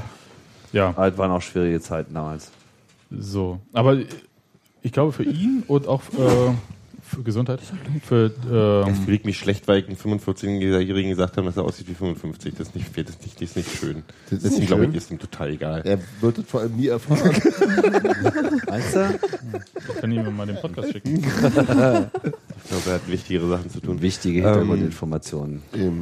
Ja, Ah, das waren auch schwierige Zeiten damals. so. Aber ich glaube für ihn und auch äh, für Gesundheit, für Ich ähm, fühle mich schlecht, weil ich einen fünfundvierzigjährigen gesagt habe, dass er aussieht wie fünfundfünfzig. Das ist nicht, das ist nicht, das ist nicht schön. Das ist Deswegen nicht glaube schön. ich, ist ihm total egal. Er wird es vor allem nie erfahren. Meinst du? ich kann ihm mal den Podcast schicken. Ich glaube, er hat wichtigere Sachen zu tun. Wichtige Ähm, Hintergrundinformationen. Eben.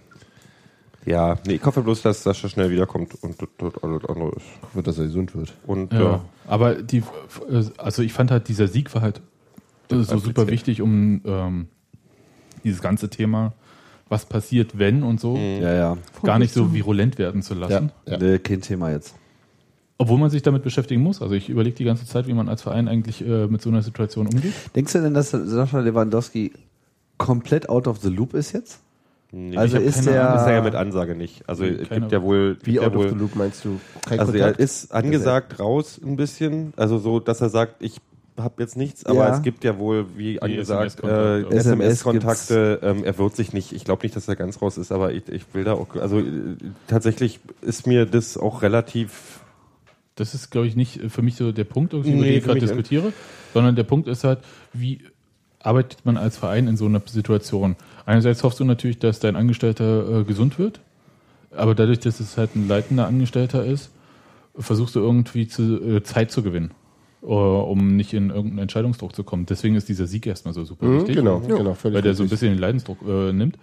Ja, nee, ich hoffe bloß, dass Sascha schnell wiederkommt und das das alles andere ist. Ich hoffe, dass er gesund wird. Und Ja. ja, Aber die, also ich fand halt, dieser Sieg war halt so super wichtig, um ähm, dieses ganze Thema, was passiert, wenn und so, Ja, ja. gar nicht so virulent werden zu lassen. Ja. Nee, kein Thema jetzt. Obwohl man sich damit beschäftigen muss. Also ich überlege die ganze Zeit, wie man als Verein eigentlich äh, mit so einer Situation umgeht. Denkst du denn, dass Sascha Lewandowski komplett out of the loop ist jetzt? nee, Also ich hab ist keine der... Ahnung. ist er ja mit Ansage nicht. Also es Keine- gibt ja wohl, Wie gibt ja out of wohl the loop meinst du? Kein also Kontakt? er ist angesagt raus ein bisschen, also so, dass er sagt, ich habe jetzt nichts, aber Ja. es gibt ja wohl, wie angesagt, S M äh, S-Kontakte. S M S S M S-Kontakte. Ähm, er wird sich nicht, ich glaube nicht, dass er ganz raus ist, aber ich, ich will da auch, also äh, tatsächlich ist mir das auch relativ, Das ist, glaube ich, nicht für mich so der Punkt, über den Nee, ich für gerade mich diskutiere, sondern der Punkt ist halt, wie arbeitet man als Verein in so einer Situation? Einerseits hoffst du natürlich, dass dein Angestellter äh, gesund wird, aber dadurch, dass es halt ein leitender Angestellter ist, versuchst du irgendwie zu, äh, Zeit zu gewinnen, äh, um nicht in irgendeinen Entscheidungsdruck zu kommen. Deswegen ist dieser Sieg erstmal so super Mhm, wichtig. genau, genau, völlig weil der so ein richtig. bisschen den Leidensdruck äh, nimmt.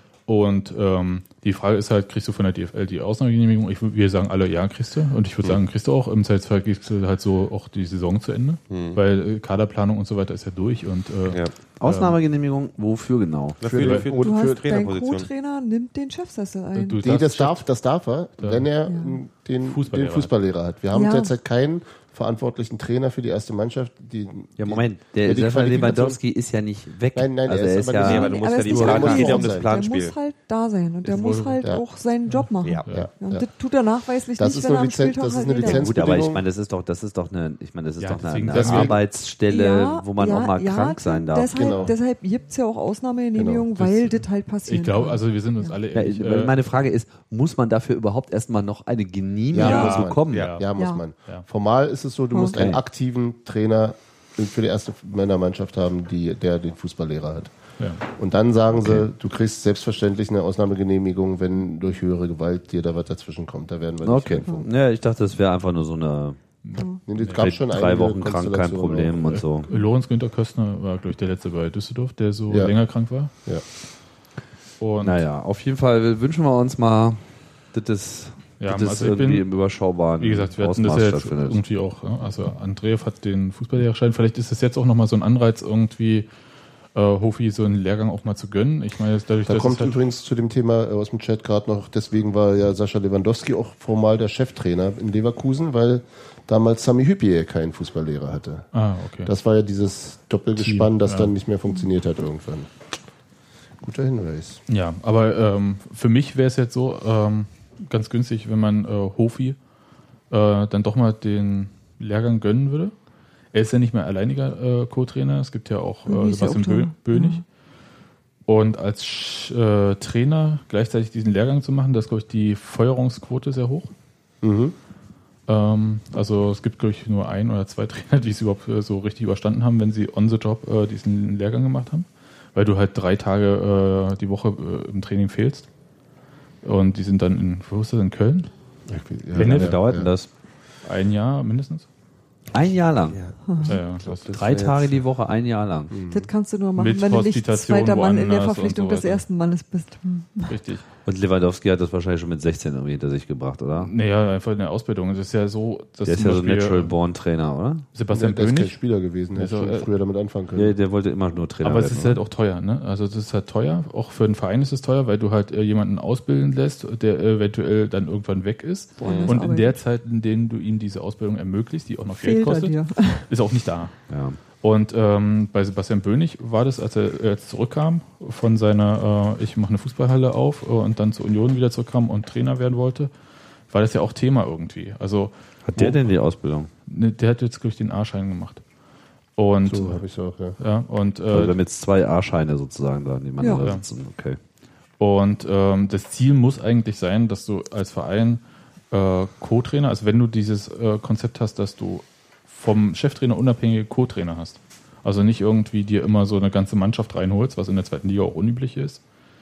Und ähm, die Frage ist halt, kriegst du von der D F L die Ausnahmegenehmigung? Ich, würd- wir sagen alle, ja, kriegst du. Und ich würde sagen, kriegst du auch. Im Zweifelsfall kriegst du halt so auch die Saison zu Ende. Weil äh, Kaderplanung und so weiter ist ja durch. Und äh, ja. Ausnahmegenehmigung, wofür genau? Dafür, die- für, Du für hast dein Trainerposition. Co-Trainer nimmt den Chefsessel ein. du Nee, darfst- das darf, das darf er, Ja. wenn er Ja. den, Fußballlehrer den Fußballlehrer hat. Wir haben Ja. derzeit keinen verantwortlichen Trainer für die erste Mannschaft. Die, Ja, die- Moment, Ja, der die Sascha Qualifikation- Lewandowski ist ja nicht weg. Nein, nein, also er er ist ist aber ja... nicht- Nee, aber du musst Aber ja es die ist nicht Plan, es geht ja um anwesend. das Planspiel. Der muss halt da sein und der Ist muss wohl- halt ja. auch seinen Job machen. Ja. Ja, Und ja. das tut er nachweislich Das nicht, ist wenn eine er am Lizenz- Spieltag das ist halt eine nicht da Lizenz- Gut, aber ich Bedingung- meine, das ist doch, das ist doch eine, ich meine, das ist Ja, doch eine, deswegen- eine deswegen- Arbeitsstelle, Ja, wo man ja, auch mal ja, krank sein darf. Deshalb, Genau. deshalb gibt es ja auch Ausnahmegenehmigungen, Genau. weil Das- das halt passiert. ich glaube, also wir sind uns alle Ja, ehrlich. ich, äh, meine Frage ist, muss man dafür überhaupt erstmal noch eine Genehmigung Ja, muss man. bekommen? Ja. Ja, muss Ja. man. Ja. Formal ist es so, du musst Okay. einen aktiven Trainer für die erste Männermannschaft haben, die, der den Fußballlehrer hat. Ja. Und dann sagen Okay. sie, du kriegst selbstverständlich eine Ausnahmegenehmigung, wenn durch höhere Gewalt dir da was dazwischen kommt. Da werden wir nicht Okay. reinfunken. Ja, ich dachte, das wäre einfach nur so eine Nee, es gab schon drei einige Wochen krank, kein Konstellationen Problem auch. und so. Lorenz Günther Köstner war, glaube ich, der letzte bei Düsseldorf, der so Ja. länger krank war. Ja. Und Naja, auf jeden Fall wünschen wir uns mal, dass das, Ja, dass das also ich irgendwie bin- im überschaubaren wie gesagt, wir hatten das Ausmaß ja jetzt stattfindet. irgendwie auch. Ja, also Andreev hat den Fußballlehrerschein. Vielleicht ist das jetzt auch nochmal so ein Anreiz, irgendwie äh, Hofi so einen Lehrgang auch mal zu gönnen. Ich meine, dadurch, Da dass kommt es halt, übrigens zu dem Thema aus dem Chat gerade noch, deswegen war ja Sascha Lewandowski auch formal der Cheftrainer in Leverkusen, weil damals Sami Hüppier keinen Fußballlehrer hatte. Ah, okay. Das war ja dieses Doppelgespann, Team, das ja. dann nicht mehr funktioniert hat irgendwann. Guter Hinweis. Ja, aber ähm, für mich wäre es jetzt so ähm, ganz günstig, wenn man äh, Hofi äh, dann doch mal den Lehrgang gönnen würde. Er ist ja nicht mehr alleiniger äh, Co-Trainer, es gibt ja auch Böhni äh, ist ja Sebastian auch Bö da. Bönig. Ja. Und als Sch- äh, Trainer gleichzeitig diesen Lehrgang zu machen, da ist, glaube ich, die Feuerungsquote sehr hoch. Mhm. Ähm, also es gibt, glaube ich, nur ein oder zwei Trainer, die es überhaupt äh, so richtig überstanden haben, wenn sie on the job äh, diesen Lehrgang gemacht haben. Weil du halt drei Tage äh, die Woche äh, im Training fehlst. Und die sind dann in, wo ist das, in Köln? Ja, Wie lange dauert denn das? Ein Jahr mindestens. Ein Jahr lang. Ja, ja, das Drei Tage die Woche, ein Jahr lang. Das kannst du nur machen, Mit wenn du nicht Hospitation zweiter Mann in der woanders Verpflichtung und so des weiter. ersten Mannes bist. Hm. richtig. Und Lewandowski hat das wahrscheinlich schon mit sechzehn irgendwie hinter sich gebracht, oder? Naja, einfach in der Ausbildung. Es ist ja so, dass Der ist zum ja so ein Beispiel Natural Born Trainer, oder? Sebastian der ist kein Bönig. Spieler gewesen, hätte Also, schon äh, früher damit anfangen können. Der, der wollte immer nur Trainer Aber es werden. ist halt auch teuer, ne? Also es ist halt teuer, auch für einen Verein ist es teuer, weil du halt äh, jemanden ausbilden lässt, der eventuell dann irgendwann weg ist. Woanders Und in arbeitet. der Zeit, in denen du ihm diese Ausbildung ermöglicht, die auch noch Geld Fehlt er kostet, dir. ist auch nicht da. ja. Und ähm, bei Sebastian Bönig war das, als er jetzt zurückkam von seiner, äh, ich mache eine Fußballhalle auf äh, und dann zur Union wieder zurückkam und Trainer werden wollte, war das ja auch Thema irgendwie. Also Hat der wo- denn die Ausbildung? Ne, der hat jetzt, glaube ich, den A-Schein gemacht. Und, So habe ich es auch, ja. ja, und, Also wir äh, haben jetzt zwei A-Scheine sozusagen da nebeneinander Ja. sitzen. Okay. und ähm, das Ziel muss eigentlich sein, dass du als Verein äh, Co-Trainer, also wenn du dieses äh, Konzept hast, dass du vom Cheftrainer unabhängige Co-Trainer hast. Also nicht irgendwie dir immer so eine ganze Mannschaft reinholst, was in der zweiten Liga auch unüblich ist.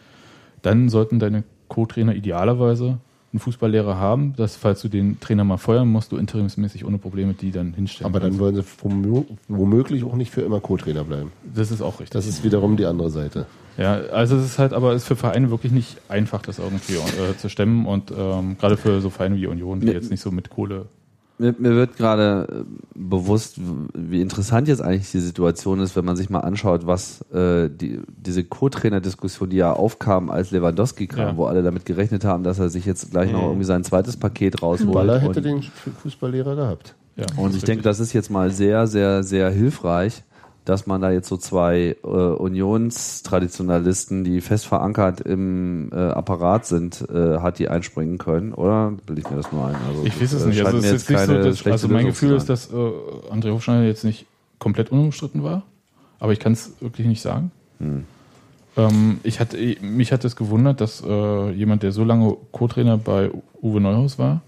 Dann sollten deine Co-Trainer idealerweise einen Fußballlehrer haben, dass falls du den Trainer mal feuern musst, du interimsmäßig ohne Probleme die dann hinstellen Aber dann kannst. wollen sie womö- womöglich auch nicht für immer Co-Trainer bleiben. Das ist auch richtig. Das ist wiederum die andere Seite. Ja, also es ist halt, aber es ist für Vereine wirklich nicht einfach, das irgendwie äh, zu stemmen und ähm, gerade für so Vereine wie Union, die Ja. jetzt nicht so mit Kohle. Mir, mir wird gerade äh, bewusst, wie interessant jetzt eigentlich die Situation ist, wenn man sich mal anschaut, was äh, die, diese Co-Trainer-Diskussion, die ja aufkam, als Lewandowski kam, Ja. wo alle damit gerechnet haben, dass er sich jetzt gleich noch irgendwie sein zweites Paket rausholt. Baller hätte und, den Fußballlehrer gehabt. Ja, und ich denke, das ist jetzt mal sehr, sehr, sehr hilfreich, dass man da jetzt so zwei äh, Unionstraditionalisten, die fest verankert im äh, Apparat sind, äh, hat, die einspringen können, oder? Bilde ich mir das nur ein? Also, ich weiß das, es äh, nicht. scheint Also, mir es jetzt ist nicht so, keine dass, schlechte also mein Lösung Gefühl zu ist, sein. dass äh, André Hofschneider jetzt nicht komplett unumstritten war, aber ich kann es wirklich nicht sagen. Hm. Ähm, ich hatte, mich hat es gewundert, dass äh, jemand, der so lange Co-Trainer bei Uwe Neuhaus war,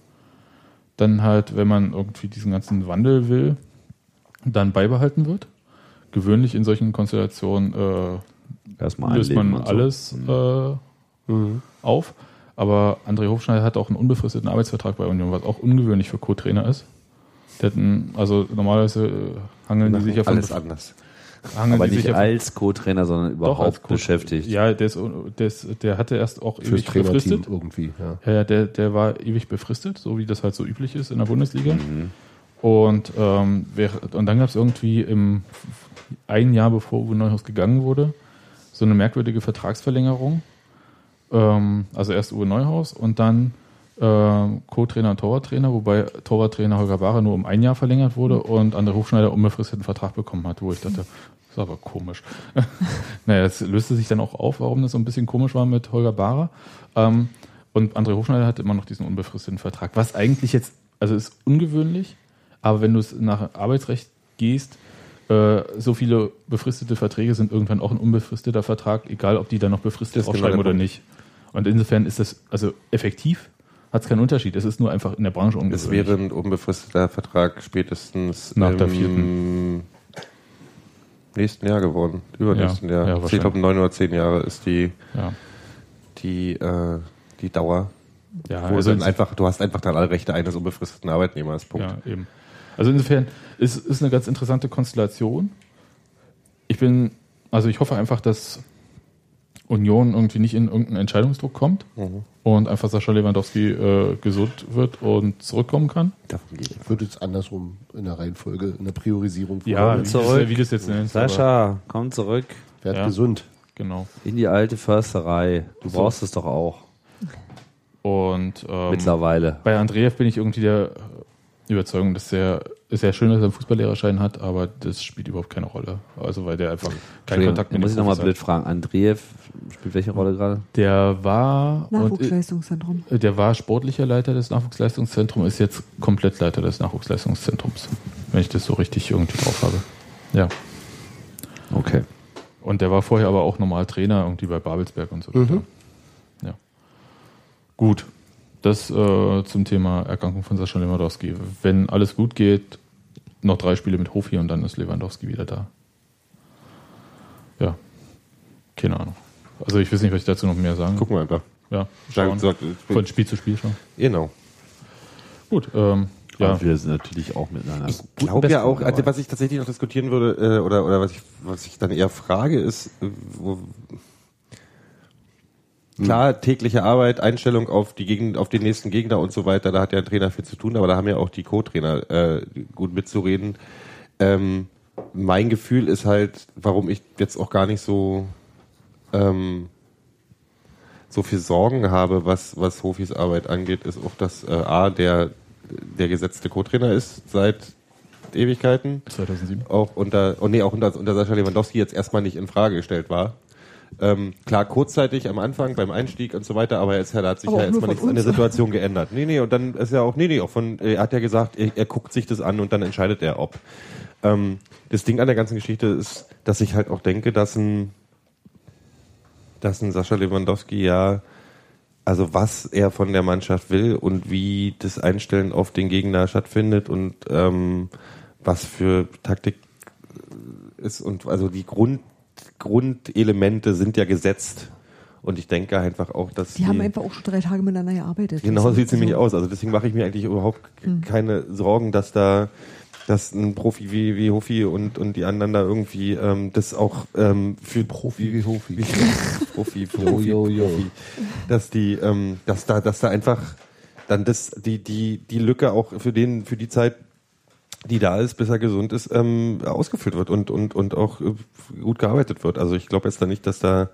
dann halt, wenn man irgendwie diesen ganzen Wandel will, dann beibehalten wird. Gewöhnlich in solchen Konstellationen äh, Erstmal löst einleben man und so. alles äh, auf. Aber André Hofschneider hat auch einen unbefristeten Arbeitsvertrag bei Union, was auch ungewöhnlich für Co-Trainer ist. Der hat einen, also normalerweise äh, hangeln die sich ja von Alles anders. hangeln Aber die sich nicht ja von, als Co-Trainer, sondern Doch, überhaupt als Co- beschäftigt. Ja, der, ist, der, ist, der hatte erst auch Fürs ewig Trainerteam befristet. irgendwie. Ja. Ja, ja, der, der war ewig befristet, so wie das halt so üblich ist in der Bundesliga. Mhm. Und, ähm, wer, und dann gab es irgendwie im ein Jahr bevor Uwe Neuhaus gegangen wurde, so eine merkwürdige Vertragsverlängerung. Ähm, also erst Uwe Neuhaus und dann äh, Co-Trainer und Torwarttrainer, wobei Torwarttrainer Holger Bahre nur um ein Jahr verlängert wurde und André Hofschneider unbefristeten Vertrag bekommen hat, wo ich dachte, das ist aber komisch. Naja, es löste sich dann auch auf, warum das so ein bisschen komisch war mit Holger Bahre. Ähm, und André Hofschneider hat immer noch diesen unbefristeten Vertrag, was eigentlich jetzt, also ist ungewöhnlich, aber wenn du es nach Arbeitsrecht gehst, äh, so viele befristete Verträge sind irgendwann auch ein unbefristeter Vertrag, egal ob die dann noch befristet Das ist genau aufschreiben der oder Punkt. nicht. Und insofern ist das, also effektiv hat es keinen Unterschied. Es ist nur einfach in der Branche ungewöhnlich. Es wäre ein unbefristeter Vertrag spätestens Nach der im nächsten Jahr geworden. Übernächsten Ja, Jahr. ja, ich glaube, neun oder zehn Jahre ist die, Ja, die, äh, die Dauer. ja Wo also dann einfach, du hast einfach dann alle Rechte eines unbefristeten Arbeitnehmers. Punkt. Ja, eben. Also insofern ist ist eine ganz interessante Konstellation. Ich bin, also ich hoffe einfach, dass Union irgendwie nicht in irgendeinen Entscheidungsdruck kommt Mhm. und einfach Sascha Lewandowski äh, gesund wird und zurückkommen kann. Davon gehe ich Ich würde jetzt andersrum in der Reihenfolge, in der Priorisierung Ja, vorgehen. wie, zurück. das, wie das jetzt nennst. aber- Sascha, komm zurück Werd Ja. gesund. Genau. in die alte Försterei. Du So. brauchst es doch auch Und ähm, mittlerweile. bei Andreev bin ich irgendwie der Überzeugung, dass der ist sehr schön, dass er einen Fußballlehrerschein hat, aber das spielt überhaupt keine Rolle. Also weil der einfach keinen Kontakt Da mit muss den ich nochmal Profis blöd fragen. Andreev spielt welche Rolle gerade? hat. Der war und, Nachwuchsleistungszentrum. äh, der war sportlicher Leiter des Nachwuchsleistungszentrums, ist jetzt komplett Leiter des Nachwuchsleistungszentrums, wenn ich das so richtig irgendwie drauf habe. Ja. Okay. Und der war vorher aber auch normal Trainer irgendwie bei Babelsberg und so weiter. Ja. Gut. Das äh, zum Thema Erkrankung von Sascha Lewandowski. Wenn alles gut geht, noch drei Spiele mit Hofi und dann ist Lewandowski wieder da. Ja. Keine Ahnung. Also ich weiß nicht, was ich dazu noch mehr sagen. Gucken wir einfach. Ja. Sagen, Schauen. sagt, Von Spiel zu Spiel schauen. genau. Gut. Ähm, ja. Aber wir sind natürlich auch mit einer Ich guten glaube ja Bestzeit auch, also dabei. was ich tatsächlich noch diskutieren würde, äh, oder, oder was ich, was ich dann eher frage, ist, äh, wo, klar, tägliche Arbeit, Einstellung auf die Gegend, auf den nächsten Gegner und so weiter, da hat ja ein Trainer viel zu tun, aber da haben ja auch die Co-Trainer äh, gut mitzureden. Ähm, mein Gefühl ist halt, warum ich jetzt auch gar nicht so ähm, so viel Sorgen habe, was, was Hofis Arbeit angeht, ist auch, dass äh, A, der, der gesetzte Co-Trainer ist seit Ewigkeiten. zweitausendsieben. Auch unter, oh nee, auch unter, unter Sascha Lewandowski jetzt erstmal nicht in Frage gestellt war. Ähm, klar, kurzzeitig am Anfang beim Einstieg und so weiter, aber jetzt hat sich Aber ja auch nur erstmal von nichts an der uns. Situation geändert. Nee, nee, und dann ist ja auch, nee, nee, auch von, er hat ja gesagt, er, er guckt sich das an und dann entscheidet er, ob. Ähm, das Ding an der ganzen Geschichte ist, dass ich halt auch denke, dass ein, dass ein Sascha Lewandowski ja, also was er von der Mannschaft will und wie das Einstellen auf den Gegner stattfindet und ähm, was für Taktik ist und also die Grund, Grundelemente sind ja gesetzt und ich denke einfach auch, dass Die haben einfach auch schon drei Tage miteinander gearbeitet. genau sieht es Also- nämlich aus. Also deswegen mache ich mir eigentlich überhaupt keine Sorgen, dass da dass ein Profi wie, wie Hofi und, und die anderen da irgendwie ähm, das auch ähm, für Profi wie Hofi, Profi, Profi, Jo, jo, jo. Profi, dass die, ähm, dass da, dass da einfach dann das, die, die, die Lücke auch für den, für die Zeit, die da ist, bis er gesund ist, ähm, ausgefüllt wird und, und, und auch äh, gut gearbeitet wird. Also ich glaube jetzt da nicht, dass da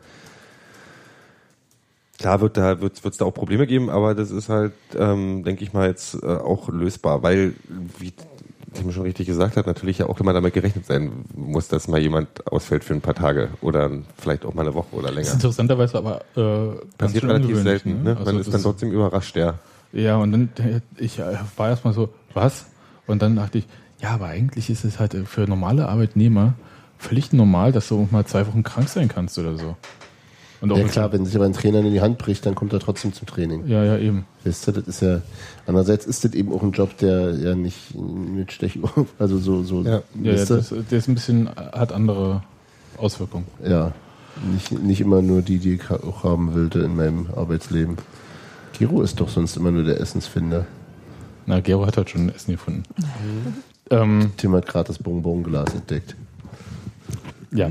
klar wird da wird es da auch Probleme geben, aber das ist halt, ähm, denke ich mal, jetzt äh, auch lösbar, weil, wie Tim schon richtig gesagt hat, natürlich ja auch immer damit gerechnet sein muss, dass mal jemand ausfällt für ein paar Tage oder vielleicht auch mal eine Woche oder Das ist länger. interessanterweise aber äh, ganz Passiert schön relativ ungewöhnlich, selten. Ne? Also Man ist das- dann trotzdem überrascht, ja. Ja, und dann, ich äh, war erstmal so, was? Und dann dachte ich, ja, aber eigentlich ist es halt für normale Arbeitnehmer völlig normal, dass du auch mal zwei Wochen krank sein kannst oder so. Und auch Ja mit- klar, wenn sich aber ein Trainer in die Hand bricht, dann kommt er trotzdem zum Training. Ja, ja, eben. Weißt du, das ist ja, andererseits ist das eben auch ein Job, der ja nicht mit Stechuhr, also so, so, Ja. Ja, ja weißt du? das, der ist ein bisschen, hat andere Auswirkungen. Ja, nicht, nicht immer nur die, die ich auch haben wollte in meinem Arbeitsleben. Giro ist doch sonst immer nur der Essensfinder. Na, Gero hat halt schon ein Essen gefunden. Ähm, Tim hat gerade das Bonbonglas entdeckt. ja.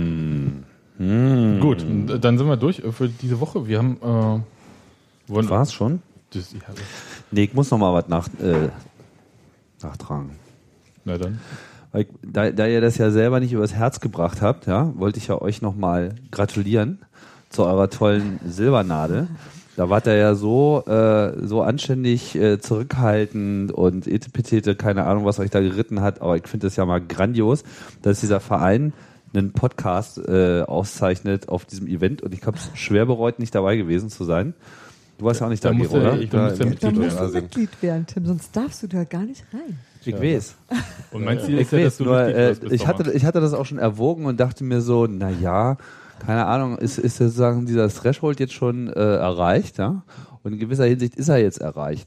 Gut, dann sind wir durch für diese Woche. Wir haben, äh, wollen, War's schon? Das, ja, Nee, ich muss noch mal was nach, äh, nachtragen. na dann. Weil ich, da, da ihr das ja selber nicht übers Herz gebracht habt, ja, wollte ich ja euch nochmal gratulieren zu eurer tollen Silbernadel. Da wart ihr ja so, äh, so anständig äh, zurückhaltend und etepetete, keine Ahnung, was euch da geritten hat, aber ich finde das ja mal grandios, dass dieser Verein einen Podcast äh, auszeichnet auf diesem Event und ich habe es schwer bereut, nicht dabei gewesen zu sein. Du warst ja auch nicht Da da, muss Gero, er- oder? ich Da war Mitglied Mitglied Da werden. musst du also- Mitglied werden, Tim, sonst darfst du da gar nicht rein. Ich weiß. Und mein Ziel Ich ist ja, dass weiß, du nur, Mitglied äh, wirst bis ich, Sommer. hatte, ich hatte das auch schon erwogen und dachte mir so, na ja, keine Ahnung, ist, ist sozusagen dieser Threshold jetzt schon äh, erreicht, ja? Und in gewisser Hinsicht ist er jetzt erreicht.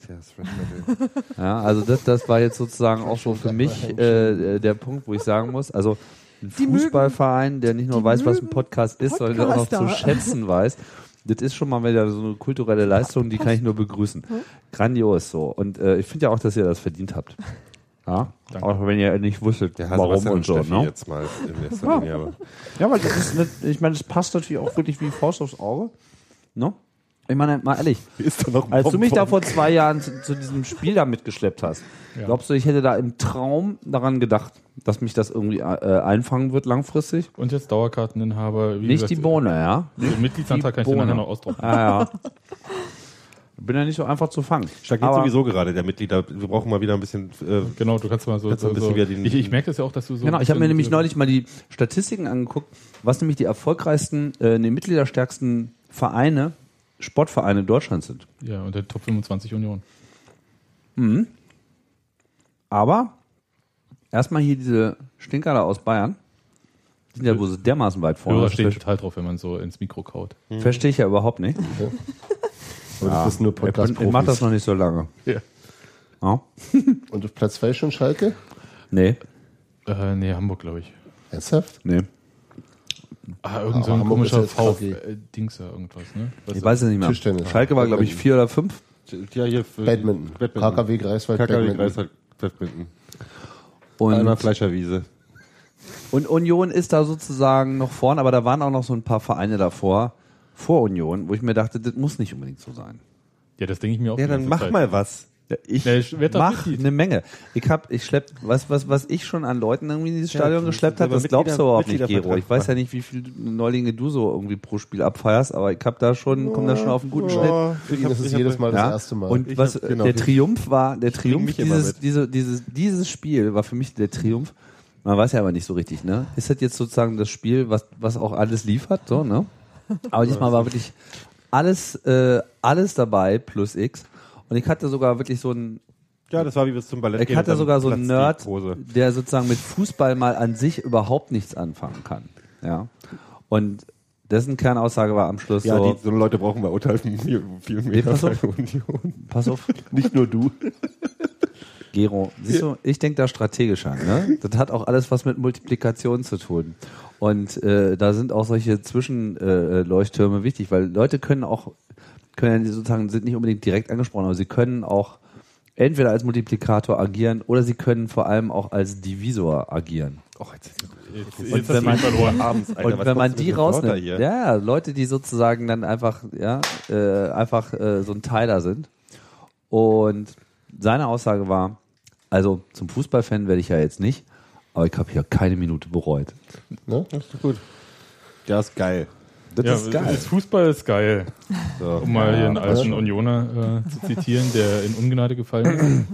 Ja, also das, das war jetzt sozusagen auch so für mich äh, der Punkt, wo ich sagen muss, also Ein Die Fußballverein, der nicht nur die weiß, was ein mögen Podcast ist, sondern auch noch zu Podcaster. schätzen weiß. Das ist schon mal wieder so eine kulturelle Leistung, die kann ich nur begrüßen. Grandios so. Und äh, ich finde ja auch, dass ihr das verdient habt. Ja? Auch wenn ihr nicht wusstet, Der warum Sebastian und so. Steffi Ne? jetzt mal in erster Linie, aber Ja, weil das ist nicht, ich meine, das passt natürlich auch wirklich wie Faust aufs Auge. Ne? Ich meine, mal ehrlich, Ist da noch ein als du mich da Bonbon? vor zwei Jahren zu, zu diesem Spiel da mitgeschleppt hast, Ja. glaubst du, ich hätte da im Traum daran gedacht, dass mich das irgendwie äh, einfangen wird langfristig? Und jetzt Dauerkarteninhaber. Wie Nicht gesagt, die Bohne, ja? Den Mitgliedsantrag kann ich dir Bohne. nachher noch ausdrucken. Ja, ja. Bin ja nicht so einfach zu fangen. stagniert Aber- sowieso gerade der Mitglieder. Wir brauchen mal wieder ein bisschen. Äh, Genau, du kannst mal so. Kannst du so, ein bisschen so wieder den- ich ich merke das ja auch, dass du so. Genau, ein ich habe mir bisschen nämlich diese- neulich mal die Statistiken angeguckt, was nämlich die erfolgreichsten, äh, die mitgliederstärksten Vereine, Sportvereine Deutschlands sind. Ja, und der Top fünfundzwanzig Union. Aber erstmal hier diese Stinker da aus Bayern, die sind ja wohl so dermaßen weit vorne. Hörer Das stehen verste- total drauf, wenn man so ins Mikro kaut. verstehe ich ja überhaupt nicht. Aber das ist nur Ich, bin- Podcast ich mach das noch nicht so lange. Ja. Ja? Und auf Platz zwei schon Schalke? Nee, Äh, nee, Hamburg, glaube ich. Ernsthaft? nee. Ah, irgend so Aber ein Hamburg komischer ist ja jetzt V. Äh, Dings da, irgendwas, ne? Was Ich weiß es nicht mehr. Tischtennis. Schalke war, glaube ich, vier oder fünf. ja, hier für Badminton. K K W Greifswald. K K W Badminton. Greifswald. Badminton. Einmal Und, Fleischerwiese. und Union ist da sozusagen noch vorne, aber da waren auch noch so ein paar Vereine davor, vor Union, wo ich mir dachte, das muss nicht unbedingt so sein. Ja, das denke ich mir auch. Ja, die dann ganze mach Zeit. mal was. Ja, ich Ja, ich werd doch mach Mitglied. eine Menge. Ich hab, ich schlepp, was, was, was ich schon an Leuten irgendwie in dieses Ja, Stadion das geschleppt ist habe, aber das glaubst du Mitglieder- überhaupt nicht, Gero. Mitgliedervertrag Ich weiß ja nicht, wie viele Neulinge du so irgendwie pro Spiel abfeierst, aber ich hab da schon, komm da schon auf einen guten Schnitt. Für ihn ist es jedes Mal das Ja. erste Mal. Und Ich was, hab- genau. der Triumph war, der Triumph mich immer dieses, mit. diese, dieses, dieses Spiel war für mich der Triumph. Man weiß ja aber nicht so richtig, ne? Ist das jetzt sozusagen das Spiel, was, was auch alles liefert, so, ne? Aber diesmal war wirklich alles, äh, alles dabei plus X. Und ich hatte sogar wirklich so ein, Ja, das war wie wir es zum Ballett ich gehen hatte und dann sogar so einen platzt die Nerd, Hose. der sozusagen mit Fußball mal an sich überhaupt nichts anfangen kann. Ja. Und dessen Kernaussage war am Schluss Ja, so, die, so eine Leute brauchen wir Urteil viel, viel mehr Nee, pass auf. bei Union. pass auf, Nicht nur du. Gero, siehst du, ich denke da strategisch an. Ne? Das hat auch alles was mit Multiplikation zu tun. Und äh, da sind auch solche Zwischenleuchttürme äh, Leuchttürme wichtig, weil Leute können auch, können ja sozusagen, sind nicht unbedingt direkt angesprochen, aber sie können auch entweder als Multiplikator agieren oder sie können vor allem auch als Divisor agieren. Oh, jetzt, Jetzt, Und jetzt wenn hast du man- mich verloren. abends, Alter, Und was wenn man machst du die mit dem Wörter rausnimmt, hier? ja, Leute, die sozusagen dann einfach, ja, äh, einfach äh, so ein Teiler sind. Und seine Aussage war, also zum Fußballfan werde ich ja jetzt nicht, aber ich habe hier keine Minute bereut. Ne? Das ist doch gut. Ja, ist geil. Das Ja, ist geil. das Fußball ist geil. So. Um mal hier einen Ja, alten schon. Unioner äh, zu zitieren, der in Ungnade gefallen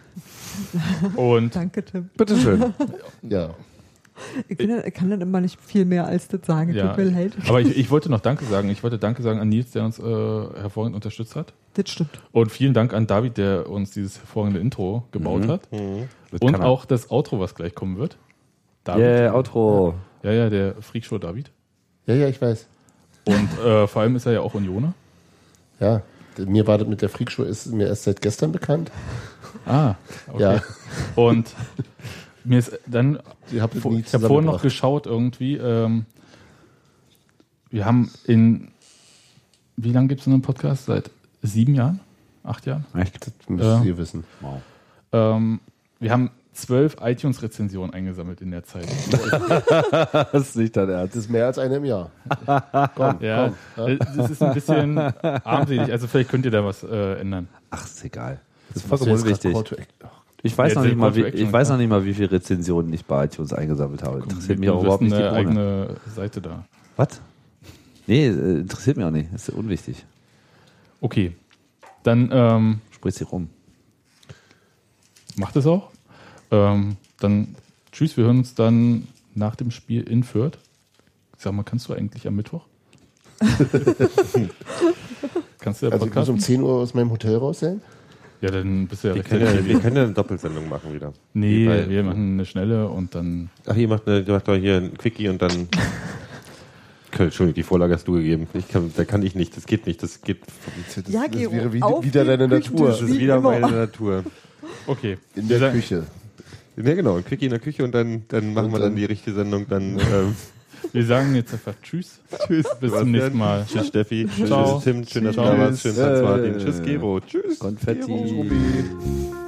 ist. Und Danke, Tim. Bitteschön. Ja. Ich, bin, ich kann dann immer nicht viel mehr als das sagen. ja, Tut mir leid. aber ich, ich wollte noch Danke sagen. Ich wollte Danke sagen an Nils, der uns äh, hervorragend unterstützt hat. Das stimmt. Und vielen Dank an David, der uns dieses hervorragende Intro gebaut hat. Das Und kann er. auch das Outro, was gleich kommen wird. David. Yeah, Outro. Ja, ja, der Freakshow David. Ja, ja, ich weiß. Und äh, vor allem ist er ja auch Unioner. Ja. Mir war das mit der Freakshow ist mir erst seit gestern bekannt. Ah, okay. Ja. Und mir ist dann, Sie habt es nie ich habe vorhin noch zusammengebracht. geschaut irgendwie, ähm, wir haben in, wie lange gibt es einen Podcast? Seit sieben Jahren? Acht Jahren? Echt? Das müsst Ja. ihr wissen. Ähm, wir haben zwölf iTunes-Rezensionen eingesammelt in der Zeit. Das ist nicht dein Ernst. Das ist mehr als eine im Jahr. Komm, Ja, komm. äh, das ist ein bisschen armselig. Also vielleicht könnt ihr da was äh, ändern. Ach, ist egal. Das ist Machst du vollkommen jetzt grad unwichtig. Call to Action? Ach, Ich weiß, Jetzt noch nicht den mal, Call to wie, Action, ich weiß ja. noch nicht mal, wie viele Rezensionen ich bei iTunes eingesammelt habe. Interessiert mich Du auch wirst überhaupt nicht die eine Bohne. eigene Seite da. Was? Nee, äh, interessiert mich auch nicht. Das ist unwichtig. Okay, dann ähm, Sprich sie rum. macht es auch. Ähm, dann tschüss, wir hören uns dann nach dem Spiel in Fürth. Sag mal, kannst du eigentlich am Mittwoch? Kannst du ja Also ich muss Podcast? um zehn Uhr aus meinem Hotel raus sein. Ja, dann bist du ja Wir recht können ja, wir flexibel. können ja eine Doppelsendung machen wieder. Nee, Weil- wir machen eine schnelle und dann. Ach, ihr macht, eine, ihr macht doch hier ein Quickie und dann. Entschuldigung, die Vorlage hast du gegeben. Ich kann, da kann ich nicht, das geht nicht. Das geht. Das, Ja, das Gero, wäre wie, auf wieder den deine Küchentisch. Natur. Das ist Wie wieder immer. meine Natur. Okay. In Wir der sagen- Küche. Ja, genau, ein Quickie in der Küche und dann, dann machen Und wir dann dann- die richtige Sendung. Dann ähm, Wir sagen jetzt einfach Tschüss. Tschüss. Bis zum nächsten Mal. Tschüss, Steffi. Ciao. Tschüss, Tim. Schön, dass du Ciao. da warst. Schön, dass du Äh, Martin. Tschüss, Gero. Tschüss. Konfetti. Gero, Ruby.